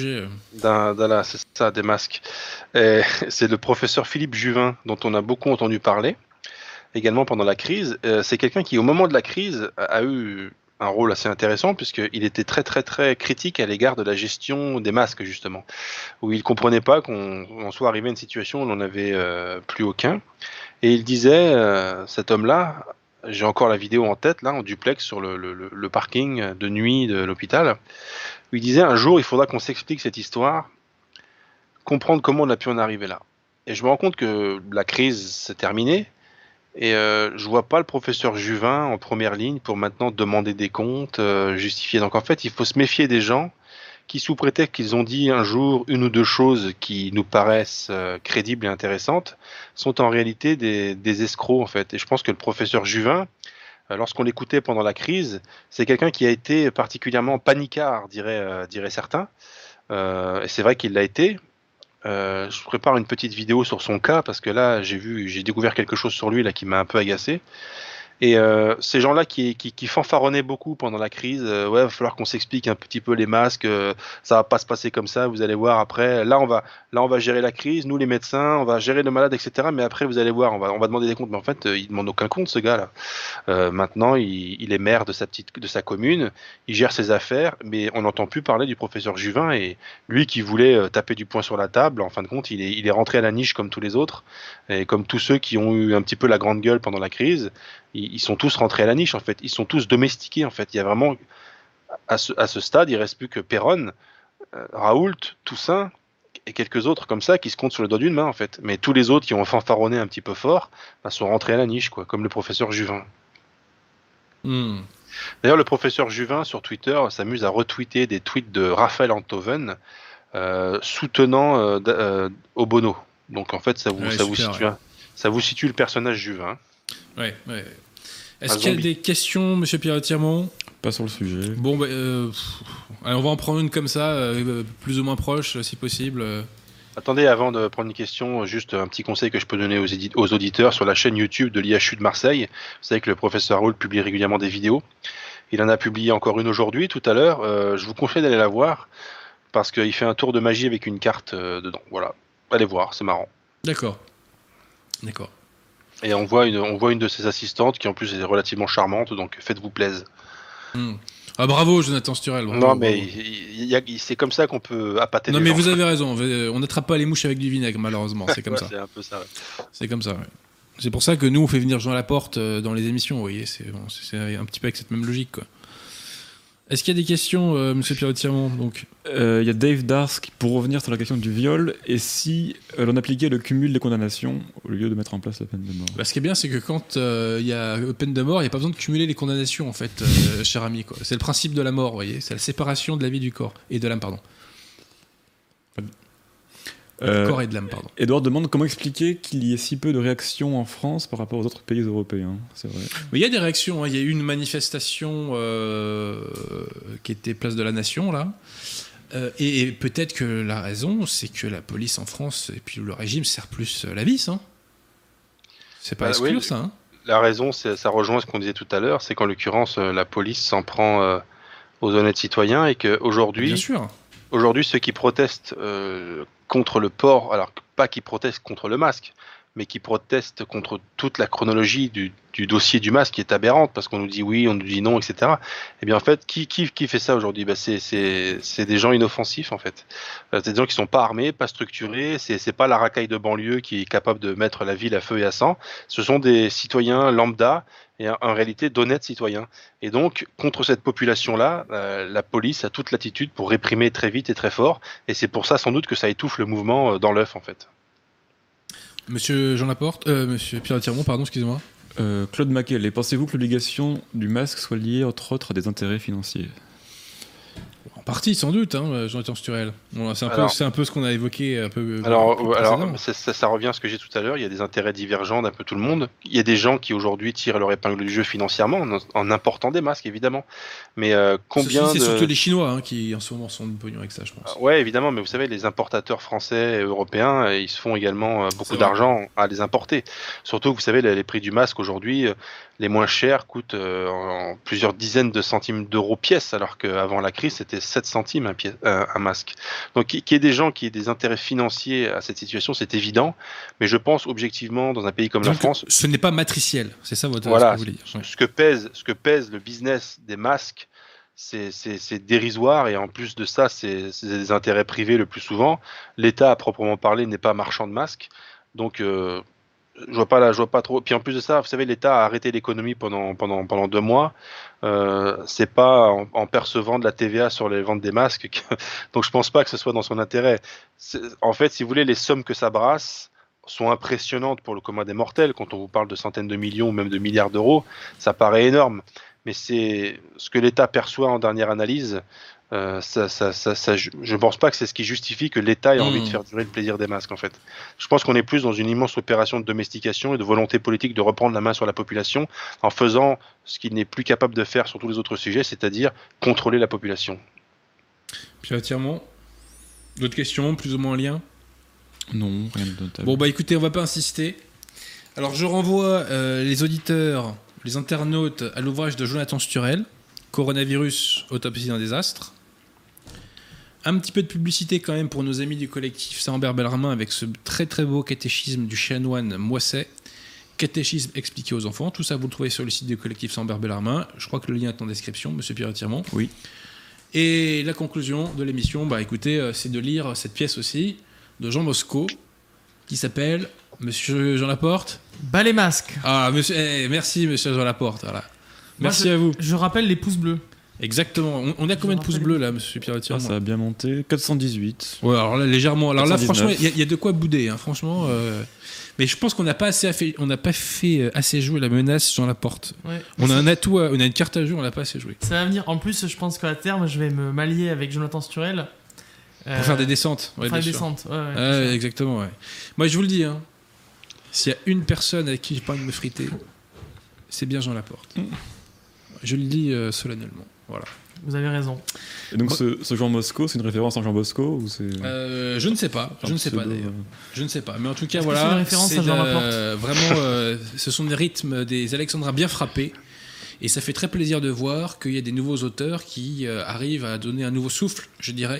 c'est ça, des masques. C'est le professeur Philippe Juvin, dont on a beaucoup entendu parler, également pendant la crise. C'est quelqu'un qui, au moment de la crise, a eu un rôle assez intéressant, puisqu'il était très très très critique à l'égard de la gestion des masques, justement, où il comprenait pas qu'on soit arrivé à une situation où on n'en avait plus aucun. Et il disait, cet homme-là, j'ai encore la vidéo en tête, là, en duplex sur le parking de nuit de l'hôpital, où il disait, un jour, il faudra qu'on s'explique cette histoire, comprendre comment on a pu en arriver là. Et je me rends compte que la crise s'est terminée. Et je vois pas le professeur Juvin en première ligne pour maintenant demander des comptes, justifier. Donc en fait, il faut se méfier des gens qui, sous prétexte qu'ils ont dit un jour une ou deux choses qui nous paraissent crédibles et intéressantes, sont en réalité des escrocs en fait. Et je pense que le professeur Juvin, lorsqu'on l'écoutait pendant la crise, c'est quelqu'un qui a été particulièrement panicard, diraient certains. Et c'est vrai qu'il l'a été. Je prépare une petite vidéo sur son cas parce que là j'ai découvert quelque chose sur lui là qui m'a un peu agacé. Et ces gens-là qui fanfaronnaient beaucoup pendant la crise, ouais, il va falloir qu'on s'explique un petit peu les masques, ça va pas se passer comme ça, vous allez voir après. Là on va gérer la crise, nous les médecins, on va gérer le malade, etc. Mais après vous allez voir, on va demander des comptes. Mais en fait, il demande aucun compte ce gars-là. Maintenant, il est maire de sa commune, il gère ses affaires, mais on n'entend plus parler du professeur Juvin et lui qui voulait taper du poing sur la table. En fin de compte, il est rentré à la niche comme tous les autres et comme tous ceux qui ont eu un petit peu la grande gueule pendant la crise. Ils sont tous rentrés à la niche en fait, ils sont tous domestiqués en fait. Il y a vraiment à ce stade, il reste plus que Perron, Raoult, Toussaint et quelques autres comme ça qui se comptent sur le doigt d'une main en fait. Mais tous les autres qui ont fanfaronné un petit peu fort sont rentrés à la niche quoi, comme le professeur Juvin. D'ailleurs, le professeur Juvin sur Twitter s'amuse à retweeter des tweets de Raphaël Enthoven soutenant Obono. Donc en fait, ça vous situe le personnage Juvin. Ouais. Est-ce qu'il y a des questions, monsieur Pierre-Tirmont ? Pas sur le sujet. Bon, allez, on va en prendre une comme ça, plus ou moins proche, si possible. Attendez, avant de prendre une question, juste un petit conseil que je peux donner aux auditeurs sur la chaîne YouTube de l'IHU de Marseille. Vous savez que le professeur Raoult publie régulièrement des vidéos. Il en a publié encore une aujourd'hui, tout à l'heure. Je vous conseille d'aller la voir, parce qu'il fait un tour de magie avec une carte dedans. Voilà, allez voir, c'est marrant. D'accord. Et on voit une de ses assistantes qui en plus est relativement charmante, donc faites-vous plaisir. Ah bravo Jonathan Sturel. Non mais c'est comme ça qu'on peut appâter les gens. Non mais vous avez raison, on n'attrape pas les mouches avec du vinaigre malheureusement, c'est comme ça. C'est un peu ça. Ouais. C'est comme ça. Ouais. C'est pour ça que nous on fait venir Jean Laporte dans les émissions, vous voyez, c'est un petit peu avec cette même logique quoi. Est-ce qu'il y a des questions, monsieur Pierre-Tirmont donc il y a Dave Darsk pour revenir sur la question du viol et si l'on appliquait le cumul des condamnations au lieu de mettre en place la peine de mort. Ce qui est bien, c'est que quand il y a peine de mort, il n'y a pas besoin de cumuler les condamnations en fait, cher ami. Quoi. C'est le principe de la mort, vous voyez, c'est la séparation de la vie du corps et de l'âme, pardon. Corps et de l'âme, pardon. Edouard demande comment expliquer qu'il y ait si peu de réactions en France par rapport aux autres pays européens. C'est vrai. Mais il y a des réactions. Il y a eu une manifestation qui était place de la Nation là, et peut-être que la raison, c'est que la police en France et puis le régime sert plus la vis. Hein. C'est pas exclure ça. Hein. La raison, ça rejoint ce qu'on disait tout à l'heure, c'est qu'en l'occurrence la police s'en prend aux honnêtes citoyens et qu'aujourd'hui. Bien sûr. Aujourd'hui, ceux qui protestent contre le port, alors pas qui protestent contre le masque, mais qui protestent contre toute la chronologie du dossier du masque qui est aberrante, parce qu'on nous dit oui, on nous dit non, etc. Eh bien, en fait, qui fait ça aujourd'hui ? C'est des gens inoffensifs, en fait. C'est des gens qui sont pas armés, pas structurés, c'est pas la racaille de banlieue qui est capable de mettre la ville à feu et à sang. Ce sont des citoyens lambda, et en réalité d'honnêtes citoyens. Et donc, contre cette population-là, la police a toute l'attitude pour réprimer très vite et très fort, et c'est pour ça sans doute que ça étouffe le mouvement dans l'œuf, en fait. Monsieur Jean Laporte, monsieur Pierre-Tirmont, pardon, excusez-moi. Claude Maquet, pensez-vous que l'obligation du masque soit liée, entre autres, à des intérêts financiers ? En partie, sans doute, hein, Jonathan Sturel. Bon, c'est un peu ce qu'on a évoqué un peu. Alors ça revient à ce que j'ai tout à l'heure. Il y a des intérêts divergents d'un peu tout le monde. Il y a des gens qui aujourd'hui tirent leur épingle du jeu financièrement en important des masques, évidemment. Mais combien c'est surtout les Chinois qui en ce moment sont de pognon avec ça, je pense. Ouais, évidemment. Mais vous savez, les importateurs français et européens, ils se font également beaucoup d'argent à les importer. Surtout, vous savez, les prix du masque aujourd'hui, les moins chers coûtent en plusieurs dizaines de centimes d'euros pièce, alors qu'avant la crise, c'était 7 centimes un masque. Donc qu'il y ait des gens qui aient des intérêts financiers à cette situation, c'est évident, mais je pense objectivement, dans un pays comme la France... Ce n'est pas matriciel, c'est ça votre ce que vous voulez dire. Ce que pèse le business des masques, c'est dérisoire, et en plus de ça, c'est des intérêts privés le plus souvent. L'État, à proprement parler, n'est pas marchand de masques, donc... je vois pas trop. Puis en plus de ça, vous savez, l'État a arrêté l'économie pendant 2 mois. C'est pas en percevant de la TVA sur les ventes des masques. Donc je pense pas que ce soit dans son intérêt. En fait, si vous voulez, les sommes que ça brasse sont impressionnantes pour le commun des mortels. Quand on vous parle de centaines de millions ou même de milliards d'euros, ça paraît énorme. Mais c'est ce que l'État perçoit en dernière analyse. Je ne pense pas que c'est ce qui justifie que l'État ait envie de faire durer le plaisir des masques, en fait. Je pense qu'on est plus dans une immense opération de domestication et de volonté politique de reprendre la main sur la population en faisant ce qu'il n'est plus capable de faire sur tous les autres sujets, c'est-à-dire contrôler la population. Pierre Tirmont, d'autres questions, plus ou moins en lien ? Non, rien de notable. Bon, bah écoutez, on va pas insister. Alors, je renvoie les auditeurs, les internautes à l'ouvrage de Jonathan Sturel, Coronavirus, autopsie d'un désastre. Un petit peu de publicité quand même pour nos amis du collectif Saint-Ambert-Bellarmin avec ce très très beau catéchisme du chanoine Moisset. Catéchisme expliqué aux enfants. Tout ça, vous le trouvez sur le site du collectif Saint-Ambert-Bellarmin. Je crois que le lien est en description, monsieur Pierre Tirmont. Oui. Et la conclusion de l'émission, bah écoutez, c'est de lire cette pièce aussi de Jean Moscot qui s'appelle Monsieur Jean Laporte. Bas les masques. Ah, merci monsieur Jean Laporte. Voilà. Merci à vous. Je rappelle les pouces bleus. Exactement. On a combien de pouces bleus là, monsieur Pierre Tirmont ? Ça a bien monté. 418. Ouais, alors là, légèrement. Alors 419. là, franchement, il y a de quoi bouder, hein, franchement. Mais je pense qu'on n'a pas fait assez jouer la menace Jean Laporte. Ouais. On a un atout, on a une carte à jouer, on l'a pas assez joué. Ça va venir. En plus, je pense qu'à terme, je vais me m'allier avec Jonathan Sturel. Pour faire des descentes. Ouais, faire des descentes. Ouais, exactement, ouais. Moi, je vous le dis, hein, s'il y a une personne avec qui j'ai pas envie de me friter, c'est bien Jean Laporte. Je le dis solennellement. Voilà. Vous avez raison. Et donc ce Jean Moscot, c'est une référence à Jean Bosco ou c'est... Je ne sais pas. Je ne sais pas d'ailleurs. Je ne sais pas. Mais en tout cas, voilà. C'est une référence à Jean Laporte. Vraiment, ce sont des rythmes des Alexandrins bien frappés. Et ça fait très plaisir de voir qu'il y a des nouveaux auteurs qui arrivent à donner un nouveau souffle, je dirais,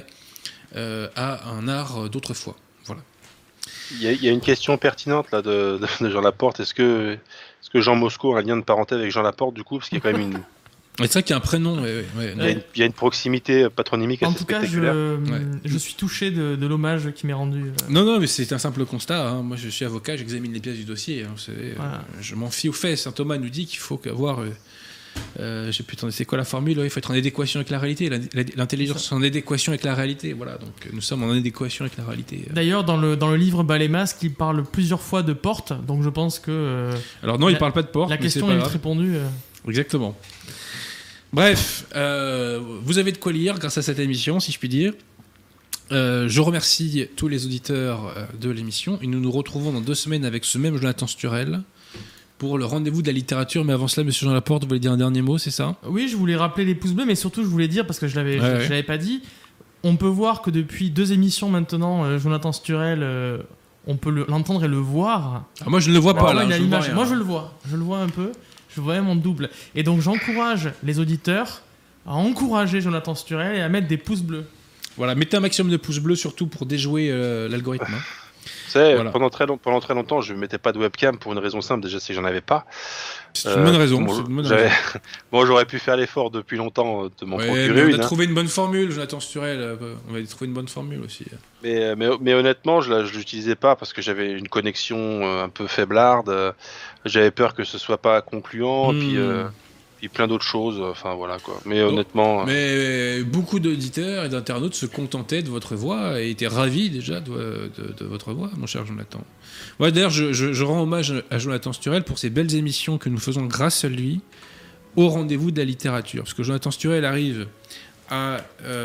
à un art d'autrefois. Voilà. Il y a une question pertinente là de Jean Laporte. Est-ce que Jean Moscot a un lien de parenté avec Jean Laporte du coup, parce qu'il y a quand même une... C'est vrai qu'il y a un prénom. Il y a une proximité patronymique assez spectaculaire. En tout cas, je suis touché de l'hommage qui m'est rendu. Non, mais c'est un simple constat. Hein. Moi, je suis avocat, j'examine les pièces du dossier. Hein, vous savez, voilà. Je m'en fie aux faits. Saint Thomas nous dit qu'il faut avoir... j'ai plus entendu, c'est quoi la formule ? Il faut être en adéquation avec la réalité. L'intelligence en adéquation avec la réalité. Voilà, donc nous sommes en adéquation avec la réalité. D'ailleurs, dans le livre Bas les masques, il parle plusieurs fois de porte. Donc je pense que... Alors non, il parle pas de porte. La question est vite répondue. Exactement. Bref, vous avez de quoi lire grâce à cette émission, si je puis dire. Je remercie tous les auditeurs de l'émission et nous nous retrouvons dans 2 semaines avec ce même Jonathan Sturel pour le rendez-vous de la littérature. Mais avant cela, monsieur Jean Laporte, vous voulez dire un dernier mot, c'est ça ? Oui, je voulais rappeler les pouces bleus, mais surtout je voulais dire, parce que je l'avais pas dit, on peut voir que depuis 2 émissions maintenant, Jonathan Sturel, on peut l'entendre et le voir. Ah, moi je ne le vois pas là. Moi je le vois un peu. Je vois mon double. Et donc j'encourage les auditeurs à encourager Jonathan Sturel et à mettre des pouces bleus. Voilà, mettez un maximum de pouces bleus surtout pour déjouer l'algorithme. Hein. Vous savez, voilà. pendant très longtemps, je ne mettais pas de webcam pour une raison simple, déjà c'est que j'en avais pas. C'est une bonne raison. Bon, j'aurais pu faire l'effort depuis longtemps de m'en procurer une. On a trouvé une bonne formule, Jonathan Sturel. On va trouver une bonne formule aussi. Mais honnêtement, je l'utilisais pas parce que j'avais une connexion un peu faiblarde. J'avais peur que ce soit pas concluant. Puis plein d'autres choses, enfin voilà quoi. Mais honnêtement... Mais beaucoup d'auditeurs et d'internautes se contentaient de votre voix et étaient ravis déjà de votre voix, mon cher Jonathan. Ouais, d'ailleurs, je rends hommage à Jonathan Sturel pour ces belles émissions que nous faisons grâce à lui au rendez-vous de la littérature. Parce que Jonathan Sturel arrive à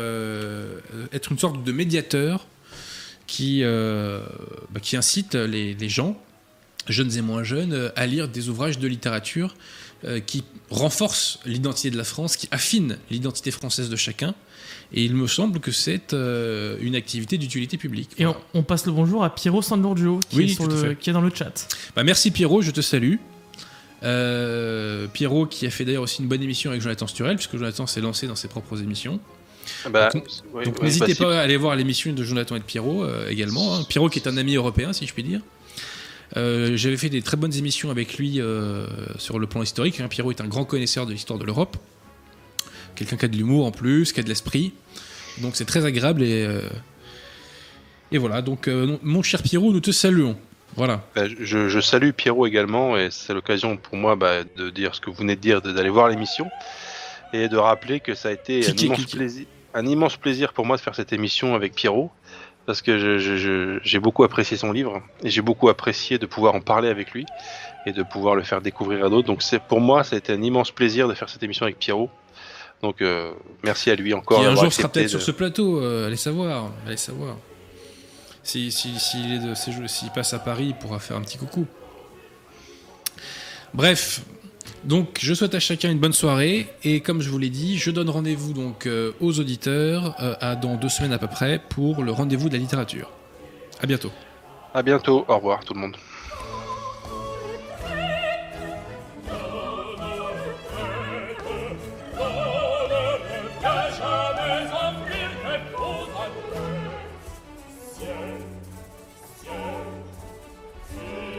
être une sorte de médiateur qui incite les gens, jeunes et moins jeunes, à lire des ouvrages de littérature qui renforce l'identité de la France, qui affine l'identité française de chacun. Et il me semble que c'est une activité d'utilité publique. Et voilà. on passe le bonjour à Piero Sanlurgio, qui est dans le chat. Merci Piero, je te salue. Piero qui a fait d'ailleurs aussi une bonne émission avec Jonathan Sturel, puisque Jonathan s'est lancé dans ses propres émissions. Donc n'hésitez pas à aller voir l'émission de Jonathan et de Piero également. Hein. Piero qui est un ami européen, si je puis dire. J'avais fait des très bonnes émissions avec lui sur le plan historique. Hein. Pierrot est un grand connaisseur de l'histoire de l'Europe. Quelqu'un qui a de l'humour en plus, qui a de l'esprit. Donc c'est très agréable et voilà. Donc mon cher Pierrot, nous te saluons. Voilà. Je salue Pierrot également et c'est l'occasion pour moi de dire ce que vous venez de dire, d'aller voir l'émission et de rappeler que ça a été un immense plaisir pour moi de faire cette émission avec Pierrot. parce que j'ai beaucoup apprécié son livre et j'ai beaucoup apprécié de pouvoir en parler avec lui et de pouvoir le faire découvrir à d'autres. Donc pour moi, ça a été un immense plaisir de faire cette émission avec Pierrot. Donc merci à lui encore. Qui un jour sera peut-être sur ce plateau, allez savoir. S'il passe à Paris, il pourra faire un petit coucou. Bref, donc je souhaite à chacun une bonne soirée et comme je vous l'ai dit, je donne rendez-vous donc aux auditeurs dans 2 semaines à peu près pour le rendez-vous de la littérature. À bientôt. À bientôt. Au revoir tout le monde.